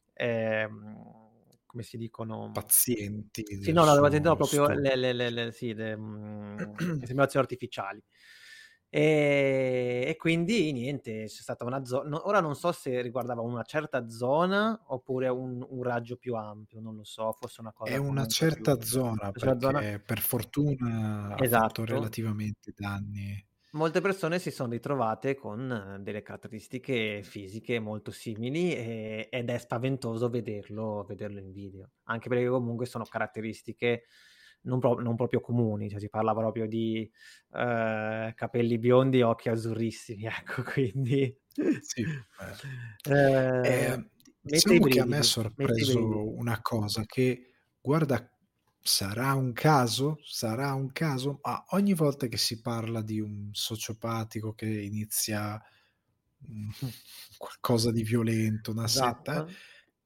come si dicono? Pazienti Sì, del no, no, avevo intendo suo proprio studio. le sì, le simulazioni artificiali. E quindi niente, c'è stata una zo no ora non so se riguardava una certa zona oppure un raggio più ampio, non lo so, forse una È cosa una comunque più certa zona, sulla zona perché per fortuna ha fatto esatto. relativamente danni. Molte persone si son ritrovate con delle caratteristiche fisiche molto simili, ed è spaventoso vederlo in video. Anche perché comunque sono caratteristiche non proprio comuni, cioè si parla proprio di, capelli biondi, occhi azzurrissimi, ecco, quindi Sì, ehm, diciamo che a me ha mette i sorpreso brividi. una cosa che, guarda, sarà un caso? Sarà un caso? Ma ogni volta che si parla di un sociopatico che inizia, mhmm, qualcosa di violento, una setta, Esatto.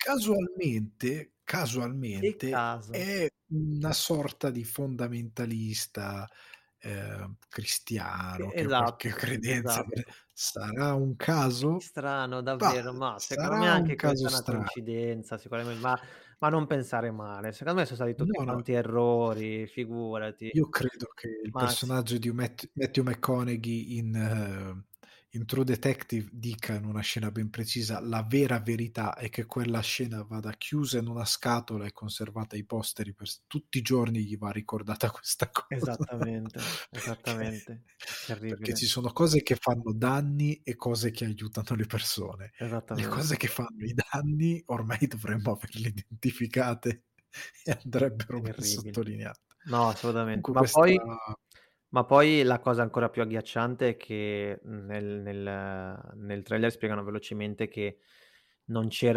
Che casualmente caso. è una sorta di fondamentalista, cristiano, che ha qualche Esatto, credenza per esatto. sarà un Che caso? strano Mah, davvero, ma secondo me sarà un anche questa caso è una strano. coincidenza, ma non pensare male. Secondo me son stati tutti No, no, quanti errori, figurati. io credo che il Ma sì, personaggio di Matthew McConaughey in True Detective dica in una scena ben precisa la vera verità è che quella scena vada chiusa in una scatola e conservata ai posteri per tutti i giorni, gli va ricordata questa cosa. esattamente, Che esattamente. perché Terribile. ci sono cose che fanno danni e cose che aiutano le persone. Le cose Esattamente. che fanno i danni ormai dovremmo averle identificate e andrebbero ben Terribile. sottolineate. No, assolutamente. Comunque questa Ma poi la cosa ancora più agghiacciante è che, nel trailer spiegano velocemente che non c'era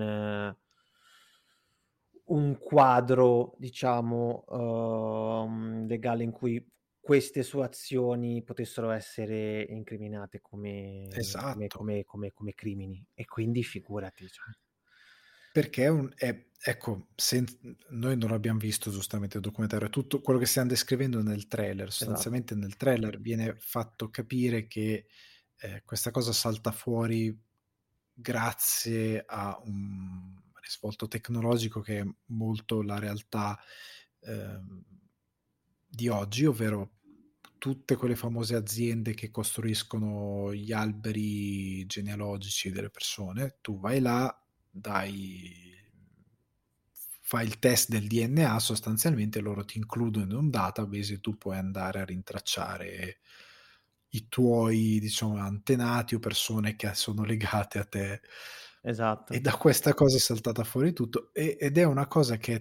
un quadro, diciamo, legale in cui queste sue azioni potessero essere incriminate esatto, come crimini. E quindi figurati, cioè. perché ecco, noi non abbiam visto giustamente il documentario, tutto quello che stiam descrivendo nel trailer. Esatto, Sostanzialmente nel trailer viene fatto capire che, questa cosa salta fuori grazie a un risvolto tecnologico che è molto la realtà, ehm, di oggi, ovvero tutte quelle famose aziende che costruiscono gli alberi genealogici delle persone. Tu vai là, dai fai il test del DNA, sostanzialmente loro ti includono in un database e tu puoi andare a rintracciare i tuoi, diciamo, antenati o persone che sono legate a te. E esatto. da questa cosa è saltata fuori tutto ed è una cosa che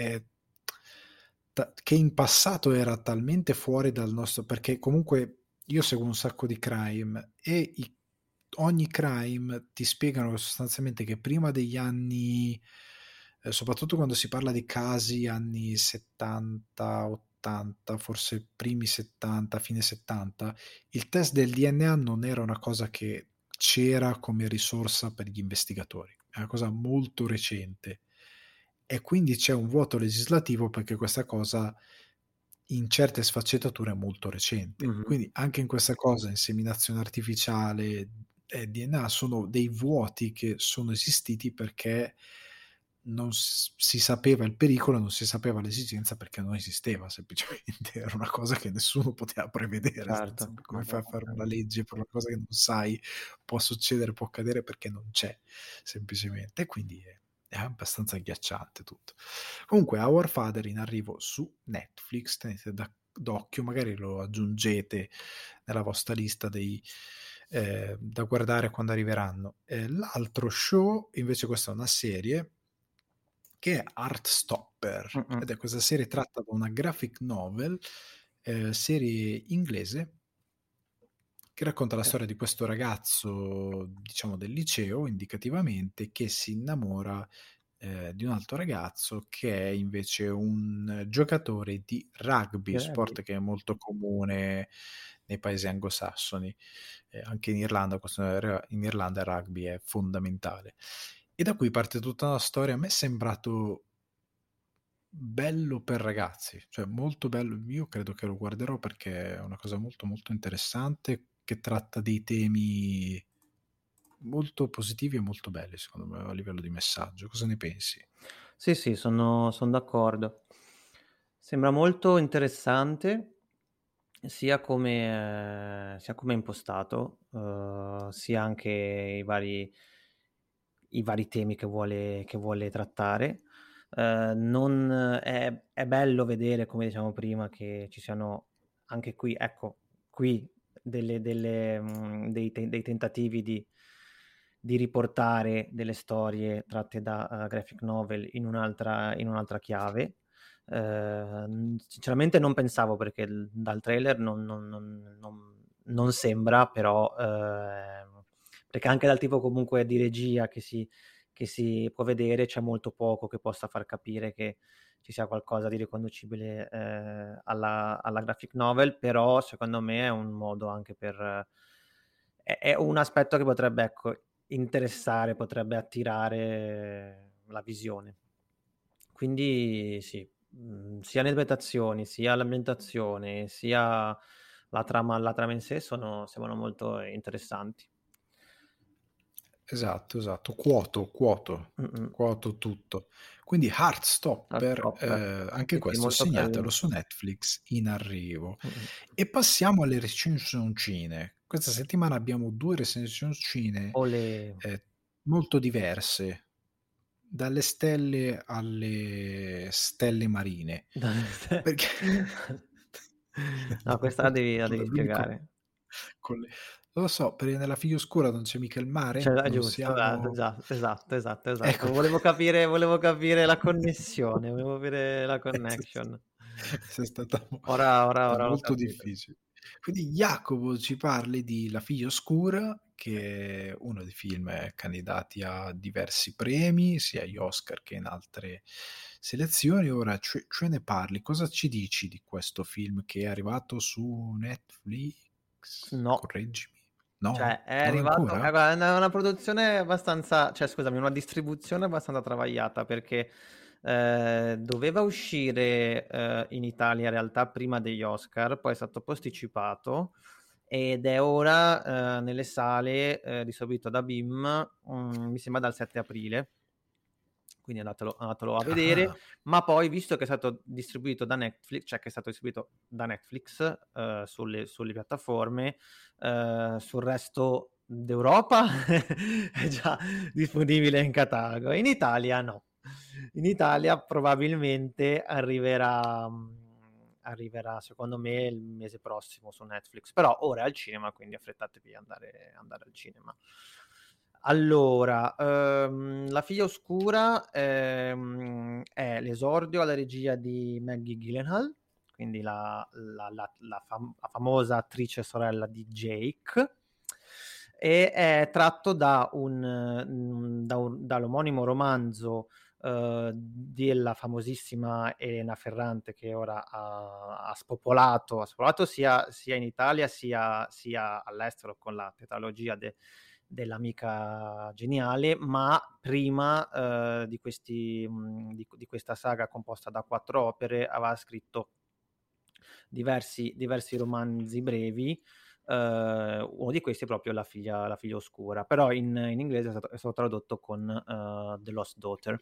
che in passato era talmente fuori dal nostro, perché comunque io seguo un sacco di crime e ogni crime ti spiegano sostanzialmente che prima degli anni, soprattutto quando si parla di casi anni 70, 80, forse primi 70, fine 70, il test del DNA non era una cosa che c'era come risorsa per gli investigatori, è una cosa molto recente e quindi c'è un vuoto legislativo perché questa cosa in certe sfaccettature è molto recente. Mh-mh. Quindi anche in questa cosa, inseminazione artificiale e DNA sono dei vuoti che sono esistiti perché non si sapeva il pericolo, non si sapeva l'esigenza perché non esisteva, semplicemente era una cosa che nessuno poteva prevedere, Certo, come ma fai a fare una certo. legge per una cosa che non sai può succedere, può accadere perché non c'è semplicemente. E quindi è abbastanza agghiacciante tutto. Comunque, Our Father in arrivo su Netflix, tenete d'occhio, magari lo aggiungete nella vostra lista da guardare quando arriveranno. L'altro show, invece, questa è una serie che è Heartstopper, Mm-mm. ed è questa serie tratta da una graphic novel, serie inglese, che racconta la storia di questo ragazzo, diciamo del liceo, indicativamente, che si innamora di un altro ragazzo che è invece un giocatore di rugby, Direbbe. sport che è molto comune nei paesi anglosassoni. Anche in Irlanda, in Irlanda il rugby è fondamentale. E da qui parte tutta una storia. A me è sembrato bello per ragazzi, cioè molto bello. Io credo che lo guarderò perché è una cosa molto molto interessante, che tratta dei temi molto positivi e molto belli, secondo me, a livello di messaggio. Cosa ne pensi? Sì, sì, sono d'accordo. Sembra molto interessante sia come è impostato, sia anche i vari temi che vuole trattare. Non è bello vedere, come dicevamo prima, che ci siano anche qui, ecco, qui dei tentativi di riportare delle storie tratte da graphic novel in un'altra chiave. Sinceramente non pensavo, perché dal trailer non sembra, però perché anche dal tipo comunque di regia che si può vedere c'è molto poco che possa far capire che ci sia qualcosa di riconducibile alla graphic novel, però secondo me è un modo anche per è un aspetto che potrebbe, ecco, interessare, potrebbe attirare la visione. Quindi sì, sia le interpretazioni, sia l'ambientazione, sia la trama in sé sembrano molto interessanti. Esatto, esatto. Mh-mh. Quoto tutto. Quindi Heartstopper, Heartstopper. anche Sì, sì, questo molto segnatelo carino. su Netflix in arrivo. Mh-mh. E passiamo alle recensioncine. Questa settimana abbiamo 2 recensioncine Olé. molto diverse, dalle stelle alle stelle marine. Perché No, questa la devi l'unico spiegare. con le non lo so, perché nella Figlio Oscura non c'è mica il Cioè, mare? è Non giusto, siamo esatto. ecco. Volevo capire la connessione, volevo capire la connection. Sei stata Ora l'ho molto capito. difficile. Quindi Jacopo ci parli di La Figlia Oscura, che è uno dei film candidati a diversi premi, sia agli Oscar che in altre selezioni. Ora ce ne parli. Cosa ci dici di questo film che è arrivato su Netflix? No. Correggimi. No? Cioè, è Non arrivato ancora? guarda, è una produzione abbastanza, cioè scusami, una distribuzione abbastanza travagliata, perché doveva uscire in Italia in realtà prima degli Oscar, poi è stato posticipato ed è ora nelle sale, distribuito da BIM, mi sembra dal 7 aprile, quindi andatelo a vedere. Ah, Ma poi, visto che è stato distribuito da Netflix, cioè che è stato distribuito da Netflix sulle piattaforme, sul resto d'Europa è già disponibile in catalogo. In Italia no. In Italia probabilmente arriverà secondo me il mese prossimo su Netflix, però ora è al cinema, quindi affrettatevi ad andare al cinema. Allora, La Figlia Oscura, è l'esordio alla regia di Maggie Gyllenhaal, quindi la famosa attrice sorella di Jake, e è tratto dall'omonimo romanzo della famosissima Elena Ferrante, che ora ha spopolato sia in Italia sia all'estero con la tetralogia dell'Amica Geniale, ma prima di questa saga composta da 4 opere aveva scritto diversi romanzi brevi. Uno di questi è proprio La Figlia Oscura, però in inglese è stato tradotto con The Lost Daughter.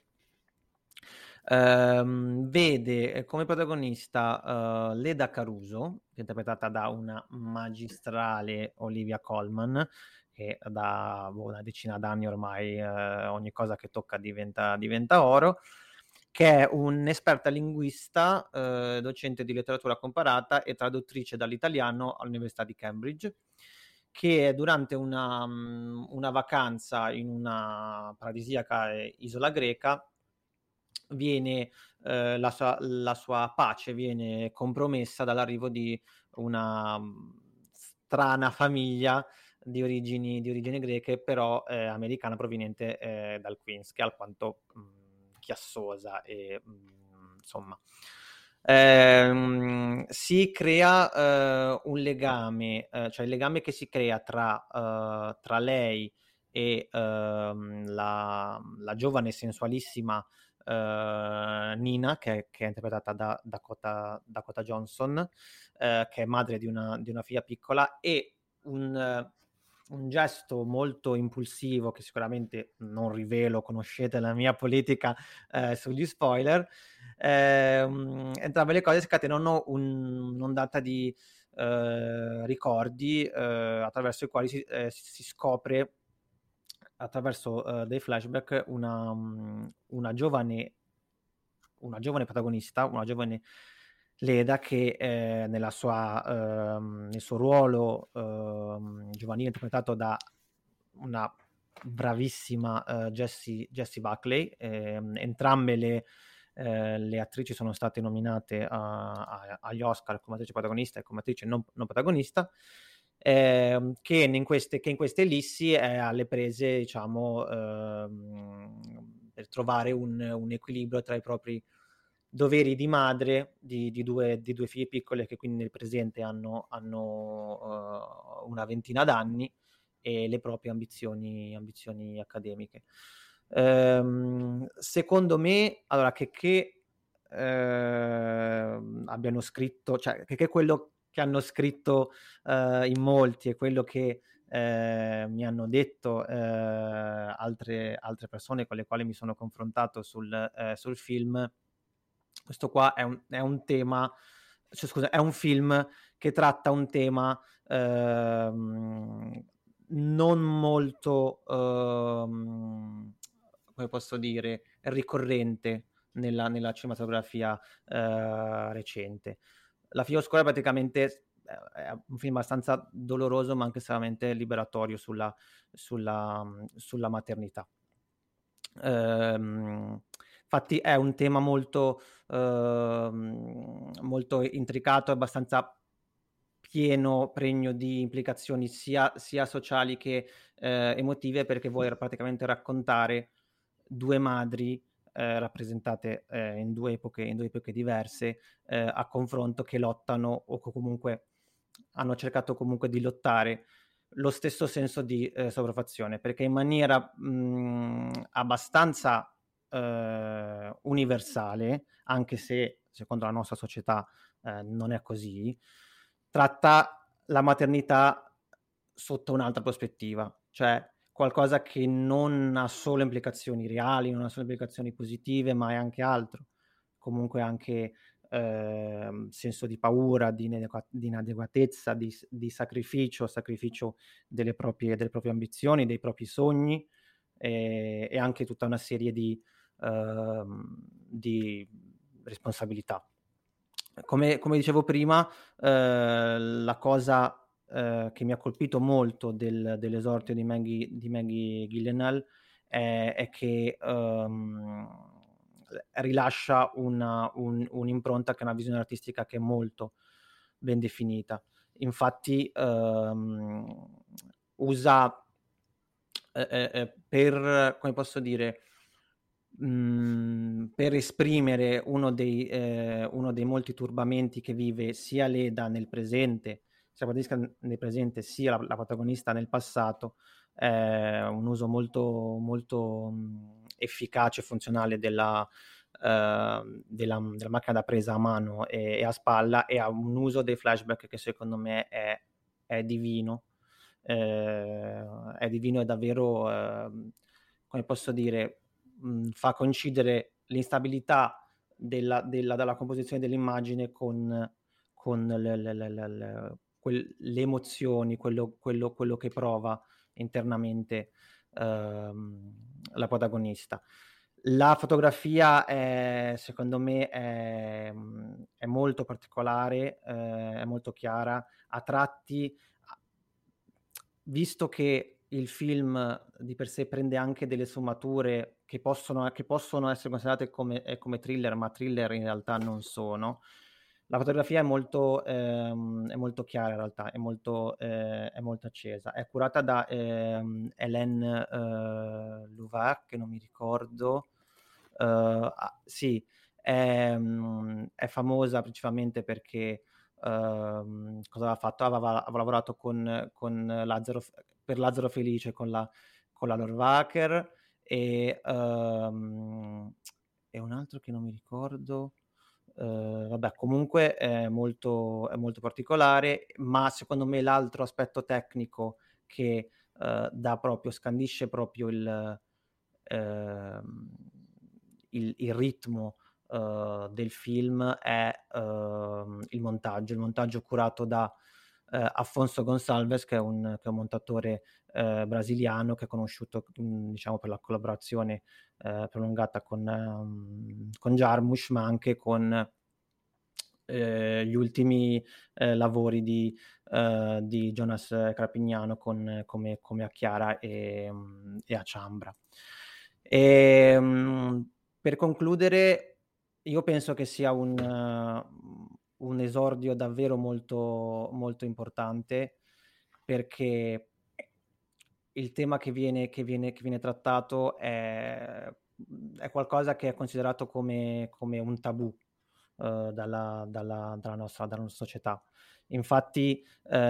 Vede come protagonista Leda Caruso, interpretata da una magistrale Olivia Colman, e da una decina d'anni ormai ogni cosa che tocca diventa oro, che è un'esperta linguista, docente di letteratura comparata e traduttrice dall'italiano all'Università di Cambridge, che durante una vacanza in una paradisiaca isola greca viene la sua pace viene compromessa dall'arrivo di una strana famiglia di origini greche, però americana, proveniente dal Queens, che è alquanto chiassosa e insomma. Si crea un legame, cioè il legame che si crea tra lei e la giovane sensualissima Nina, che è interpretata da Dakota Johnson, che è madre di una figlia piccola, e un gesto molto impulsivo, che sicuramente non rivelo, conoscete la mia politica sugli spoiler. Entrambe le cose scatenano un'ondata di ricordi attraverso i quali si scopre, attraverso dei flashback, una giovane protagonista, una giovane Leda, che nel suo ruolo giovanile, interpretato da una bravissima Jessie Buckley. Entrambe le attrici sono state nominate agli Oscar come attrice protagonista e come attrice non protagonista. Che in queste ellissi è alle prese, diciamo, per trovare un equilibrio tra i propri doveri di madre di due figlie piccole, che quindi nel presente hanno una ventina d'anni, e le proprie ambizioni accademiche. Secondo me, allora, che abbiano scritto, cioè che quello che hanno scritto in molti e quello che mi hanno detto altre persone con le quali mi sono confrontato sul film, questo qua è un tema, cioè, scusa, è un film che tratta un tema non molto, come posso dire, ricorrente nella cinematografia recente. La figlia oscura praticamente è un film abbastanza doloroso, ma anche estremamente liberatorio sulla maternità. Infatti è un tema molto intricato, abbastanza pieno, pregno di implicazioni sia sociali che emotive, perché vuole praticamente raccontare due madri rappresentate in due epoche diverse, a confronto, che lottano, o comunque hanno cercato comunque di lottare lo stesso senso di sopraffazione, perché in maniera abbastanza universale, anche se secondo la nostra società non è così, tratta la maternità sotto un'altra prospettiva, cioè qualcosa che non ha solo implicazioni reali, non ha solo implicazioni positive, ma è anche altro. Comunque anche senso di paura, di inadeguatezza, di sacrificio delle proprie ambizioni, dei propri sogni, e anche tutta una serie di responsabilità. Come dicevo prima, la cosa che mi ha colpito molto dell'esordio di Maggie Gyllenhaal è che rilascia un'impronta, che è una visione artistica che è molto ben definita. Infatti usa per, come posso dire, per esprimere uno dei molti turbamenti che vive sia Leda nel presente, sia nel presente, sia la protagonista nel passato, un uso molto efficace e funzionale della macchina da presa a mano e a spalla, e ha un uso dei flashback che secondo me è divino. È divino, è davvero, come posso dire, fa coincidere l'instabilità della composizione dell'immagine con le emozioni, quello che prova internamente la protagonista. La fotografia secondo me è molto particolare, è molto chiara, a tratti, visto che il film di per sé prende anche delle sfumature che possono essere considerate come thriller, ma thriller in realtà non sono. La fotografia è molto chiara in realtà, è molto accesa. È curata da Hélène Louvart, che non mi ricordo. Sì, è famosa principalmente perché cosa aveva fatto? Aveva lavorato con Lazzaro Felice, con la Lorvacher, e un altro che non mi ricordo. Vabbè, comunque è molto particolare, ma secondo me l'altro aspetto tecnico che scandisce proprio ehm, il ritmo del film è il montaggio. Il montaggio curato da Afonso Gonçalves, che è un montatore brasiliano, che è conosciuto diciamo per la collaborazione prolungata con Jarmusch, ma anche con gli ultimi lavori di Jonas Carpignano come a Chiara e a Ciambra. Per concludere, io penso che sia un esordio davvero molto, molto importante, perché il tema che viene trattato è qualcosa che è considerato come un tabù dalla nostra società. Infatti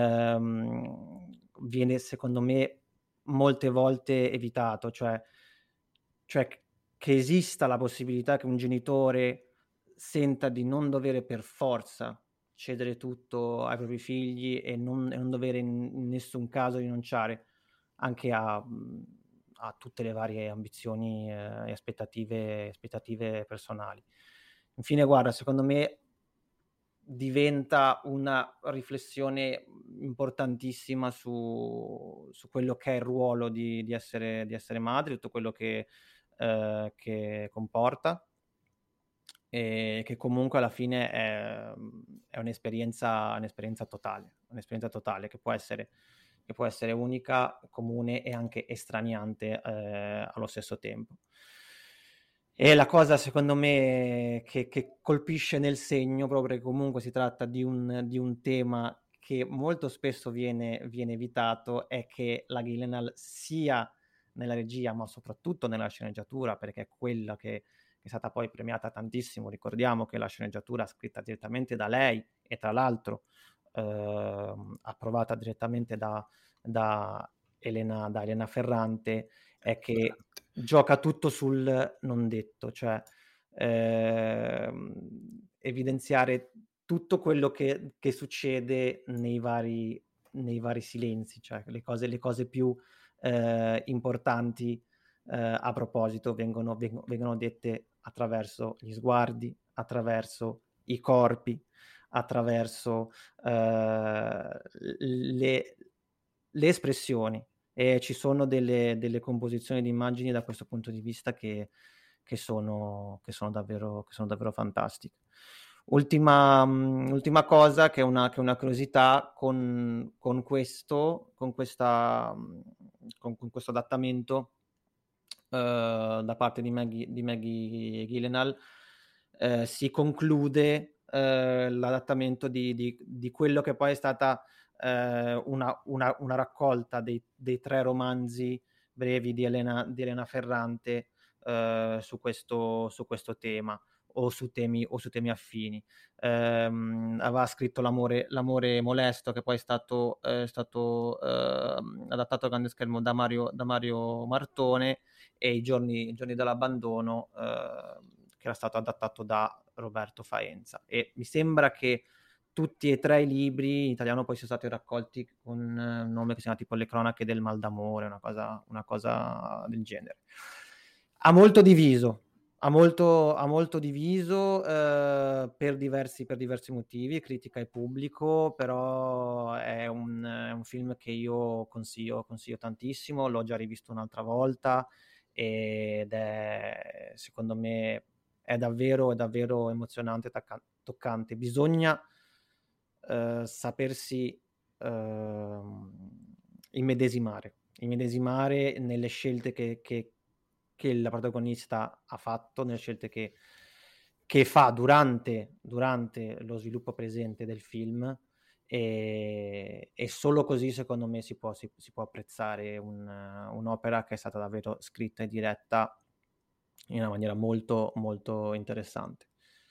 viene, secondo me, molte volte evitato, cioè che esista la possibilità che un genitore senta di non dovere per forza cedere tutto ai propri figli e non dovere in nessun caso rinunciare anche a tutte le varie ambizioni e aspettative personali. Infine, guarda, secondo me diventa una riflessione importantissima su quello che è il ruolo di essere madri, tutto quello che comporta, e che comunque alla fine è un'esperienza totale che può essere unica, comune e anche estraniante allo stesso tempo. E la cosa, secondo me, che colpisce nel segno, proprio perché comunque si tratta di un tema che molto spesso viene evitato, è che la Gyllenhaal, sia nella regia ma soprattutto nella sceneggiatura, perché è quella che è stata poi premiata tantissimo. Ricordiamo che la sceneggiatura scritta direttamente da lei e tra l'altro approvata direttamente da Elena Ferrante, è che gioca tutto sul non detto, cioè evidenziare tutto quello che succede nei vari silenzi, cioè le cose più importanti a proposito vengono dette attraverso gli sguardi, attraverso i corpi, attraverso le espressioni. E ci sono delle composizioni di immagini da questo punto di vista che sono davvero fantastiche. Ultima cosa, che è una curiosità con questo adattamento da parte di Maggie Gyllenhaal. Si conclude l'adattamento di quello che poi è stata una raccolta dei 3 romanzi brevi di Elena Ferrante su questo tema, o su temi affini. Aveva scritto L'amore molesto, che poi è stato adattato al grande schermo da Mario Martone, e I giorni dell'abbandono, che era stato adattato da Roberto Faenza. E mi sembra che tutti e 3 i libri in italiano poi siano stati raccolti con un nome che si chiama tipo Le cronache del mal d'amore, una cosa del genere. Ha molto diviso Ha molto diviso, per diversi motivi, critica e pubblico, però è un film che io consiglio tantissimo, l'ho già rivisto un'altra volta ed è secondo me è davvero emozionante, toccante. Bisogna, sapersi, immedesimare nelle scelte che la protagonista ha fatto, nelle scelte che fa durante lo sviluppo presente del film, e solo così secondo me si può apprezzare un'opera che è stata davvero scritta e diretta in una maniera molto, molto interessante.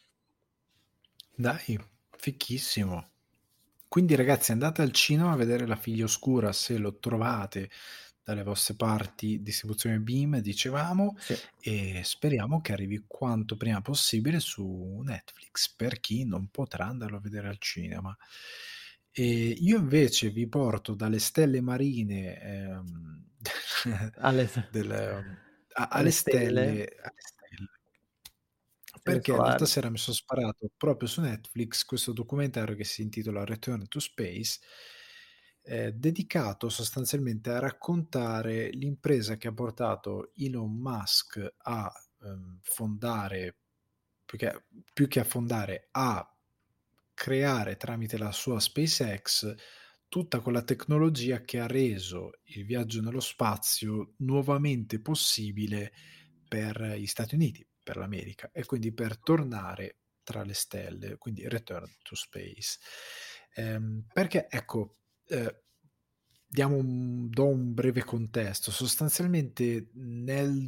Dai, fichissimo. Quindi ragazzi andate al cinema a vedere La figlia oscura se lo trovate dalle vostre parti, distribuzione Beam, dicevamo, Sì. e speriamo che arrivi quanto prima possibile su Netflix per chi non potrà andarlo a vedere al cinema. E io invece vi porto dalle stelle marine Alle s alle alle stelle, stelle, stelle perché l'altra solari. sera mi sono sparato proprio su Netflix questo documentario che si intitola Return to Space, dedicato sostanzialmente a raccontare l'impresa che ha portato Elon Musk a fondare, più che a fondare, a creare tramite la sua SpaceX tutta quella tecnologia che ha reso il viaggio nello spazio nuovamente possibile per gli Stati Uniti, per l'America, e quindi per tornare tra le stelle, quindi Return to Space. Perché, ecco, do un breve contesto. Sostanzialmente nel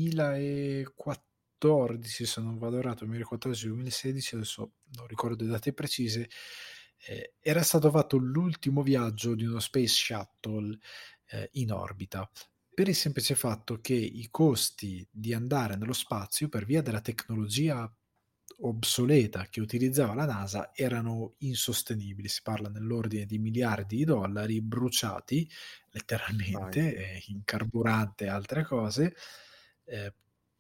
2014, se non vado errato, 2014-2016, adesso non ricordo le date precise, era stato fatto l'ultimo viaggio di uno Space Shuttle in orbita, per il semplice fatto che i costi di andare nello spazio, per via della tecnologia obsoleta che utilizzava la NASA, erano insostenibili. Si parla nell'ordine di miliardi di dollari bruciati Vai. letteralmente in carburante e altre cose. eh,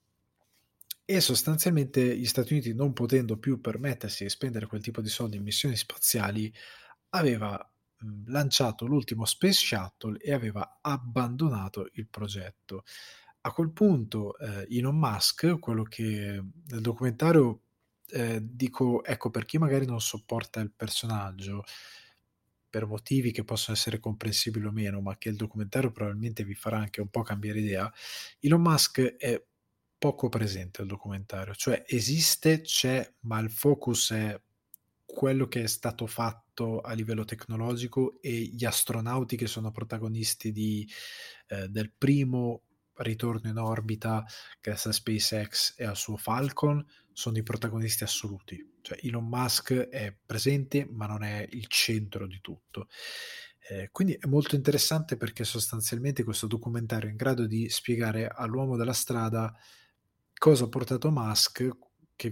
e sostanzialmente gli Stati Uniti, non potendo più permettersi di spendere quel tipo di soldi in missioni spaziali, aveva lanciato l'ultimo Space Shuttle e aveva abbandonato il progetto. A quel punto Elon Musk, quello che nel documentario dico, ecco, per chi magari non sopporta il personaggio, per motivi che possono essere comprensibili o meno, ma che il documentario probabilmente vi farà anche un po' cambiare idea, Elon Musk è poco presente al documentario, cioè esiste, c'è, ma il focus è quello che è stato fatto a livello tecnologico e gli astronauti che sono protagonisti del primo ritorno in orbita grazie a SpaceX e al suo Falcon sono i protagonisti assoluti. Cioè Elon Musk è presente ma non è il centro di tutto. Quindi è molto interessante perché sostanzialmente questo documentario è in grado di spiegare all'uomo della strada cosa ha portato Musk, che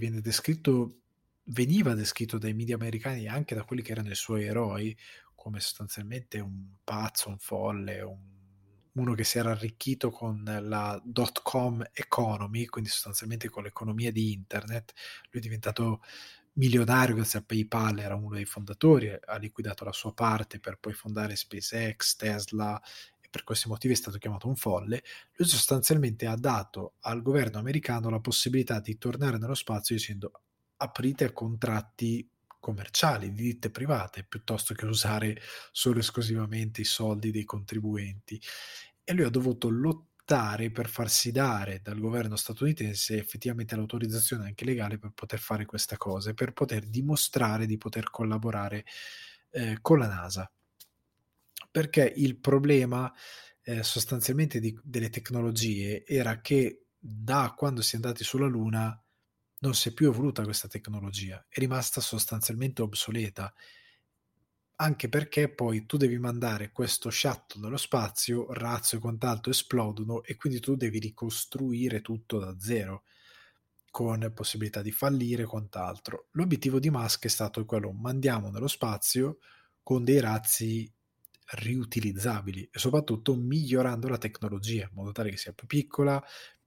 veniva descritto dai media americani e anche da quelli che erano i suoi eroi, come sostanzialmente un pazzo, un folle, uno che si era arricchito con la .com economy, quindi sostanzialmente con l'economia di internet. Lui è diventato milionario grazie a PayPal, era uno dei fondatori, ha liquidato la sua parte per poi fondare SpaceX, Tesla, e per questi motivi è stato chiamato un folle. Lui sostanzialmente ha dato al governo americano la possibilità di tornare nello spazio dicendo aprite a contratti commerciali, di ditte private, piuttosto che usare solo e esclusivamente i soldi dei contribuenti. E lui ha dovuto lottare per farsi dare dal governo statunitense effettivamente l'autorizzazione anche legale per poter fare questa cosa e per poter dimostrare di poter collaborare con la NASA. Perché il problema sostanzialmente delle tecnologie era che da quando si è andati sulla Luna non si è più evoluta questa tecnologia, è rimasta sostanzialmente obsoleta, anche perché poi tu devi mandare questo shuttle nello spazio, razzo e quant'altro esplodono e quindi tu devi ricostruire tutto da zero, con possibilità di fallire e quant'altro. L'obiettivo di Musk è stato quello: mandiamo nello spazio con dei razzi riutilizzabili e soprattutto migliorando la tecnologia in modo tale che sia più piccola,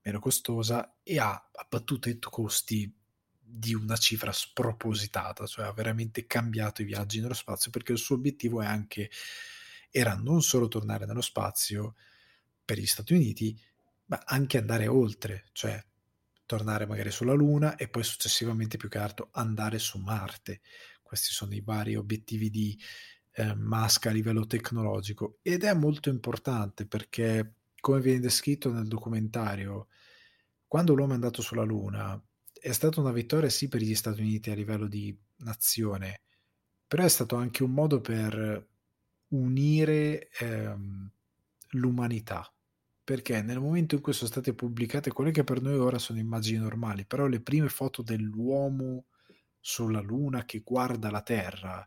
meno costosa e ha abbattuto i costi di una cifra spropositata, cioè ha veramente cambiato i viaggi nello spazio, perché il suo obiettivo era non solo tornare nello spazio per gli Stati Uniti, ma anche andare oltre, cioè tornare magari sulla Luna e poi successivamente, più che altro, andare su Marte. Questi sono i vari obiettivi di Musk a livello tecnologico, ed è molto importante perché, come viene descritto nel documentario, quando l'uomo è andato sulla Luna è stata una vittoria sì per gli Stati Uniti a livello di nazione, però è stato anche un modo per unire l'umanità, perché nel momento in cui sono state pubblicate quelle che per noi ora sono immagini normali, però le prime foto dell'uomo sulla Luna che guarda la Terra,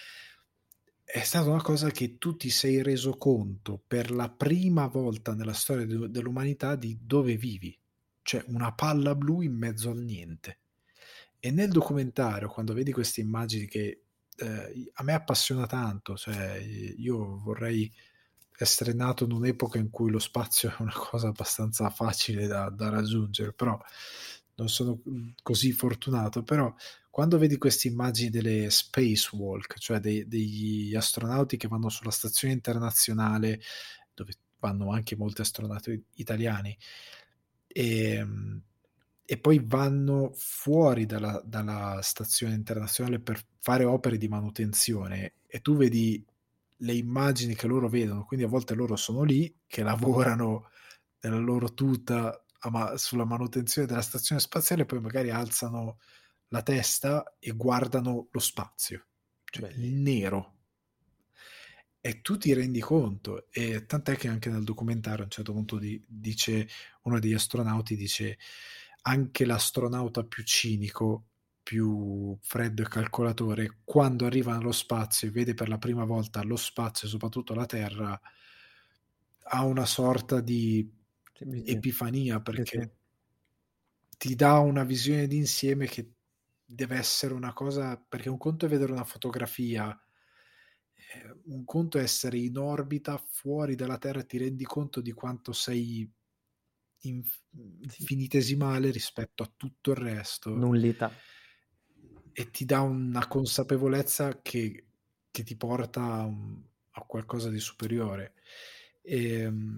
è stata una cosa che tu ti sei reso conto per la prima volta nella storia dell'umanità di dove vivi, cioè una palla blu in mezzo al niente. E nel documentario, quando vedi queste immagini che a me appassiona tanto, cioè io vorrei essere nato in un'epoca in cui lo spazio è una cosa abbastanza facile da raggiungere, però non sono così fortunato, però quando vedi queste immagini delle spacewalk, cioè degli astronauti che vanno sulla stazione internazionale, dove vanno anche molti astronauti italiani, e, e poi vanno fuori dalla stazione internazionale per fare opere di manutenzione, e tu vedi le immagini che loro vedono, quindi a volte loro sono lì che lavorano nella loro tuta sulla manutenzione della stazione spaziale, e poi magari alzano la testa e guardano lo spazio, cioè il Bellissimo. nero, e tu ti rendi conto. E tant'è che anche nel documentario a un certo punto dice uno degli astronauti, dice anche l'astronauta più cinico, più freddo e calcolatore, quando arriva nello spazio e vede per la prima volta lo spazio e soprattutto la Terra, ha una sorta di Sì, sì, sì. epifania, Sì, sì. perché ti dà una visione d'insieme che deve essere una cosa, perché un conto è vedere una fotografia, un conto è essere in orbita fuori dalla Terra e ti rendi conto di quanto sei Sì. infinitesimale rispetto a tutto il resto, Nullità. e ti dà una consapevolezza che ti porta a qualcosa di superiore. Ehm,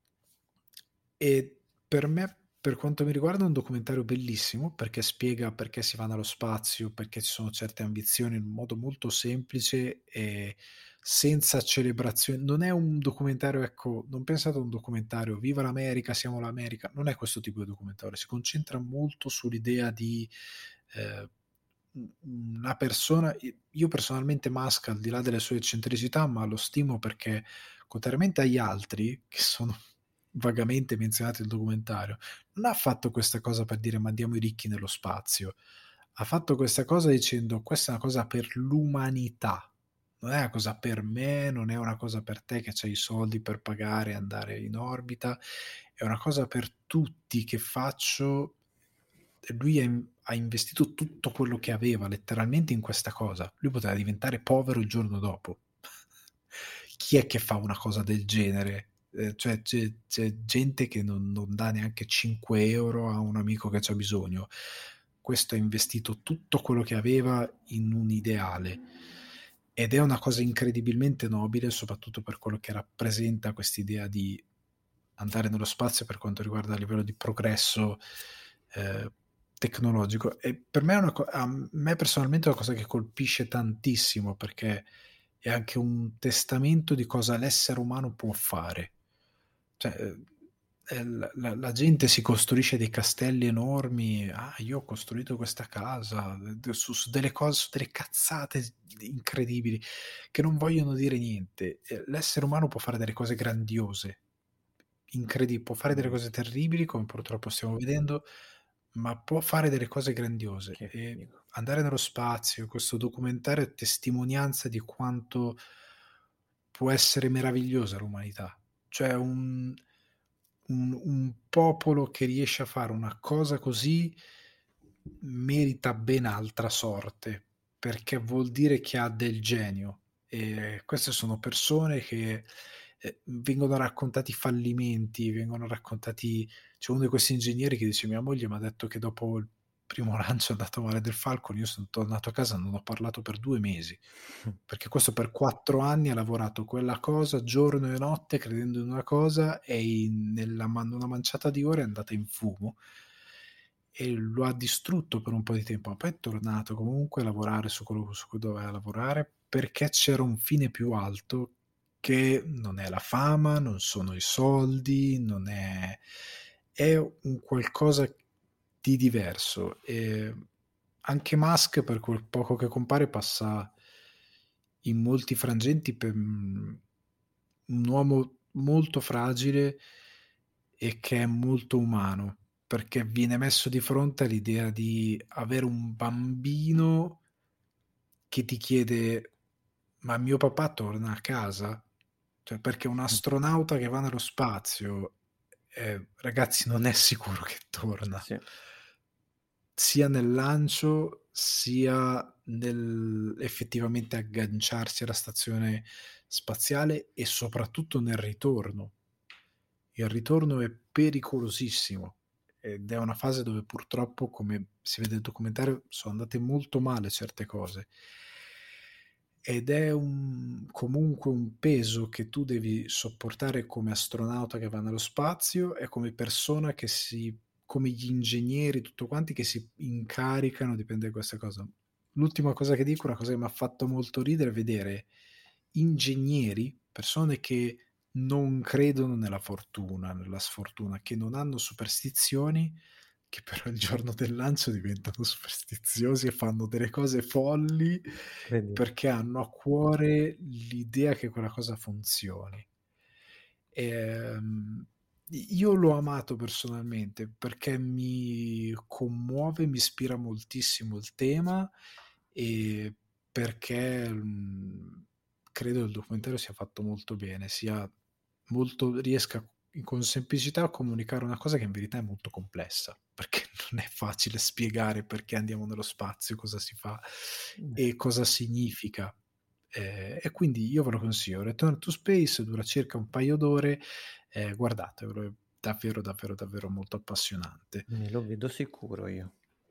E per me, per quanto mi riguarda, è un documentario bellissimo, perché spiega perché si va nello spazio, perché ci sono certe ambizioni, in un modo molto semplice e senza celebrazione. Non è un documentario, ecco, non pensate a un documentario viva l'America, siamo l'America, non è questo tipo di documentario, si concentra molto sull'idea di eh, una persona. Io personalmente Musk, al di là delle sue eccentricità, ma lo stimo perché, contrariamente agli altri che sono vagamente menzionati nel documentario, non ha fatto questa cosa per dire mandiamo i ricchi nello spazio, ha fatto questa cosa dicendo questa è una cosa per l'umanità, non è una cosa per me, non è una cosa per te che c'hai i soldi per pagare e andare in orbita, è una cosa per tutti che faccio. E lui ha investito tutto quello che aveva letteralmente in questa cosa. Lui poteva diventare povero il giorno dopo. Chi è che fa una cosa del genere? Cioè, c'è gente che non dà neanche 5 euro a un amico che c'ha bisogno. Questo ha investito tutto quello che aveva in un ideale, ed è una cosa incredibilmente nobile, soprattutto per quello che rappresenta quest'idea di andare nello spazio per quanto riguarda il livello di progresso eh, tecnologico. E per me a me personalmente è una cosa che colpisce tantissimo, perché è anche un testamento di cosa l'essere umano può fare. Cioè, la gente si costruisce dei castelli enormi. Ah, io ho costruito questa casa su delle cose, su delle cazzate incredibili che non vogliono dire niente. L'essere umano può fare delle cose grandiose, incredibili, può fare delle Mh, cose terribili, come purtroppo stiamo vedendo, ma può fare delle cose grandiose. che E figo. andare nello spazio, questo documentario è testimonianza di quanto può essere meravigliosa l'umanità. Cioè un popolo che riesce a fare una cosa così merita ben altra sorte, perché vuol dire che ha del genio. E queste sono persone che vengono raccontati fallimenti, vengono raccontati. C'è uno di questi ingegneri che dice: mia moglie mi ha detto che dopo il primo lancio è andato male del Falcon, io sono tornato a casa, non ho parlato per 2 mesi, perché questo per 4 anni ha lavorato quella cosa giorno e notte credendo in una cosa, e nella una manciata di ore è andata in fumo e lo ha distrutto per un po' di tempo, ma poi è tornato comunque a lavorare su quello su cui doveva lavorare, perché c'era un fine più alto, che non è la fama, non sono i soldi, non è un qualcosa di diverso. E anche Musk, per quel poco che compare, passa in molti frangenti per un uomo molto fragile e che è molto umano, perché viene messo di fronte all'idea di avere un bambino che ti chiede: ma mio papà torna a casa? Cioè, perché un astronauta che va nello spazio, ragazzi, non è sicuro che torna, Sì, sia nel lancio sia nel effettivamente agganciarsi alla stazione spaziale, e soprattutto nel ritorno. Il ritorno è pericolosissimo ed è una fase dove purtroppo, come si vede nel documentario, sono andate molto male certe cose, ed è comunque un peso che tu devi sopportare come astronauta che va nello spazio, e come persona come gli ingegneri, tutto quanti che si incaricano, dipende da questa cosa. L'ultima cosa che dico, una cosa che mi ha fatto molto ridere, è vedere ingegneri, persone che non credono nella fortuna, nella sfortuna, che non hanno superstizioni, che però il giorno del lancio diventano superstiziosi e fanno delle cose folli incredibile. perché hanno a cuore l'idea che quella cosa funzioni. Ehm, io l'ho amato personalmente perché mi commuove, mi ispira moltissimo il tema, e perché credo il documentario sia fatto molto bene, sia riesca con semplicità a comunicare una cosa che in verità è molto complessa, perché non è facile spiegare perché andiamo nello spazio, cosa si fa e cosa significa. E quindi io ve lo consiglio. Return to Space dura circa un paio d'ore, guardatevelo, è davvero davvero davvero molto appassionante. Me lo vedo sicuro io.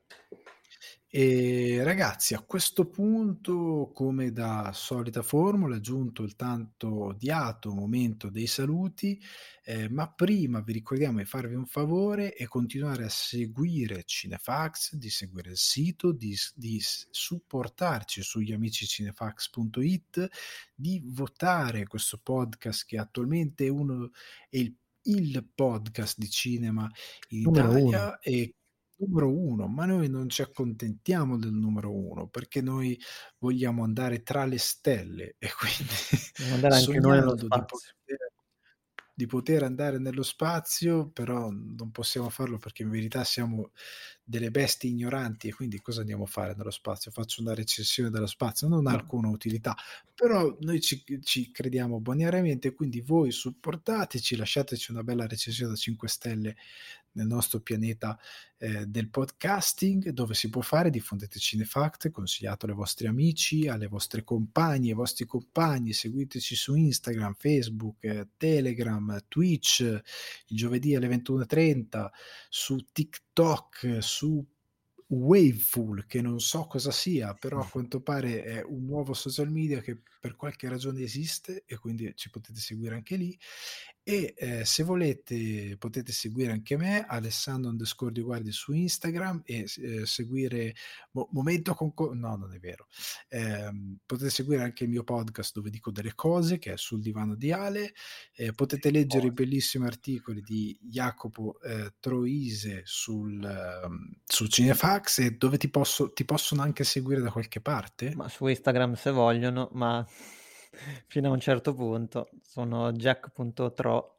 E ragazzi, a questo punto, come da solita formula, è giunto il tanto odiato momento dei saluti, ma prima vi ricordiamo di farvi un favore e continuare a seguire Cinefax, di seguire il sito, di supportarci sugli amici cinefax.it, di votare questo podcast che attualmente è il podcast di cinema in Numero 1. Italia, e numero uno, ma noi non ci accontentiamo del numero uno, perché noi vogliamo andare tra le stelle, e quindi Dobbiamo andare anche noi nello sognando di spazio. poter andare nello spazio, però non possiamo farlo perché in verità siamo delle bestie ignoranti, e quindi cosa andiamo a fare nello spazio? Faccio una recensione dello spazio, non ha No, alcuna utilità, però noi ci crediamo bonariamente, quindi voi supportateci, lasciateci una bella recensione da 5 stelle nel nostro pianeta del podcasting, dove si può fare: diffondete Cinefact, consigliatelo ai vostri amici, alle vostre compagne, ai vostri compagni, seguiteci su Instagram, Facebook, Telegram, Twitch, il giovedì alle 21:30, su TikTok, su Waveful, che non so cosa sia, però a quanto pare è un nuovo social media che per qualche ragione esiste, e quindi ci potete seguire anche lì. E se volete potete seguire anche me, Alessandro_Di Guardi, su Instagram, e seguire Momento no, non è vero. Potete seguire anche il mio podcast dove dico delle cose, che è Sul divano di Ale. Potete leggere i bellissimi articoli di Jacopo Troise su Cinefax, e dove ti possono anche seguire da qualche parte. ma su Instagram se vogliono, ma fino a un certo punto. Sono jack.tro.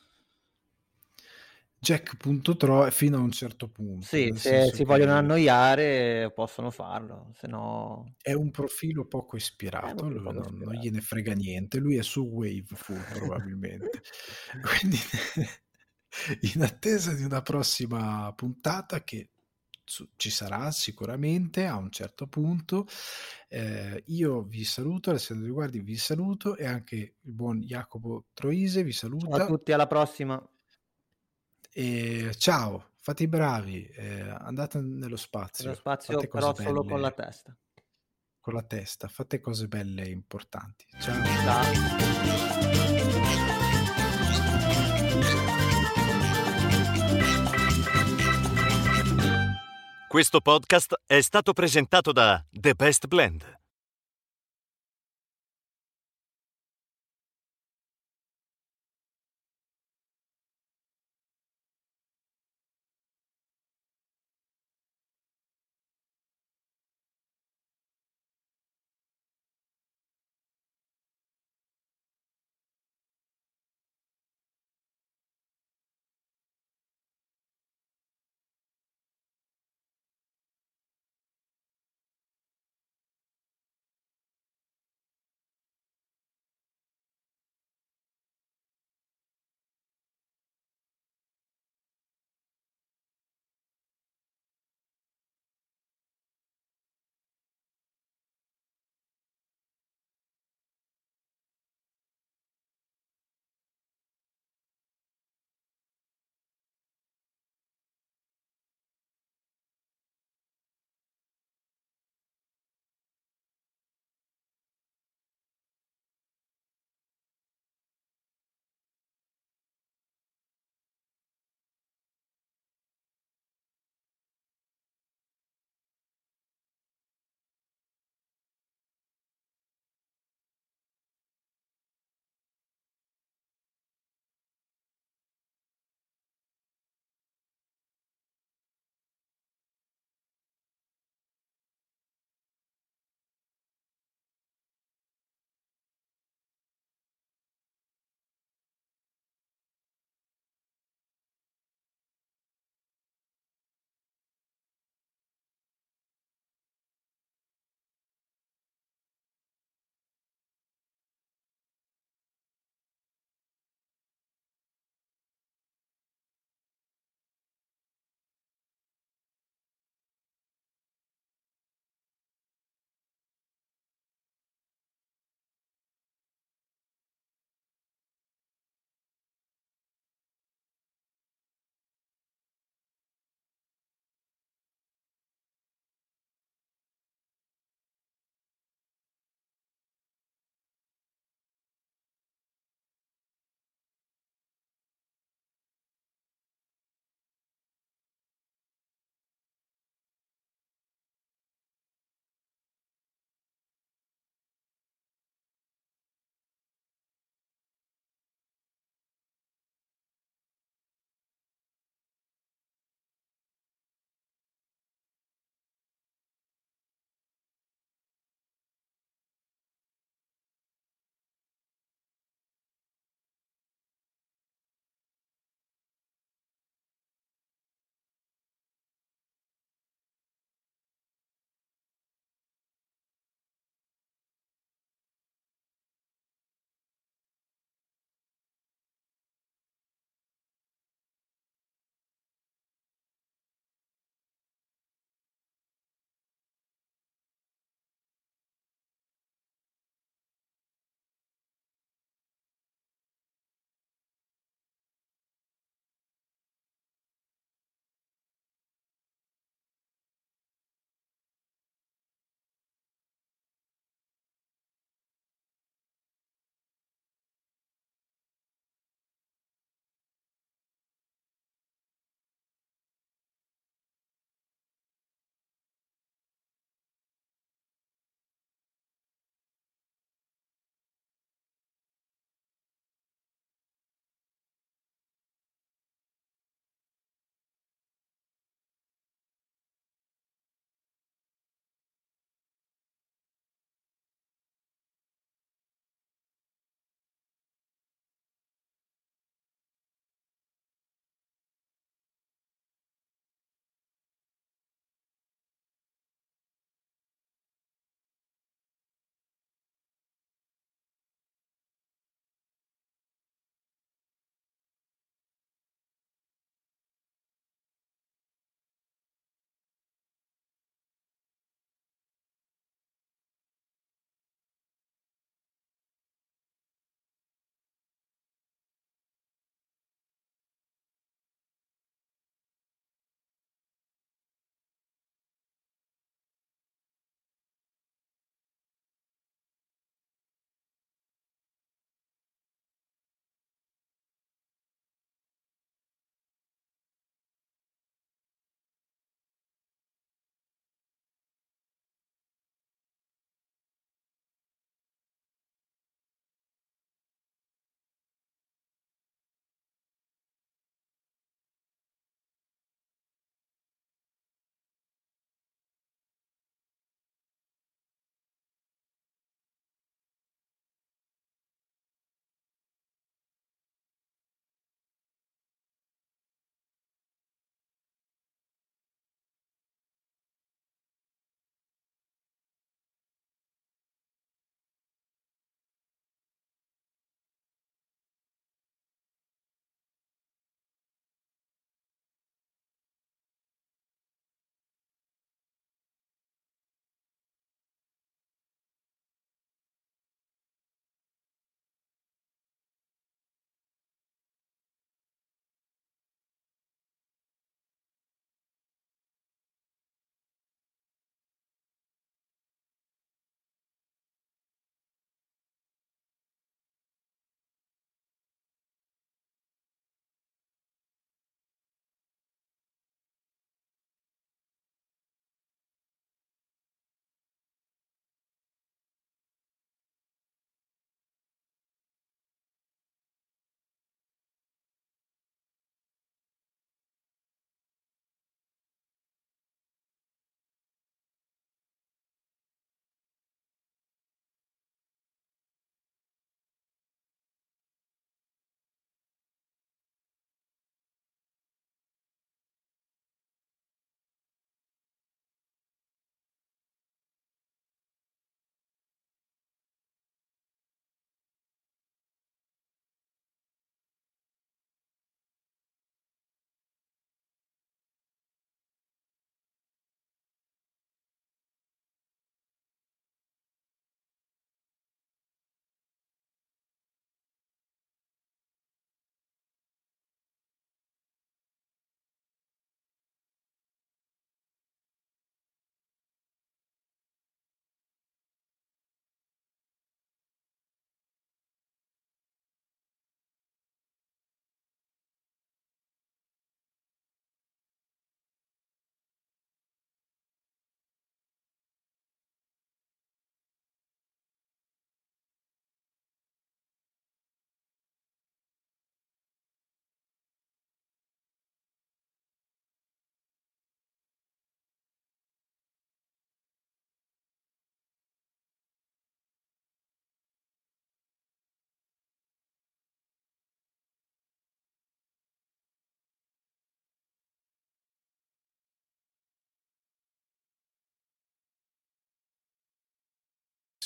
Jack.tro fino a un certo punto, Sì, nel se senso si vogliono che annoiare possono farlo, se no è un profilo poco è ispirato, proprio lui poco non ispirato. gliene frega niente, lui è su Waveful probabilmente. Quindi in attesa di una prossima puntata, che ci sarà sicuramente a un certo punto. Io vi saluto, Alessandro Riguardi vi saluto e anche il buon Jacopo Troise vi Ciao a saluta. tutti, alla prossima. E ciao, fate i bravi, andate nello Nello spazio, spazio fate cose però solo con la belle testa. con la testa, fate cose belle e importanti. Ciao. Questo podcast è stato presentato da The Best Blend.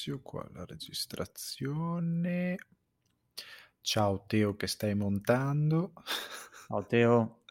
inizio qua la registrazione. Ciao Teo che stai montando. Ciao Teo.